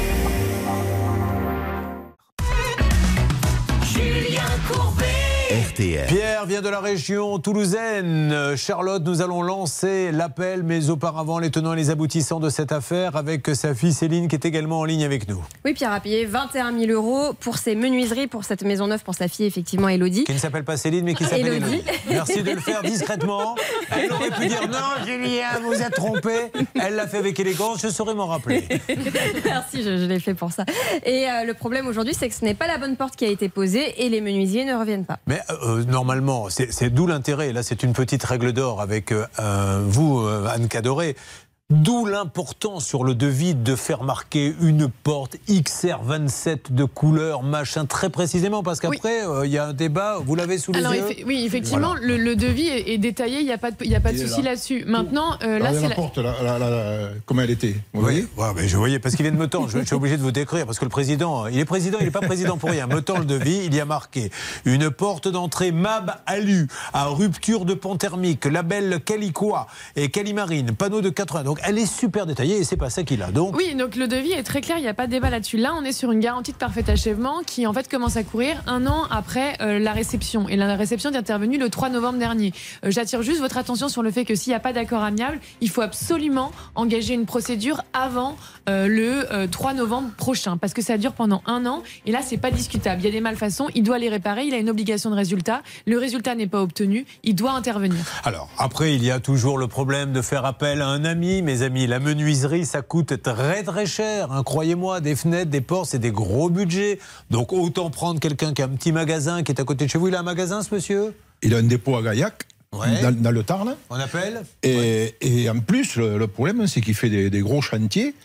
Julien Courbet. RTL. Pierre vient de la région toulousaine. Charlotte, nous allons lancer l'appel, mais auparavant les tenants et les aboutissants de cette affaire avec sa fille Céline qui est également en ligne avec nous. Oui, Pierre a payé 21 000 € pour ses menuiseries, pour cette maison neuve, pour sa fille, effectivement, Élodie. Qui ne s'appelle pas Céline, mais qui s'appelle Élodie. Merci de le faire discrètement. Elle aurait pu dire non, Julien, vous êtes trompé. Elle l'a fait avec élégance, je saurais m'en rappeler. Merci, je l'ai fait pour ça. Et le problème aujourd'hui, c'est que ce n'est pas la bonne porte qui a été posée et les menuisiers ne reviennent pas. Mais normalement, c'est d'où l'intérêt. Là, c'est une petite règle d'or avec vous, Anne Cadoré. D'où l'importance sur le devis de faire marquer une porte XR27 de couleur, machin, très précisément, parce qu'après, il y a un débat, vous l'avez sous les yeux. Oui, effectivement, voilà. le devis est détaillé, il n'y a pas de souci là-dessus. Maintenant, là, c'est la porte, comment elle était, vous voyez ? Ouais, mais je voyais, parce qu'il vient de me tendre, je suis obligé de vous décrire, parce que le président, il n'est pas président pour rien. Me tend le devis, il y a marqué une porte d'entrée MAB Alu, à rupture de pont thermique, label Calicois et Calimarine, panneau de 80. Donc elle est super détaillée et c'est pas ça qu'il a. Donc oui, donc le devis est très clair, il n'y a pas de débat là-dessus. Là, on est sur une garantie de parfait achèvement qui en fait commence à courir 1 an après la réception. Et la réception est intervenue le 3 novembre dernier. J'attire juste votre attention sur le fait que s'il n'y a pas d'accord amiable, il faut absolument engager une procédure avant le 3 novembre prochain, parce que ça dure pendant 1 an et là, c'est pas discutable. Il y a des malfaçons, il doit les réparer, il a une obligation de résultat. Le résultat n'est pas obtenu, il doit intervenir. Alors après, il y a toujours le problème de faire appel à un ami. Mes amis, la menuiserie, ça coûte très très cher. Hein, croyez-moi, des fenêtres, des portes, c'est des gros budgets. Donc autant prendre quelqu'un qui a un petit magasin qui est à côté de chez vous. Il a un magasin, ce monsieur ? Il a un dépôt à Gaillac, dans le Tarn. On appelle ? Et en plus, le problème, c'est qu'il fait des gros chantiers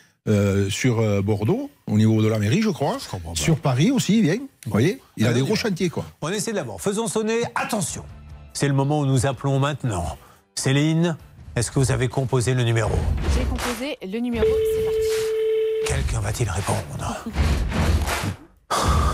sur Bordeaux, au niveau de la mairie, je crois. Sur Paris aussi, il vient. Vous voyez ? Il a des gros chantiers, quoi. On essaie d'abord. Faisons sonner. Attention, c'est le moment où nous appelons maintenant. Céline, est-ce que vous avez composé le numéro ? J'ai composé le numéro, c'est parti. Quelqu'un va-t-il répondre ? Ah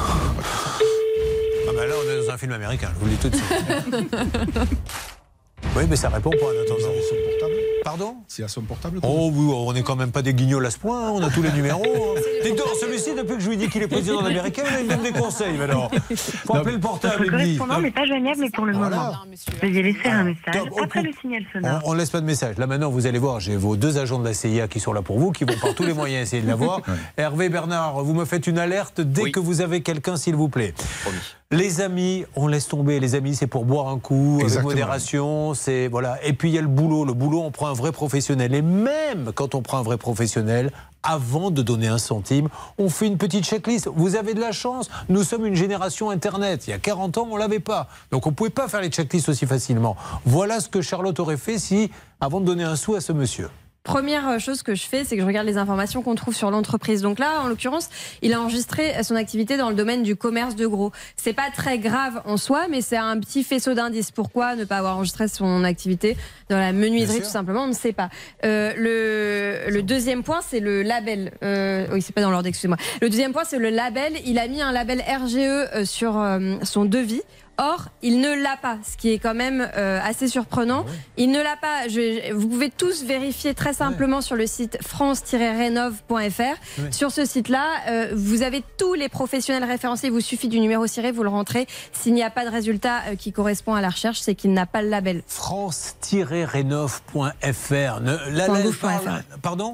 ben là, on est dans un film américain, je vous le dis tout de suite. Oui, mais ça répond pas en attendant. Son portable. Pardon ? C'est à son portable. Oh oui, on n'est quand même pas des guignols à ce point, hein, on a tous les numéros. Dites donc, celui-ci, depuis que je lui dis qu'il est président américain, il me donne des conseils. Alors, faut appeler le portable. Le correspondant n'est pas joignable pour le moment. Veuillez laisser un message après le signal sonore. On ne laisse pas de message. Là maintenant, vous allez voir, j'ai vos 2 agents de la CIA qui sont là pour vous, qui vont par tous les moyens essayer de l'avoir. Hervé, Bernard, vous me faites une alerte dès que vous avez quelqu'un, s'il vous plaît. Promis. Les amis, on laisse tomber. Les amis, c'est pour boire un coup, avec modération. C'est voilà. Et puis il y a le boulot. Le boulot, on prend un vrai professionnel. Et même quand on prend un vrai professionnel, avant de donner un centime, on fait une petite checklist. Vous avez de la chance. Nous sommes une génération Internet. Il y a 40 ans, on l'avait pas. Donc on ne pouvait pas faire les checklists aussi facilement. Voilà ce que Charlotte aurait fait si, avant de donner un sou à ce monsieur. Première chose que je fais, c'est que je regarde les informations qu'on trouve sur l'entreprise. Donc là, en l'occurrence, il a enregistré son activité dans le domaine du commerce de gros. C'est pas très grave en soi, mais c'est un petit faisceau d'indices. Pourquoi ne pas avoir enregistré son activité dans la menuiserie, tout simplement, on ne sait pas. Le deuxième point, c'est le label. Oui, c'est pas dans l'ordre, excusez-moi. Le deuxième point, c'est le label. Il a mis un label RGE sur son devis. Or, il ne l'a pas, ce qui est quand même assez surprenant. Il ne l'a pas. Vous pouvez tous vérifier très simplement sur le site france-rénov.fr. Sur ce site-là, vous avez tous les professionnels référencés. Il vous suffit du numéro ciré, vous le rentrez. S'il n'y a pas de résultat qui correspond à la recherche, c'est qu'il n'a pas le label. France-rénov.fr. Pardon ?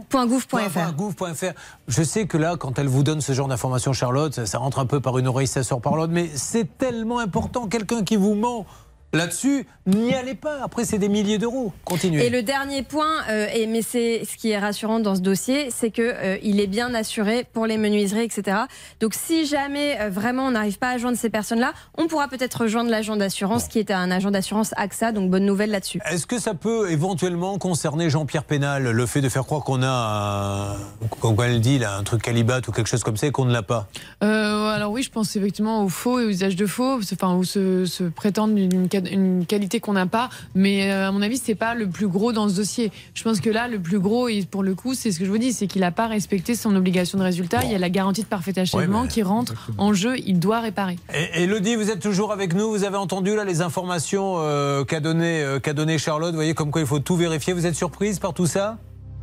.gouv.fr. Je sais que là, quand elle vous donne ce genre d'informations, Charlotte, ça rentre un peu par une oreille, ça sort par l'autre, mais c'est tellement important. Quelqu'un qui vous ment là-dessus, n'y allez pas. Après, c'est des milliers d'euros. Continuez. Et le dernier point, mais c'est ce qui est rassurant dans ce dossier, c'est que il est bien assuré pour les menuiseries, etc. Donc, si jamais vraiment on n'arrive pas à joindre ces personnes-là, on pourra peut-être rejoindre l'agent d'assurance qui est un agent d'assurance AXA. Donc, bonne nouvelle là-dessus. Est-ce que ça peut éventuellement concerner Jean-Pierre Pénal, le fait de faire croire qu'on a, comme elle dit, là, un truc calibat ou quelque chose comme ça et qu'on ne l'a pas Alors oui, je pense effectivement au faux et au usage de faux, enfin, où se prétendre une qualité qu'on n'a pas, mais à mon avis c'est pas le plus gros dans ce dossier. Je pense que là le plus gros, et pour le coup c'est ce que je vous dis, c'est qu'il n'a pas respecté son obligation de résultat. Il y a la garantie de parfait achèvement qui rentre en jeu, il doit réparer. Et Elodie, vous êtes toujours avec nous, vous avez entendu là les informations qu'a donné Charlotte, vous voyez comme quoi il faut tout vérifier. Vous êtes surprise par tout ça ?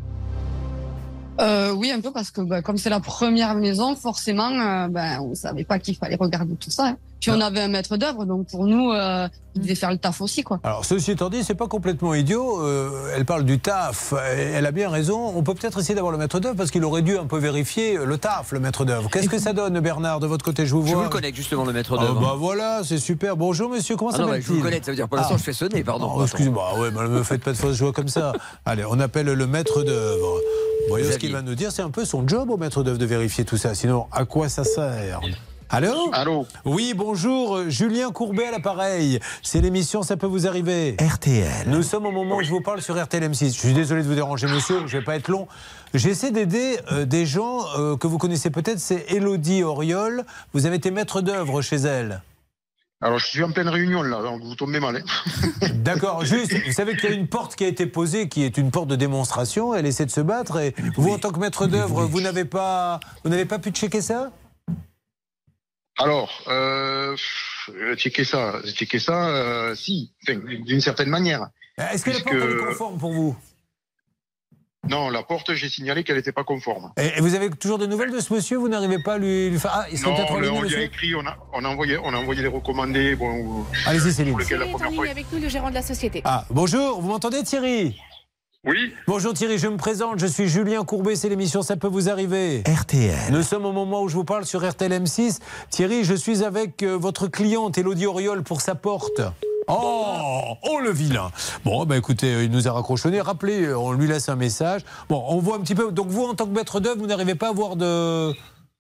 Oui, un peu, parce que comme c'est la première maison, forcément, on ne savait pas qu'il fallait regarder tout ça. Puis on avait un maître d'œuvre, donc pour nous, il devait faire le taf aussi, quoi. Alors, ceci étant dit, c'est pas complètement idiot. Elle parle du taf. Elle a bien raison. On peut peut-être essayer d'avoir le maître d'œuvre parce qu'il aurait dû un peu vérifier le taf, le maître d'œuvre. Qu'est-ce que ça donne, Bernard, de votre côté? Je vous vois. Je vous le connais justement, le maître d'œuvre. Bah voilà, c'est super. Bonjour, monsieur. Comment ça va? Je vous connais. Ça veut dire pour l'instant, je fais sonner, pardon. Oh, excusez-moi. Ouais, mais ne me faites pas de fausses joie comme ça. Allez, on appelle le maître d'œuvre. Vous voyez ce qu'il va nous dire, c'est un peu son job au maître d'œuvre de vérifier tout ça. Sinon, à quoi ça sert? Allô? Allô? Oui, bonjour, Julien Courbet à l'appareil. C'est l'émission Ça peut vous arriver. RTL. Nous sommes au moment où je vous parle sur RTL M6. Je suis désolé de vous déranger, monsieur, je ne vais pas être long. J'essaie d'aider des gens que vous connaissez peut-être, c'est Élodie Auriol. Vous avez été maître d'œuvre chez elle. Alors, je suis en pleine réunion, là, donc vous tombez mal. D'accord, juste, vous savez qu'il y a une porte qui a été posée, qui est une porte de démonstration, elle essaie de se battre, et vous, en tant que maître d'œuvre, vous n'avez pas pu checker ça? Alors, checker ça, si, enfin, d'une certaine manière. Est-ce que la porte est conforme pour vous? Non, la porte, j'ai signalé qu'elle n'était pas conforme. Et vous avez toujours des nouvelles de ce monsieur? Vous n'arrivez pas à lui faire... Ah, il serait peut-être en ligne, on lui monsieur. a écrit, on a envoyé les recommandés. Bon, allez-y, Céline. Thierry est en ligne avec nous, le gérant de la société. Ah, bonjour, vous m'entendez, Thierry? Oui. Bonjour Thierry, je me présente, je suis Julien Courbet, c'est l'émission Ça peut vous arriver. RTL. Nous sommes au moment où je vous parle sur RTL M6. Thierry, je suis avec votre cliente Élodie Auriol pour sa porte. Oh le vilain. Bon, bah écoutez, il nous a raccrochonné. Rappelez, on lui laisse un message. Bon, on voit un petit peu. Donc vous, en tant que maître d'œuvre, vous n'arrivez pas à avoir de...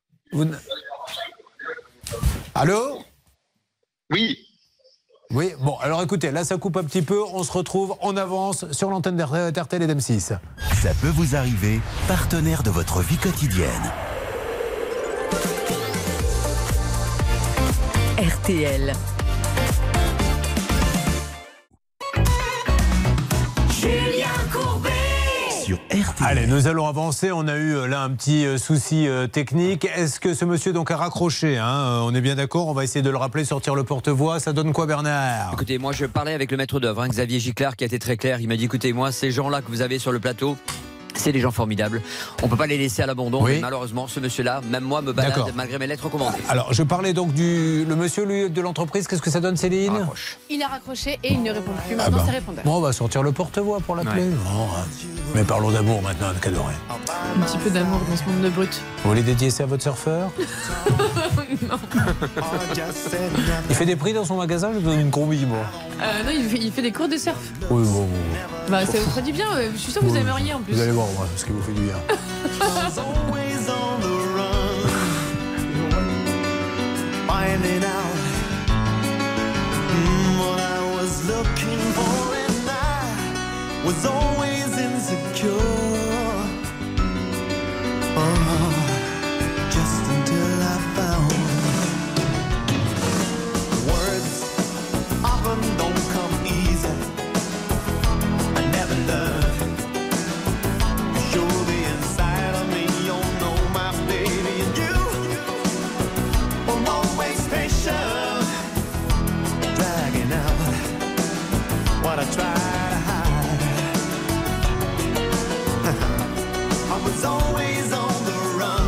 Allô? Oui. Oui, bon, alors écoutez, là ça coupe un petit peu, on se retrouve, on avance sur l'antenne d'RTL et d'M6. Ça peut vous arriver, partenaire de votre vie quotidienne. RTL. Julien Courbet sur RTL. Allez, nous allons avancer. On a eu là un petit souci technique. Est-ce que ce monsieur donc a raccroché, hein? On est bien d'accord. On va essayer de le rappeler, sortir le porte-voix. Ça donne quoi, Bernard? Écoutez, moi je parlais avec le maître d'œuvre, Xavier Giclard, qui a été très clair. Il m'a dit, écoutez, moi, ces gens-là que vous avez sur le plateau, c'est des gens formidables. On peut pas les laisser à l'abandon. Oui. Mais malheureusement, ce monsieur-là, même moi, me balade malgré mes lettres recommandées. Alors, je parlais donc le monsieur lui, de l'entreprise. Qu'est-ce que ça donne, Céline? Il a raccroché et il ne répond plus. Maintenant, c'est répondeur. Bon, on va sortir le porte-voix pour l'appeler. Ouais. Bon, mais parlons d'amour maintenant, Cadoré. Un petit peu d'amour dans ce monde de brut. Vous voulez dédier ça à votre surfeur? Non. Il fait des prix dans son magasin? Je vous donne une combi, moi. Non, il fait des cours de surf. Oui, bon. Bah, ça vous traduit bien. Je suis sûre que vous aimeriez en plus. Vous allez voir, moi, ce qui vous fait du bien. Finding out what I was looking for, and I was always insecure. Just until I found words often don't come easy. I never learned. You're the inside of me, you know my baby, and you were always patient, dragging out what I tried to hide. I was always on the run.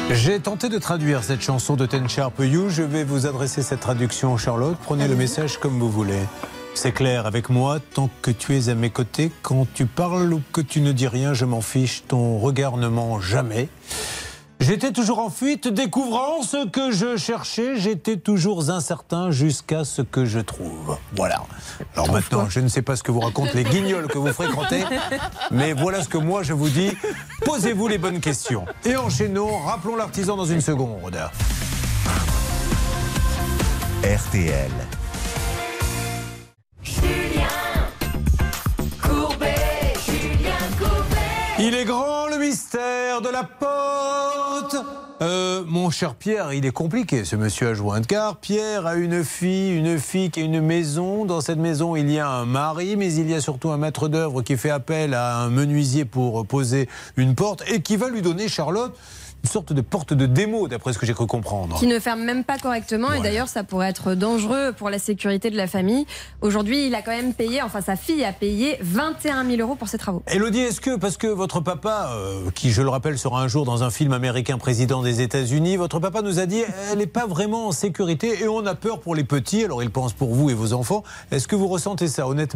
J'ai tenté de traduire cette chanson de Ten Sharp You. Je vais vous adresser cette traduction, Charlotte. Prenez le message comme vous voulez. C'est clair avec moi, tant que tu es à mes côtés, quand tu parles ou que tu ne dis rien, je m'en fiche, ton regard ne ment jamais. J'étais toujours en fuite, découvrant ce que je cherchais, j'étais toujours incertain jusqu'à ce que je trouve. Voilà. Alors maintenant, je ne sais pas ce que vous racontent les guignols que vous fréquentez, mais voilà ce que moi je vous dis. Posez-vous les bonnes questions. Et enchaînons, rappelons l'artisan dans une seconde. RTL. Il est grand le mystère de la porte. Mon cher Pierre, il est compliqué ce monsieur à joindre, car Pierre a une fille qui a une maison. Dans cette maison, il y a un mari, mais il y a surtout un maître d'œuvre qui fait appel à un menuisier pour poser une porte et qui va lui donner, Charlotte, une sorte de porte de démo, d'après ce que j'ai cru comprendre. Qui ne ferme même pas correctement, et d'ailleurs ça pourrait être dangereux pour la sécurité de la famille. Aujourd'hui, il a quand même payé, enfin sa fille a payé 21 000 € pour ses travaux. Élodie, est-ce que, parce que votre papa, qui je le rappelle sera un jour dans un film américain président des États-Unis, votre papa nous a dit elle n'est pas vraiment en sécurité et on a peur pour les petits, alors il pense pour vous et vos enfants. Est-ce que vous ressentez ça honnêtement ?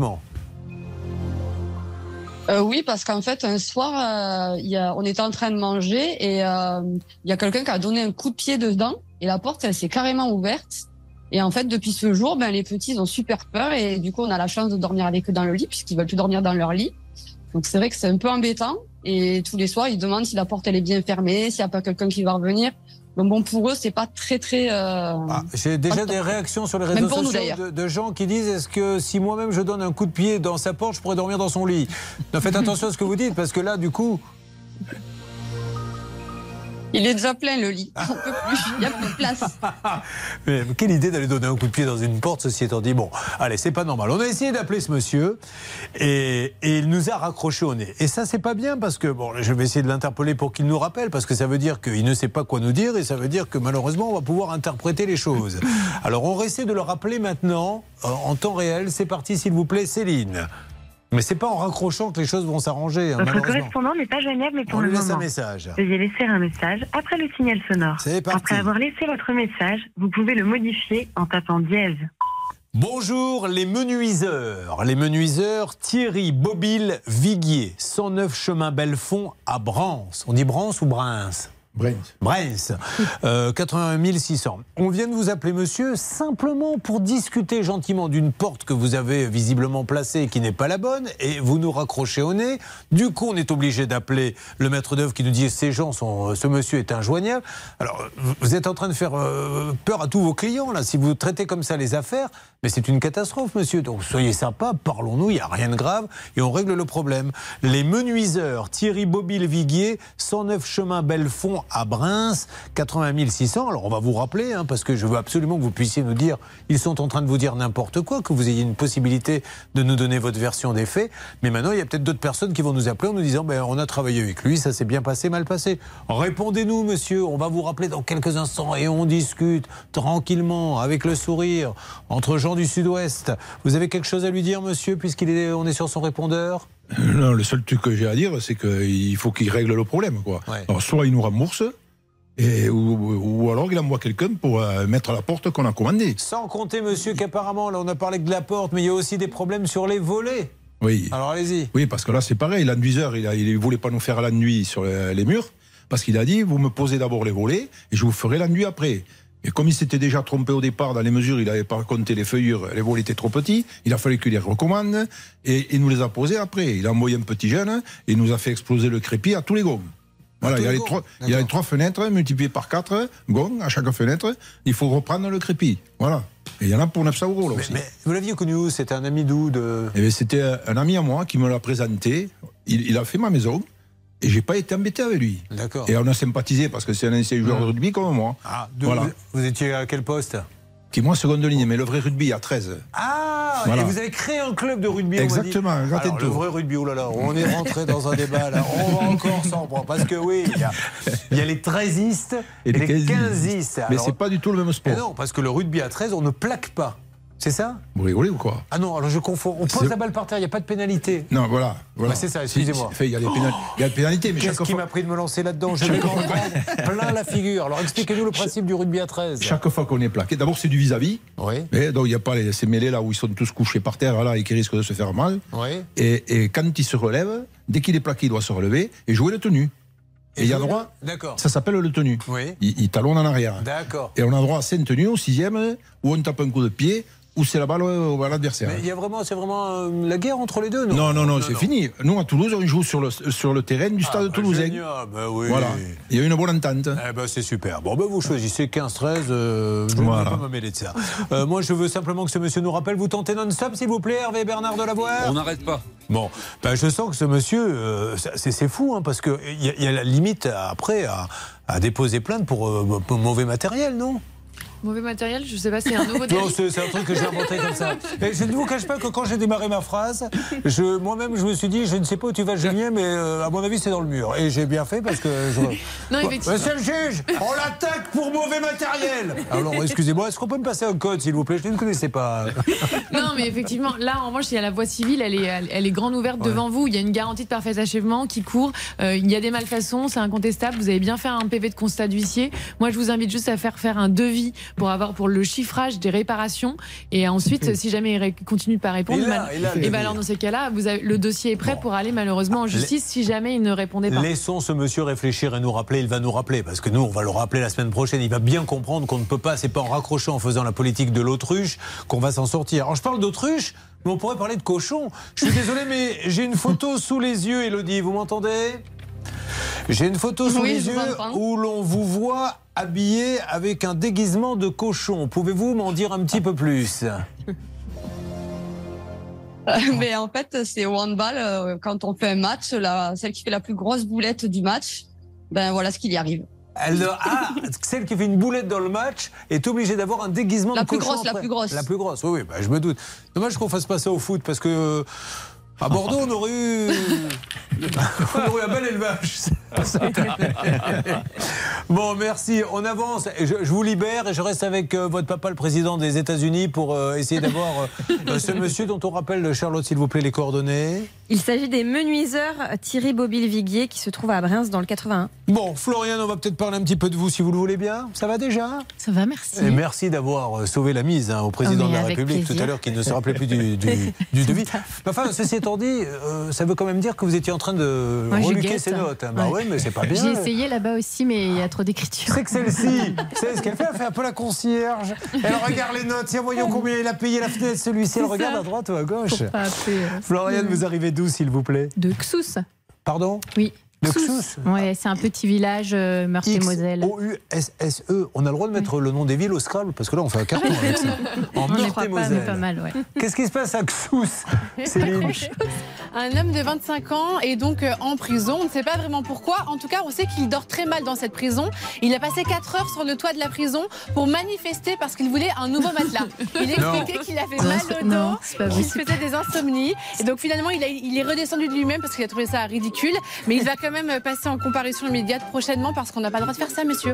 Oui, parce qu'en fait, un soir, on était en train de manger et il y a quelqu'un qui a donné un coup de pied dedans et la porte, elle s'est carrément ouverte. Et en fait, depuis ce jour, les petits, ils ont super peur et du coup, on a la chance de dormir avec eux dans le lit puisqu'ils veulent plus dormir dans leur lit. Donc c'est vrai que c'est un peu embêtant et tous les soirs, ils demandent si la porte, elle est bien fermée, s'il n'y a pas quelqu'un qui va revenir. Donc bon, pour eux, c'est pas très... J'ai déjà des réactions sur les réseaux sociaux de gens qui disent est-ce que si moi-même je donne un coup de pied dans sa porte, je pourrais dormir dans son lit. Donc faites attention à ce que vous dites, parce que là, du coup... Il est déjà plein le lit, on peut plus, il n'y a plus de place. Mais quelle idée d'aller donner un coup de pied dans une porte, ceci étant dit. Bon, allez, c'est pas normal. On a essayé d'appeler ce monsieur et il nous a raccroché au nez. Et ça, c'est pas bien parce que, bon, je vais essayer de l'interpeller pour qu'il nous rappelle, parce que ça veut dire qu'il ne sait pas quoi nous dire et ça veut dire que malheureusement, on va pouvoir interpréter les choses. Alors, on va essayer de le rappeler maintenant, en temps réel. C'est parti, s'il vous plaît, Céline. Mais c'est pas en raccrochant que les choses vont s'arranger. Votre correspondant n'est pas joignable pour le moment. On lui laisse un message. Veuillez laisser un message après le signal sonore. C'est parti. Après avoir laissé votre message, vous pouvez le modifier en tapant dièse. Bonjour les menuiseurs. Les menuiseurs Thierry Bobil Viguier, 109 chemin Belfond à Brance. On dit Brance ou Brins ? Brens, 81 600. On vient de vous appeler, monsieur, simplement pour discuter gentiment d'une porte que vous avez visiblement placée et qui n'est pas la bonne, et vous nous raccrochez au nez. Du coup, on est obligé d'appeler le maître d'œuvre qui nous dit ce monsieur est injoignable. Alors, vous êtes en train de faire peur à tous vos clients, là, si vous traitez comme ça les affaires. Mais c'est une catastrophe, monsieur. Donc, soyez sympa, parlons-nous, il n'y a rien de grave, et on règle le problème. Les menuiseurs Thierry Bobil Viguier, 109 chemin Belfond à Brins, 80 600. Alors on va vous rappeler, parce que je veux absolument que vous puissiez nous dire, ils sont en train de vous dire n'importe quoi, que vous ayez une possibilité de nous donner votre version des faits. Mais maintenant, il y a peut-être d'autres personnes qui vont nous appeler en nous disant, on a travaillé avec lui, ça s'est bien passé, mal passé. Répondez-nous, monsieur, on va vous rappeler dans quelques instants et on discute tranquillement, avec le sourire, entre gens du Sud-Ouest. Vous avez quelque chose à lui dire, monsieur, puisqu'on est sur son répondeur ? Non, le seul truc que j'ai à dire, c'est qu'il faut qu'il règle le problème, quoi. Ouais. Alors, soit il nous rembourse, ou alors il envoie quelqu'un pour mettre la porte qu'on a commandée. Sans compter, monsieur, qu'apparemment, là on a parlé de la porte, mais il y a aussi des problèmes sur les volets. Oui. Alors allez-y. Oui, parce que là c'est pareil, l'enduiseur, il ne voulait pas nous faire la nuit sur les murs, parce qu'il a dit, vous me posez d'abord les volets, et je vous ferai la nuit après. Et comme il s'était déjà trompé au départ dans les mesures, il n'avait pas compté les feuillures, les volets étaient trop petits, il a fallu qu'il les recommande, et il nous les a posés après. Il a envoyé un petit jeune, et il nous a fait exploser le crépi à tous les gonds. Voilà, il y a les 3 fenêtres multipliées par 4 gonds à chaque fenêtre, il faut reprendre le crépi. Voilà. Et il y en a pour 900 € là aussi. Mais vous l'aviez connu où ? C'était un ami d'où C'était un ami à moi qui me l'a présenté, il a fait ma maison. Et j'ai pas été embêté avec lui. D'accord. Et on a sympathisé parce que c'est un ancien joueur de rugby comme moi. Ah, voilà. Vous étiez à quel poste ? Qui moi seconde ligne, mais le vrai rugby à 13. Ah, voilà. Et vous avez créé un club de rugby. Exactement. Alors, le vrai rugby, oh là là, on est rentré dans un débat là. On va encore s'en prendre parce que oui, il y a les 13istes et les 15istes. Mais c'est pas du tout le même sport. Mais non, parce que le rugby à 13, on ne plaque pas. C'est ça? Vous rigolez ou quoi? Ah non, alors je confonds. On pose la balle par terre, il n'y a pas de pénalité. Non, voilà. Ah, c'est ça, excusez-moi. Il y a des pénalités, mais qu'est-ce qui m'a pris de me lancer là-dedans? Je vais m'en prendre plein la figure. Alors expliquez-nous le principe du rugby à 13. Chaque fois qu'on est plaqué, d'abord c'est du vis-à-vis. Oui. Et donc il n'y a pas ces mêlées là où ils sont tous couchés par terre là, et qui risquent de se faire mal. Oui. Et quand il se relève, dès qu'il est plaqué, il doit se relever et jouer le tenu. Et il y a droit. D'accord. Ça s'appelle le tenu. Oui. Il talonne en arrière. D'accord. Et on a droit à 5 tenues au 6e où on tape un coup de pied. Ou c'est la balle à l'adversaire. Mais c'est vraiment la guerre entre les deux, non? Non, c'est fini. Nous, à Toulouse, on joue sur le terrain du stade toulousain. Génial, oui. Voilà. Il y a une bonne entente. C'est super. Bon, vous choisissez 15-13. Je ne vais pas me mêler de ça. Moi, je veux simplement que ce monsieur nous rappelle. Vous tentez non-stop, s'il vous plaît, Hervé Bernard Delavoye? On n'arrête pas. Bon, je sens que ce monsieur, c'est fou, hein, parce qu'il y a la limite après à déposer plainte pour mauvais matériel, non? Mauvais matériel, je sais pas, c'est un nouveau délit. Non, c'est un truc que j'ai inventé comme ça. Et je ne vous cache pas que quand j'ai démarré ma phrase, moi-même je me suis dit, je ne sais pas où tu vas, Julien, mais à mon avis c'est dans le mur. Et j'ai bien fait parce que Non, effectivement. Monsieur le juge, on l'attaque pour mauvais matériel. Alors excusez-moi, est-ce qu'on peut me passer un code, s'il vous plaît? Je ne connaissais pas. Non, mais effectivement, là en revanche, il y a la voie civile, elle est grande ouverte devant vous. Il y a une garantie de parfait achèvement qui court. Il y a des malfaçons, c'est incontestable. Vous avez bien fait un PV de constat d'huissier. Moi, je vous invite juste à faire un devis pour le chiffrage des réparations, et ensuite si jamais il continue de pas répondre, alors dans ces cas-là, le dossier est prêt pour aller malheureusement en justice si jamais il ne répondait pas. Laissons ce monsieur réfléchir et nous rappeler. Il va nous rappeler parce que nous on va le rappeler la semaine prochaine. Il va bien comprendre qu'on ne peut pas, c'est pas en raccrochant en faisant la politique de l'autruche qu'on va s'en sortir. Alors je parle d'autruche, mais on pourrait parler de cochon. Je suis désolé, mais j'ai une photo sous les yeux, Élodie, vous m'entendez? J'ai une photo sous les yeux où l'on vous voit habillé avec un déguisement de cochon. Pouvez-vous m'en dire un petit peu plus? Mais en fait, c'est au handball, quand on fait un match, celle qui fait la plus grosse boulette du match, voilà ce qu'il y arrive. Celle qui fait une boulette dans le match est obligée d'avoir un déguisement de cochon. La plus grosse. La plus grosse, oui, je me doute. Dommage qu'on fasse pas ça au foot parce que... À Bordeaux, on aurait eu un bel élevage. Bon, merci. On avance. Je vous libère et je reste avec votre papa, le président des États-Unis, pour essayer d'avoir ce monsieur dont on rappelle, Charlotte, s'il vous plaît, les coordonnées. Il s'agit des menuiseurs Thierry Bobil-Viguier qui se trouve à Briens dans le 81. Bon, Floriane, on va peut-être parler un petit peu de vous si vous le voulez bien. Ça va déjà? Ça va, merci. Et merci d'avoir sauvé la mise au président de la République plaisir. tout à l'heure, qui ne se rappelait plus du devis. Enfin, ceci étant dit, ça veut quand même dire que vous étiez en train de reluquer ses notes. Ouais, mais c'est pas bien. J'ai essayé là-bas aussi, mais il y a trop d'écriture. C'est que celle-ci, vous savez ce qu'elle fait? Elle fait un peu la concierge. Elle regarde les notes. Tiens, voyons combien il a payé la fenêtre, celui-ci. Elle regarde à droite ou à gauche. Floriane, vous arrivez d'où, s'il vous plaît? De Xous. Pardon? Oui. De Xous. Ouais, c'est un petit village Meurthe-et-Moselle. Xousse. On a le droit de mettre le nom des villes au Scrabble parce que là on fait un carton avec ça. En Meurthe-et-Moselle. Pas mal, ouais. Qu'est-ce qui se passe à Xous, Céline? Un homme de 25 ans est donc en prison. On ne sait pas vraiment pourquoi. En tout cas, on sait qu'il dort très mal dans cette prison. Il a passé 4 heures sur le toit de la prison pour manifester parce qu'il voulait un nouveau matelas. Il expliquait qu'il avait mal au dos, qu'il faisait des insomnies. Et donc finalement, il est redescendu de lui-même parce qu'il a trouvé ça ridicule. Mais il va quand même passer en comparution immédiate prochainement parce qu'on n'a pas le droit de faire ça, monsieur.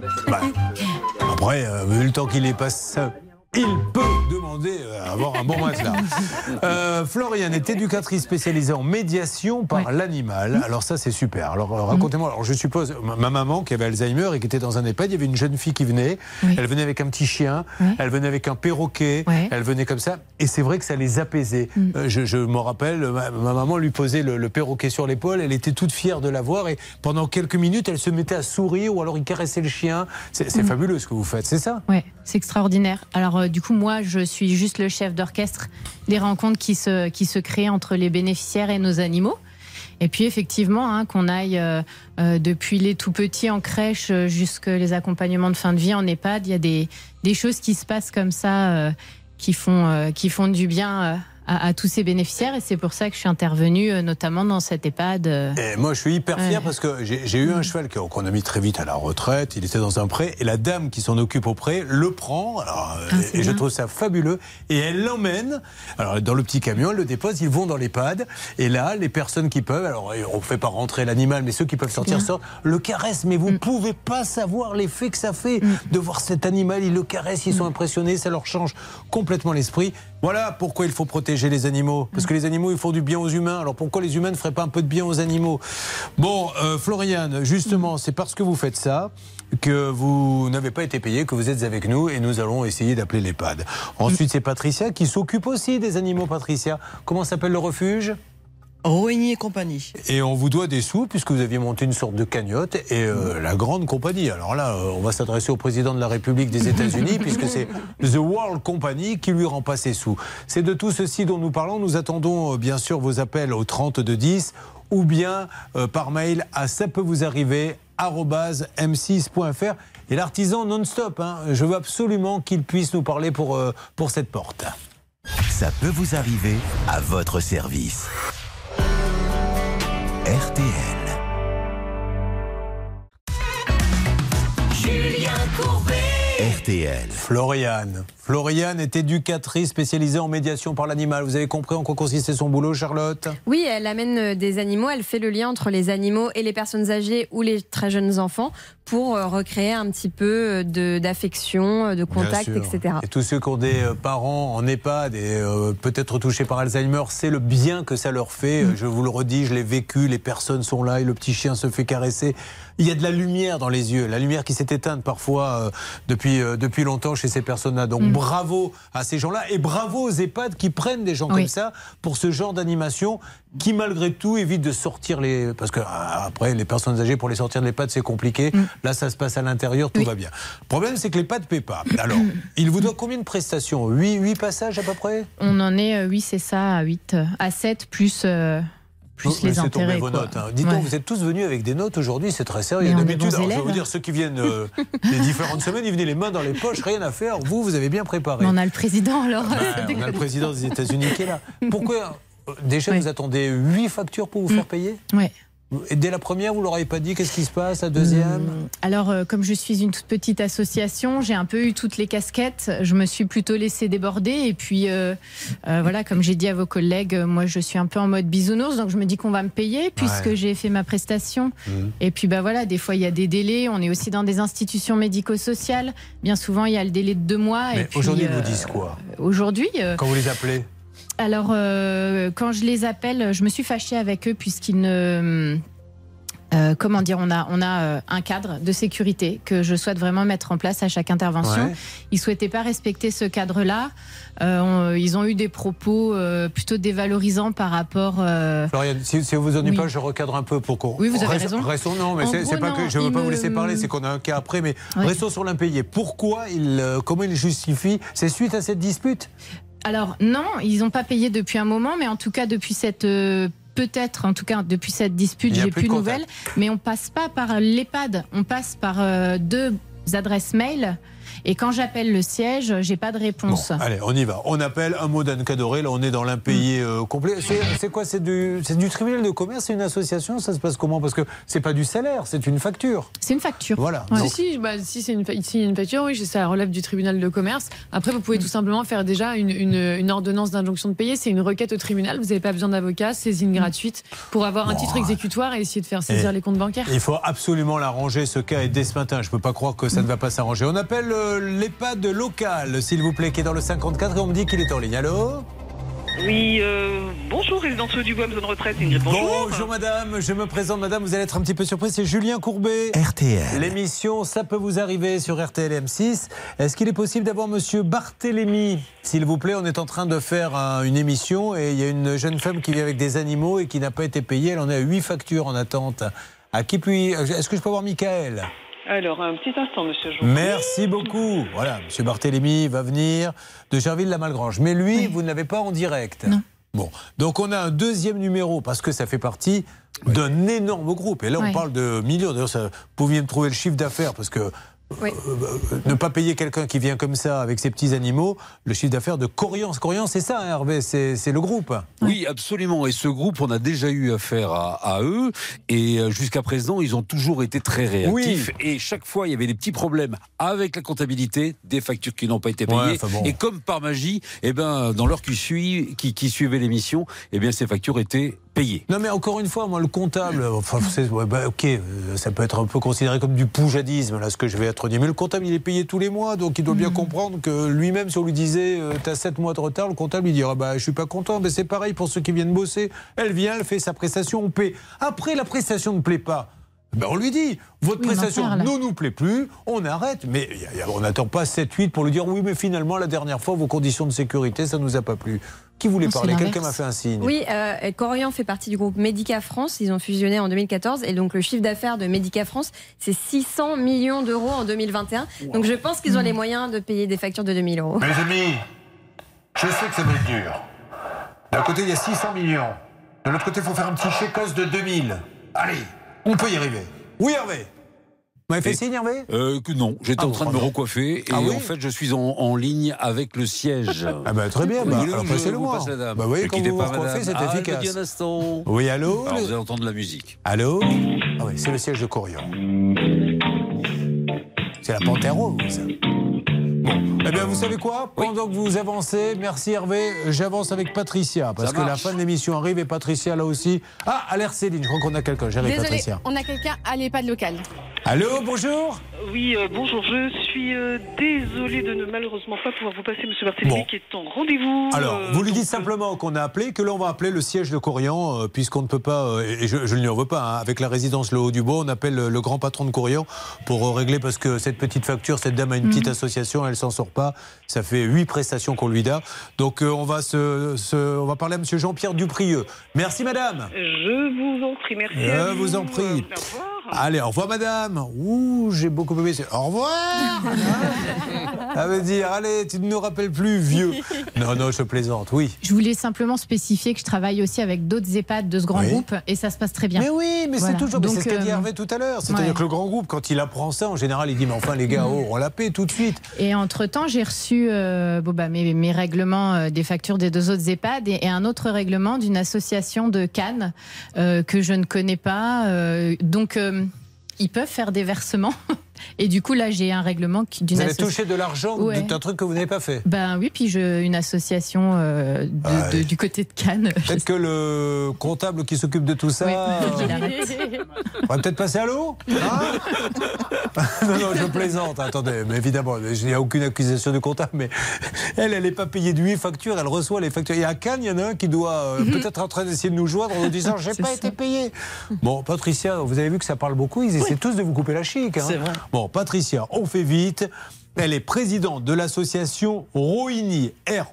Après, vu le temps qu'il est passé, il peut demander à avoir un bon matelas. Floriane est éducatrice spécialisée en médiation par l'animal. Alors ça, c'est super. Alors racontez-moi. Alors je suppose, ma maman qui avait Alzheimer et qui était dans un EHPAD, il y avait une jeune fille qui venait. Elle venait avec un petit chien. Elle venait avec un perroquet. Elle venait comme ça. Et c'est vrai que ça les apaisait. Je m'en rappelle, ma maman lui posait le perroquet sur l'épaule. Elle était toute fière de l'avoir. Et pendant quelques minutes, elle se mettait à sourire ou alors il caressait le chien. C'est fabuleux ce que vous faites, c'est ça? Oui, c'est extraordinaire. Alors du coup, moi, je suis juste le chef d'orchestre des rencontres qui se créent entre les bénéficiaires et nos animaux. Et puis effectivement, qu'on aille depuis les tout petits en crèche jusqu'à les accompagnements de fin de vie en EHPAD, il y a des choses qui se passent comme ça qui font du bien à tous ces bénéficiaires, et c'est pour ça que je suis intervenue notamment dans cet EHPAD. Et moi je suis hyper fier parce que j'ai eu un cheval qu'on a mis très vite à la retraite, il était dans un pré et la dame qui s'en occupe au pré le prend et je trouve ça fabuleux et elle l'emmène dans le petit camion, elle le dépose, ils vont dans l'EHPAD et là les personnes qui peuvent, alors on ne fait pas rentrer l'animal mais ceux qui peuvent sortir sortent, le caressent, mais vous ne pouvez pas savoir l'effet que ça fait de voir cet animal, ils le caressent, ils sont impressionnés, ça leur change complètement l'esprit. Voilà pourquoi il faut protéger les animaux. Parce que les animaux, ils font du bien aux humains. Alors pourquoi les humains ne feraient pas un peu de bien aux animaux? Bon, Floriane, justement, c'est parce que vous faites ça que vous n'avez pas été payé, que vous êtes avec nous et nous allons essayer d'appeler l'EHPAD. Ensuite, c'est Patricia qui s'occupe aussi des animaux. Patricia, comment s'appelle le refuge? Roigny et compagnie. Et on vous doit des sous puisque vous aviez monté une sorte de cagnotte et la grande compagnie. Alors là, on va s'adresser au président de la République des États-Unis puisque c'est The World Company qui lui rend pas ses sous. C'est de tout ceci dont nous parlons. Nous attendons bien sûr vos appels au 3210 ou bien par mail à sapeutvousarriver@m6.fr. Et l'artisan non-stop, hein, je veux absolument qu'il puisse nous parler pour cette porte. Ça peut vous arriver à votre service. RTL. Julien Courbet. RTL. Floriane est éducatrice spécialisée en médiation par l'animal. Vous avez compris en quoi consistait son boulot, Charlotte? Oui, elle amène des animaux, elle fait le lien entre les animaux et les personnes âgées ou les très jeunes enfants pour recréer un petit peu d'affection, de contact, etc. Et tous ceux qui ont des parents en EHPAD et peut-être touchés par Alzheimer, c'est le bien que ça leur fait. Je vous le redis, je l'ai vécu, les personnes sont là et le petit chien se fait caresser. Il y a de la lumière dans les yeux, la lumière qui s'est éteinte parfois depuis longtemps chez ces personnes-là. Donc bravo à ces gens-là et bravo aux EHPAD qui prennent des gens comme ça pour ce genre d'animation qui malgré tout évite de sortir les... Parce que après, les personnes âgées, pour les sortir de l'EHPAD, c'est compliqué. Là, ça se passe à l'intérieur, tout va bien. Le problème, c'est que l'EHPAD ne paie pas. Alors, il vous doit combien de prestations? 8 passages à peu près? On en est, oui, c'est ça, à 7 plus les intérêts. Vos notes, hein. Dites-donc, vous êtes tous venus avec des notes aujourd'hui, c'est très sérieux. D'habitude, je vais vous dire, ceux qui viennent les différentes semaines, ils venaient les mains dans les poches, rien à faire. Vous avez bien préparé. Mais on a le président alors. On a le président des États-Unis qui est là. Pourquoi déjà vous attendez 8 factures pour vous faire payer? Oui. Et dès la première, vous ne leur avez pas dit qu'est-ce qui se passe, la deuxième? Alors, comme je suis une toute petite association, j'ai un peu eu toutes les casquettes. Je me suis plutôt laissée déborder. Et puis, voilà, comme j'ai dit à vos collègues, moi, je suis un peu en mode bisounours. Donc, je me dis qu'on va me payer puisque j'ai fait ma prestation. Et puis, voilà, des fois, il y a des délais. On est aussi dans des institutions médico-sociales. Bien souvent, il y a le délai de 2 mois. Mais aujourd'hui, ils vous disent quoi? Aujourd'hui... Quand vous les appelez? Alors, quand je les appelle, je me suis fâchée avec eux puisqu'ils ne... comment dire, on a un cadre de sécurité que je souhaite vraiment mettre en place à chaque intervention. Ils ne souhaitaient pas respecter ce cadre-là. Ils ont eu des propos plutôt dévalorisants par rapport... Floriane, si vous vous ennuyez pas, je recadre un peu pour qu'on... Oui, vous avez raison. Restons, non, mais c'est pas que je ne veux pas vous laisser parler, c'est qu'on a un cas après, mais restons sur l'impayé. Pourquoi comment il justifie? C'est suite à cette dispute? Alors non, ils n'ont pas payé depuis un moment, mais en tout cas depuis cette... peut-être, en tout cas, depuis cette dispute, j'ai plus de nouvelles. Mais on passe pas par l'EHPAD, on passe par 2 adresses mail. Et quand j'appelle le siège, j'ai pas de réponse. Bon, allez, on y va. On appelle un mot d'Anne Cadoré. Là, on est dans l'impayé complet. C'est quoi? C'est du tribunal de commerce? C'est une association? Ça se passe comment? Parce que c'est pas du salaire, c'est une facture. C'est une facture. Voilà. Ouais. Si c'est une facture, oui, ça relève du tribunal de commerce. Après, vous pouvez tout simplement faire déjà une ordonnance d'injonction de payer. C'est une requête au tribunal. Vous n'avez pas besoin d'avocat, saisine gratuite pour avoir un titre exécutoire et essayer de faire saisir les comptes bancaires. Il faut absolument l'arranger, ce cas, et dès ce matin. Je peux pas croire que ça ne va pas s'arranger. On appelle l'EHPAD local, s'il vous plaît, qui est dans le 54 et on me dit qu'il est en ligne. Allô? Oui, bonjour, résidence du Bois, zone retraite. Bonjour. Bonjour madame, je me présente madame, vous allez être un petit peu surprise, c'est Julien Courbet. RTL. L'émission Ça peut vous arriver sur RTL M6. Est-ce qu'il est possible d'avoir monsieur Barthélémy? S'il vous plaît, on est en train de faire une émission et il y a une jeune femme qui vit avec des animaux et qui n'a pas été payée. Elle en a 8 factures en attente. À qui puis... Est-ce que je peux avoir Michael? Alors, un petit instant, monsieur Jean. Merci beaucoup. Voilà, monsieur Barthélémy va venir de Gerville-la-Malgrange. Mais lui, vous ne l'avez pas en direct. Non. Bon, donc on a un deuxième numéro parce que ça fait partie d'un énorme groupe. Et là, on parle de millions. D'ailleurs, vous pouviez me trouver le chiffre d'affaires parce que ne pas payer quelqu'un qui vient comme ça avec ses petits animaux, le chiffre d'affaires de Coriance. Coriance, c'est ça, hein, Hervé, c'est le groupe. Oui, absolument. Et ce groupe, on a déjà eu affaire à eux. Et jusqu'à présent, ils ont toujours été très réactifs. Oui. Et chaque fois, il y avait des petits problèmes avec la comptabilité, des factures qui n'ont pas été payées. Bon. Et comme par magie, dans l'heure qui suivait l'émission, ces factures étaient payer. Non mais encore une fois, moi le comptable, enfin, ok, ça peut être un peu considéré comme du poujadisme, là ce que je vais être dit, mais le comptable il est payé tous les mois, donc il doit bien comprendre que lui-même, si on lui disait t'as 7 mois de retard, le comptable il dirait je suis pas content, mais c'est pareil pour ceux qui viennent bosser, elle vient, elle fait sa prestation, on paie. Après la prestation ne plaît pas, on lui dit, votre prestation ne nous plaît plus, on arrête. Mais on n'attend pas 7-8 pour lui dire, oui, mais finalement, la dernière fois, vos conditions de sécurité, ça ne nous a pas plu. Qui voulait parler? Quelqu'un m'a fait un signe. Oui, Corian fait partie du groupe Medica France. Ils ont fusionné en 2014. Et donc, le chiffre d'affaires de Medica France, c'est 600 millions d'euros en 2021. Donc, je pense qu'ils ont les moyens de payer des factures de 2000 euros. Mes amis, je sais que ça va être dur. D'un côté, il y a 600 millions. De l'autre côté, il faut faire un petit chèque-os de 2000. Allez, on peut y arriver. Oui, Hervé. Vous m'avez fait signe, Hervé? Non, j'étais en train de me recoiffer et en fait je suis en ligne avec le siège. Très bien, alors passez-le-moi. Vous voyez, quand vous vous recoiffez, c'est efficace. Un instant. Oui, allô? Alors, vous allez entendre de la musique. Allô? Ah oui, c'est le siège de Corian. C'est la Panthère Rose. Bon, bien vous savez quoi? Pendant que vous avancez, merci Hervé, j'avance avec Patricia, parce que la fin de l'émission arrive et Patricia là aussi. Ah, alerte Céline, je crois qu'on a quelqu'un. J'arrive, Patricia. On a quelqu'un à l'EHPAD local. Allô, bonjour. Oui, bonjour, je suis désolé de ne malheureusement pas pouvoir vous passer M. Barthélémy qui est en rendez-vous. Alors, vous lui dites simplement qu'on a appelé, que l'on va appeler le siège de Corian, puisqu'on ne peut pas, et je ne lui en veux pas, avec la résidence Le Haut-du-Bois, on appelle le grand patron de Corian pour régler, parce que cette petite facture, cette dame a une petite association, elle s'en sort pas, ça fait 8 prestations qu'on lui donne. Donc on va parler à M. Jean-Pierre Duprieux. Merci madame. Je vous en prie, merci. Je vous en prie. Allez, au revoir madame. Ouh, j'ai beaucoup aimé. Au revoir. Ça veut dire, allez, tu ne nous rappelles plus, vieux. Non, je plaisante, oui. Je voulais simplement spécifier que je travaille aussi avec d'autres EHPAD de ce grand groupe et ça se passe très bien. Mais oui, mais voilà. c'est toujours, c'est ce qu'a dit Hervé tout à l'heure. C'est-à-dire que le grand groupe, quand il apprend ça, en général, il dit, mais enfin les gars, on la paie tout de suite. Et entre-temps, j'ai reçu mes règlements des factures des 2 autres EHPAD et un autre règlement d'une association de Cannes que je ne connais pas. Donc, ils peuvent faire des versements. Et du coup, là, j'ai un règlement d'une association. Vous avez touché de l'argent d'un truc que vous n'avez pas fait? Oui, puis une association du côté de Cannes. Peut-être que le comptable qui s'occupe de tout ça... On va peut-être passer à l'eau, Non, je plaisante, attendez, mais évidemment, il n'y a aucune accusation de comptable, mais elle n'est pas payée de 8 factures, elle reçoit les factures. Et à Cannes, il y en a un qui doit peut-être en train d'essayer de nous joindre en nous disant « j'ai pas été payé ». Bon, Patricia, vous avez vu que ça parle beaucoup, ils essaient tous de vous couper la chic. C'est vrai. Bon, Patricia, on fait vite. Elle est présidente de l'association Rohini,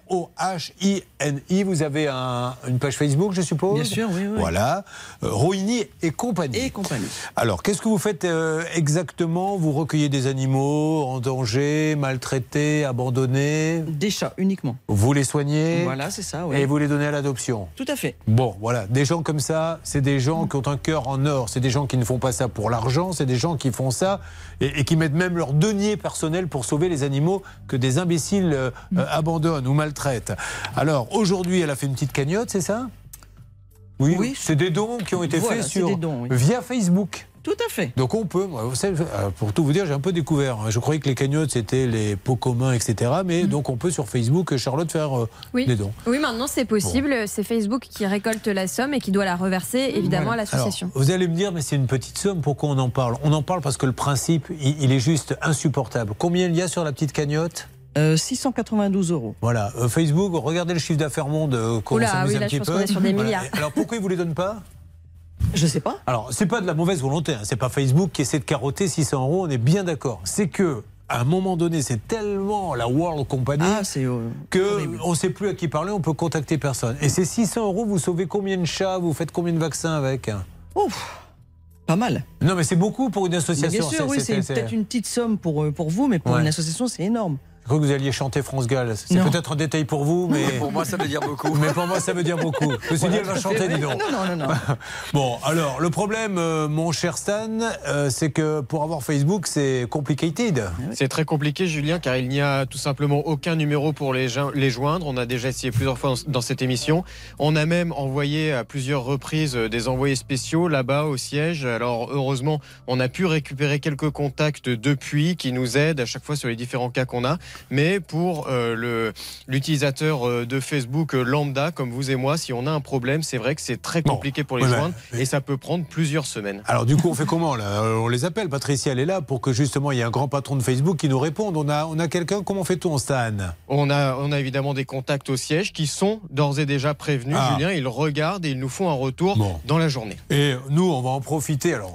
R-O-H-I-N-I. Vous avez une page Facebook, je suppose? Bien sûr, oui. Voilà, Rohini et compagnie. Alors, qu'est-ce que vous faites exactement? Vous recueillez des animaux en danger, maltraités, abandonnés? Des chats uniquement. Vous les soignez? Voilà, c'est ça, oui. Et vous les donnez à l'adoption? Tout à fait. Bon, voilà, des gens comme ça, c'est des gens qui ont un cœur en or. C'est des gens qui ne font pas ça pour l'argent, c'est des gens qui font ça et qui mettent même leur denier personnel pour sauver les animaux que des imbéciles abandonnent ou maltraitent. Alors, aujourd'hui, elle a fait une petite cagnotte, c'est ça? Oui. C'est des dons qui ont été faits via Facebook. Tout à fait. Donc on peut, vous savez, pour tout vous dire, j'ai un peu découvert. Je croyais que les cagnottes c'était les pots communs, etc. Mais donc on peut sur Facebook, Charlotte, faire des dons. Oui, maintenant c'est possible. Bon. C'est Facebook qui récolte la somme et qui doit la reverser évidemment à l'association. Vous allez me dire, mais c'est une petite somme, pourquoi on en parle? On en parle parce que le principe, il est juste insupportable. Combien il y a sur la petite cagnotte? 692 €. Voilà, Facebook, regardez le chiffre d'affaires monde, qu'on s'amuse un petit peu. On est sur des milliards. Alors pourquoi ils vous les donnent pas? Je sais pas. Alors, c'est pas de la mauvaise volonté, c'est pas Facebook qui essaie de carotter 600 €, on est bien d'accord. C'est que, à un moment donné, c'est tellement la World Company qu'on ne sait plus à qui parler, on peut contacter personne. Et ces 600 €, vous sauvez combien de chats, vous faites combien de vaccins avec? Ouf, pas mal. Non, mais c'est beaucoup pour une association. Mais bien sûr, oui, c'est peut-être une petite somme pour vous, mais pour une association, c'est énorme. Je crois que vous alliez chanter France Gall. C'est peut-être un détail pour vous, mais... Pour moi, ça veut dire beaucoup. Mais pour moi, ça veut dire beaucoup. Je me suis dit, elle va chanter, dis donc. Non. Bon, alors, le problème, mon cher Stan, c'est que pour avoir Facebook, c'est complicated. C'est très compliqué, Julien, car il n'y a tout simplement aucun numéro pour les joindre. On a déjà essayé plusieurs fois dans cette émission. On a même envoyé à plusieurs reprises des envoyés spéciaux là-bas au siège. Alors, heureusement, on a pu récupérer quelques contacts depuis qui nous aident à chaque fois sur les différents cas qu'on a. mais pour l'utilisateur de Facebook lambda, comme vous et moi, si on a un problème, c'est vrai que c'est très compliqué pour les joindre et ça peut prendre plusieurs semaines. Alors du coup, on fait comment là? On les appelle. Patricia, elle est là pour que justement il y ait un grand patron de Facebook qui nous réponde. On a quelqu'un. Comment fait-on, Stan? On a évidemment des contacts au siège qui sont d'ores et déjà prévenus. Julien, ils regardent et ils nous font un retour dans la journée. Et nous, on va en profiter. Alors,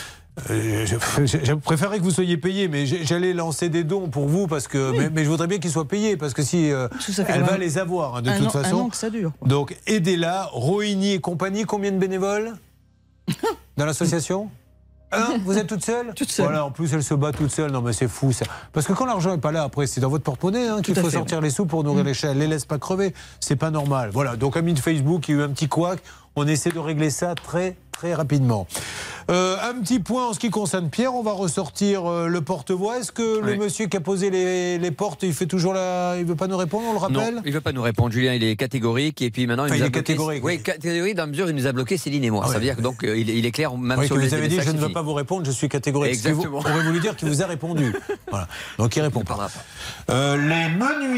je préférerais que vous soyez payé, mais j'allais lancer des dons pour vous parce que, mais je voudrais bien qu'ils soient payés parce que si elle va les avoir de toute façon. Un an que ça dure. Donc aidez-la, Rohini et compagnie. Combien de bénévoles dans l'association? Vous êtes toute seule? Toute seule. Voilà, en plus elle se bat toute seule. Non mais c'est fou ça. Parce que quand l'argent n'est pas là, après c'est dans votre porte-monnaie qu'il faut sortir les sous pour nourrir les chats. Elle les laisse pas crever. C'est pas normal. Voilà, donc ami de Facebook, il y a eu un petit couac. On essaie de régler ça très rapidement. Un petit point en ce qui concerne Pierre, on va ressortir le porte-voix. Est-ce que le monsieur qui a posé les portes, il fait toujours il veut pas nous répondre, on le rappelle? Non, il veut pas nous répondre. Julien, il est catégorique et puis maintenant il nous a bloqué. Catégorique. Oui, catégorique dans la mesure où il nous a bloqué Céline et moi. Ça veut dire que donc il est clair même sur les. Vous avez dit je ne veux pas vous répondre, je suis catégorique. Exactement. On aurait voulu dire qu'il vous a répondu. Voilà. Donc il répond pas. Les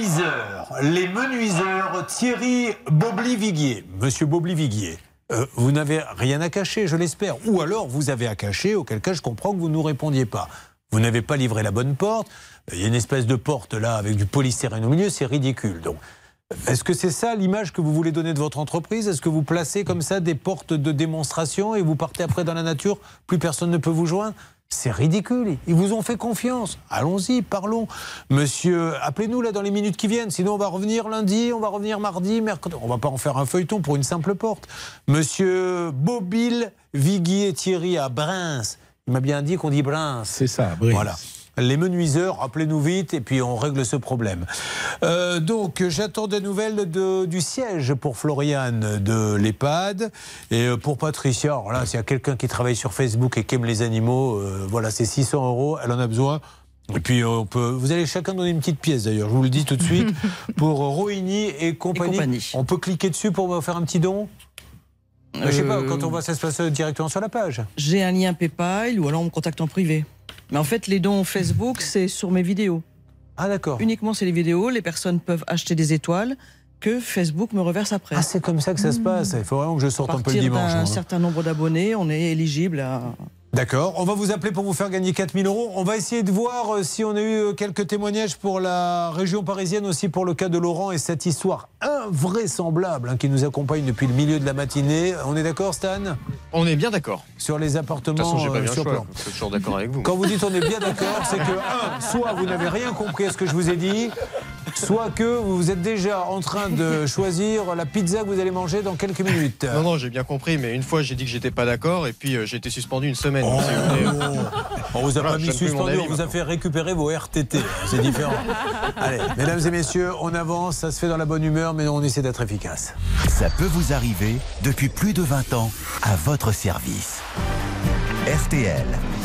menuiseurs Thierry Bobli-Viguier. Monsieur Bobli-Viguier. Vous n'avez rien à cacher, je l'espère. Ou alors vous avez à cacher, auquel cas je comprends que vous ne nous répondiez pas. Vous n'avez pas livré la bonne porte. Il y a une espèce de porte là avec du polystyrène au milieu, c'est ridicule. Donc, est-ce que c'est ça l'image que vous voulez donner de votre entreprise? Est-ce que vous placez comme ça des portes de démonstration et vous partez après dans la nature? Plus personne ne peut vous joindre? C'est ridicule. Ils vous ont fait confiance. Allons-y, parlons. Monsieur, appelez-nous là dans les minutes qui viennent. Sinon, on va revenir lundi, on va revenir mardi, mercredi. On va pas en faire un feuilleton pour une simple porte. Monsieur Bobil, Viguier, Thierry à Briens. Il m'a bien dit qu'on dit Briens. C'est ça, Briens. Voilà. Les menuiseurs, appelez-nous vite et puis on règle ce problème. Donc j'attends des nouvelles du siège pour Floriane de l'EHPAD et pour Patricia. Alors là, s'il y a quelqu'un qui travaille sur Facebook et qui aime les animaux, voilà, c'est 600 €, elle en a besoin. Et puis vous allez chacun donner une petite pièce d'ailleurs, je vous le dis tout de suite, pour Rohini et compagnie. On peut cliquer dessus pour faire un petit don? Je sais pas, quand on voit ça se passe directement sur la page. J'ai un lien PayPal ou alors on me contacte en privé. Mais en fait, les dons Facebook, c'est sur mes vidéos. Ah d'accord. Uniquement c'est les vidéos, les personnes peuvent acheter des étoiles que Facebook me reverse après. Ah c'est comme ça que ça se passe, il faut vraiment que je sorte un peu le dimanche. Un certain nombre d'abonnés, on est éligible à... D'accord, on va vous appeler pour vous faire gagner 4 000 €. On va essayer de voir si on a eu quelques témoignages pour la région parisienne, aussi pour le cas de Laurent et cette histoire invraisemblable qui nous accompagne depuis le milieu de la matinée. On est d'accord, Stan? On est bien d'accord. Sur les appartements de toute façon, j'ai pas bien sur plan. Je suis toujours d'accord avec vous. Quand vous dites on est bien d'accord, c'est que, soit vous n'avez rien compris à ce que je vous ai dit, soit que vous êtes déjà en train de choisir la pizza que vous allez manger dans quelques minutes. Non, j'ai bien compris, mais une fois j'ai dit que j'étais pas d'accord et puis j'ai été suspendu une semaine. On vous a pas mis suspendu, on vous a fait récupérer vos RTT. C'est différent. Allez, mesdames et messieurs, on avance, ça se fait dans la bonne humeur, mais on essaie d'être efficace. Ça peut vous arriver depuis plus de 20 ans à votre service. RTL.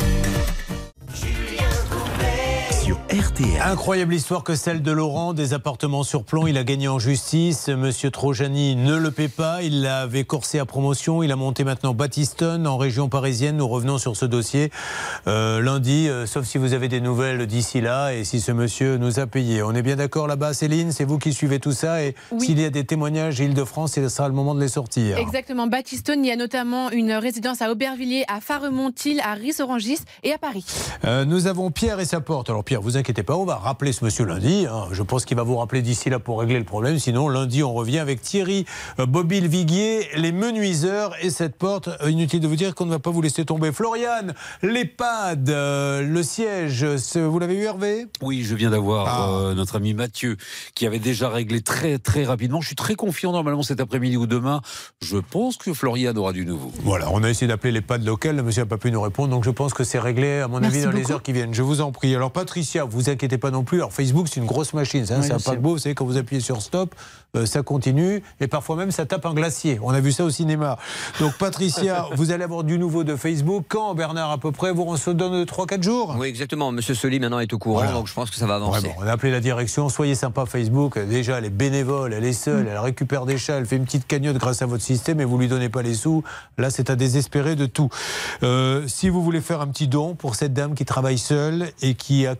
Sur RTL. Incroyable histoire que celle de Laurent, des appartements sur plan. Il a gagné en justice. Monsieur Trojani ne le paie pas. Il l'avait corsé à promotion. Il a monté maintenant Baptiston en région parisienne. Nous revenons sur ce dossier lundi, sauf si vous avez des nouvelles d'ici là et si ce monsieur nous a payé. On est bien d'accord là-bas, Céline? C'est vous qui suivez tout ça et s'il y a des témoignages Île-de-France, ce sera le moment de les sortir. Exactement. Baptiston, il y a notamment une résidence à Aubervilliers, à Faremontil, à Ris-Orangis et à Paris. Nous avons Pierre et sa porte. Alors Pierre, vous inquiétez pas, on va rappeler ce monsieur lundi. Je pense qu'il va vous rappeler d'ici là pour régler le problème. Sinon, lundi, on revient avec Thierry Bobil-Viguier, les menuiseurs et cette porte. Inutile de vous dire qu'on ne va pas vous laisser tomber. Floriane, l'EHPAD, le siège, vous l'avez eu, Hervé? Oui, je viens d'avoir notre ami Mathieu qui avait déjà réglé très rapidement. Je suis très confiant normalement cet après-midi ou demain. Je pense que Floriane aura du nouveau. Voilà, on a essayé d'appeler l'EHPAD local. Le monsieur n'a pas pu nous répondre. Donc je pense que c'est réglé, à mon avis, dans les heures qui viennent. Je vous en prie. Alors Patricia, vous inquiétez pas non plus. Alors Facebook, c'est une grosse machine. C'est un paquebot. Vous savez, quand vous appuyez sur stop, ça continue. Et parfois même, ça tape un glacier. On a vu ça au cinéma. Donc Patricia, vous allez avoir du nouveau de Facebook. Quand, Bernard, à peu près? On se donne 3-4 jours? Oui, exactement. Monsieur Soli, maintenant, est au courant. Voilà. Donc je pense que ça va avancer. On a appelé la direction. Soyez sympa, Facebook. Déjà, elle est bénévole. Elle est seule. Elle récupère des chats. Elle fait une petite cagnotte grâce à votre système et vous lui donnez pas les sous. Là, c'est à désespérer de tout. Si vous voulez faire un petit don pour cette dame qui travaille seule et qui est actuellement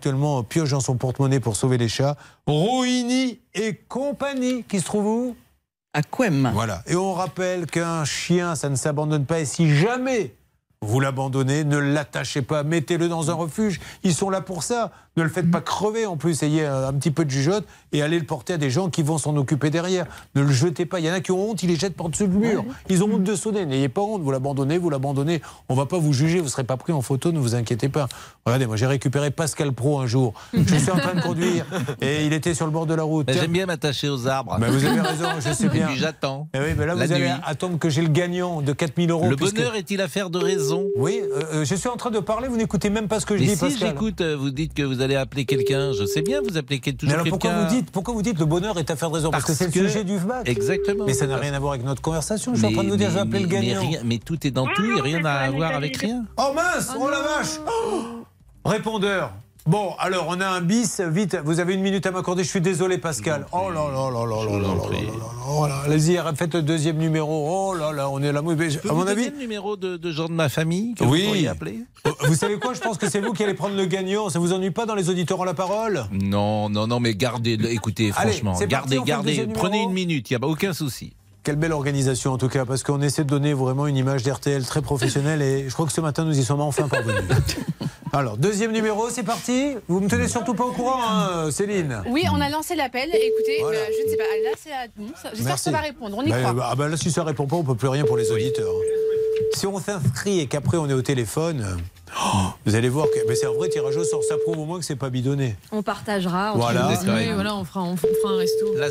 pioche dans son porte-monnaie pour sauver les chats. Rouini et compagnie, qui se trouve où? À Couem. Voilà. Et on rappelle qu'un chien, ça ne s'abandonne pas. Et si jamais vous l'abandonnez, ne l'attachez pas, mettez-le dans un refuge. Ils sont là pour ça. Ne le faites pas crever en plus. Ayez un petit peu de jugeote et allez le porter à des gens qui vont s'en occuper derrière. Ne le jetez pas. Il y en a qui ont honte, ils les jettent par-dessus le mur. Ils ont honte de sonner. N'ayez pas honte. Vous l'abandonnez. On ne va pas vous juger. Vous ne serez pas pris en photo. Ne vous inquiétez pas. Regardez, moi j'ai récupéré Pascal Pro un jour. Je suis en train de conduire et il était sur le bord de la route. J'aime bien m'attacher aux arbres. Vous avez raison, je sais bien. Et puis j'attends. Et oui, mais là, vous allez attendre que j'ai le gagnant de 4 000 €. Le bonheur est-il affaire de raison? Oui, je suis en train de parler, vous n'écoutez même pas ce que je dis, si Pascal. J'écoute, vous dites que vous allez appeler quelqu'un. Je sais bien, vous appelez toujours alors quelqu'un. Pourquoi vous dites le bonheur est affaire de raison? Parce que c'est le sujet du FBAC. Exactement. Mais ça n'a rien à voir avec notre conversation. Je suis en train de vous dire, je vais appeler le gagnant. Mais tout est dans tout et rien à voir avec rien. Oh mince, oh la vache. Répondeur. Bon, alors on a un bis, vite, vous avez 1 minute à m'accorder, je suis désolé Pascal. Oh là là là là là là là là. Allez-y, faites le deuxième numéro. Oh là là, on est là. À mon avis. Le numéro de gens de ma famille que vous pourriez appeler. Vous savez quoi, je pense que c'est vous qui allez prendre le gagnant. Ça vous ennuie pas dans les auditeurs ont la parole? Non, mais gardez, écoutez, franchement, gardez, prenez 1 minute, il n'y a aucun souci. Quelle belle organisation en tout cas, parce qu'on essaie de donner vraiment une image d'RTL très professionnelle et je crois que ce matin nous y sommes enfin parvenus. Alors, deuxième numéro, c'est parti. Vous me tenez surtout pas au courant, hein, Céline? Oui, on a lancé l'appel. Écoutez, voilà. Je ne sais pas. Là, c'est j'espère que ça va répondre. On y croit. Là, si ça répond pas, on peut plus rien pour les auditeurs. Si on s'inscrit et qu'après on est au téléphone, vous allez voir que c'est un vrai tirage au sort. Ça prouve au moins que c'est pas bidonné. On partagera. Voilà. On fera un resto. Là,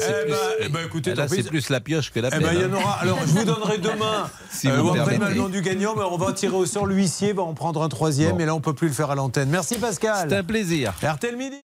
c'est plus la pioche que la pelle. Il y en aura. Alors, je vous donnerai demain ou après le nom du gagnant, mais on va tirer au sort l'huissier, va en prendre un troisième, et là on peut plus le faire à l'antenne. Merci Pascal. C'est un plaisir. RTL Midi.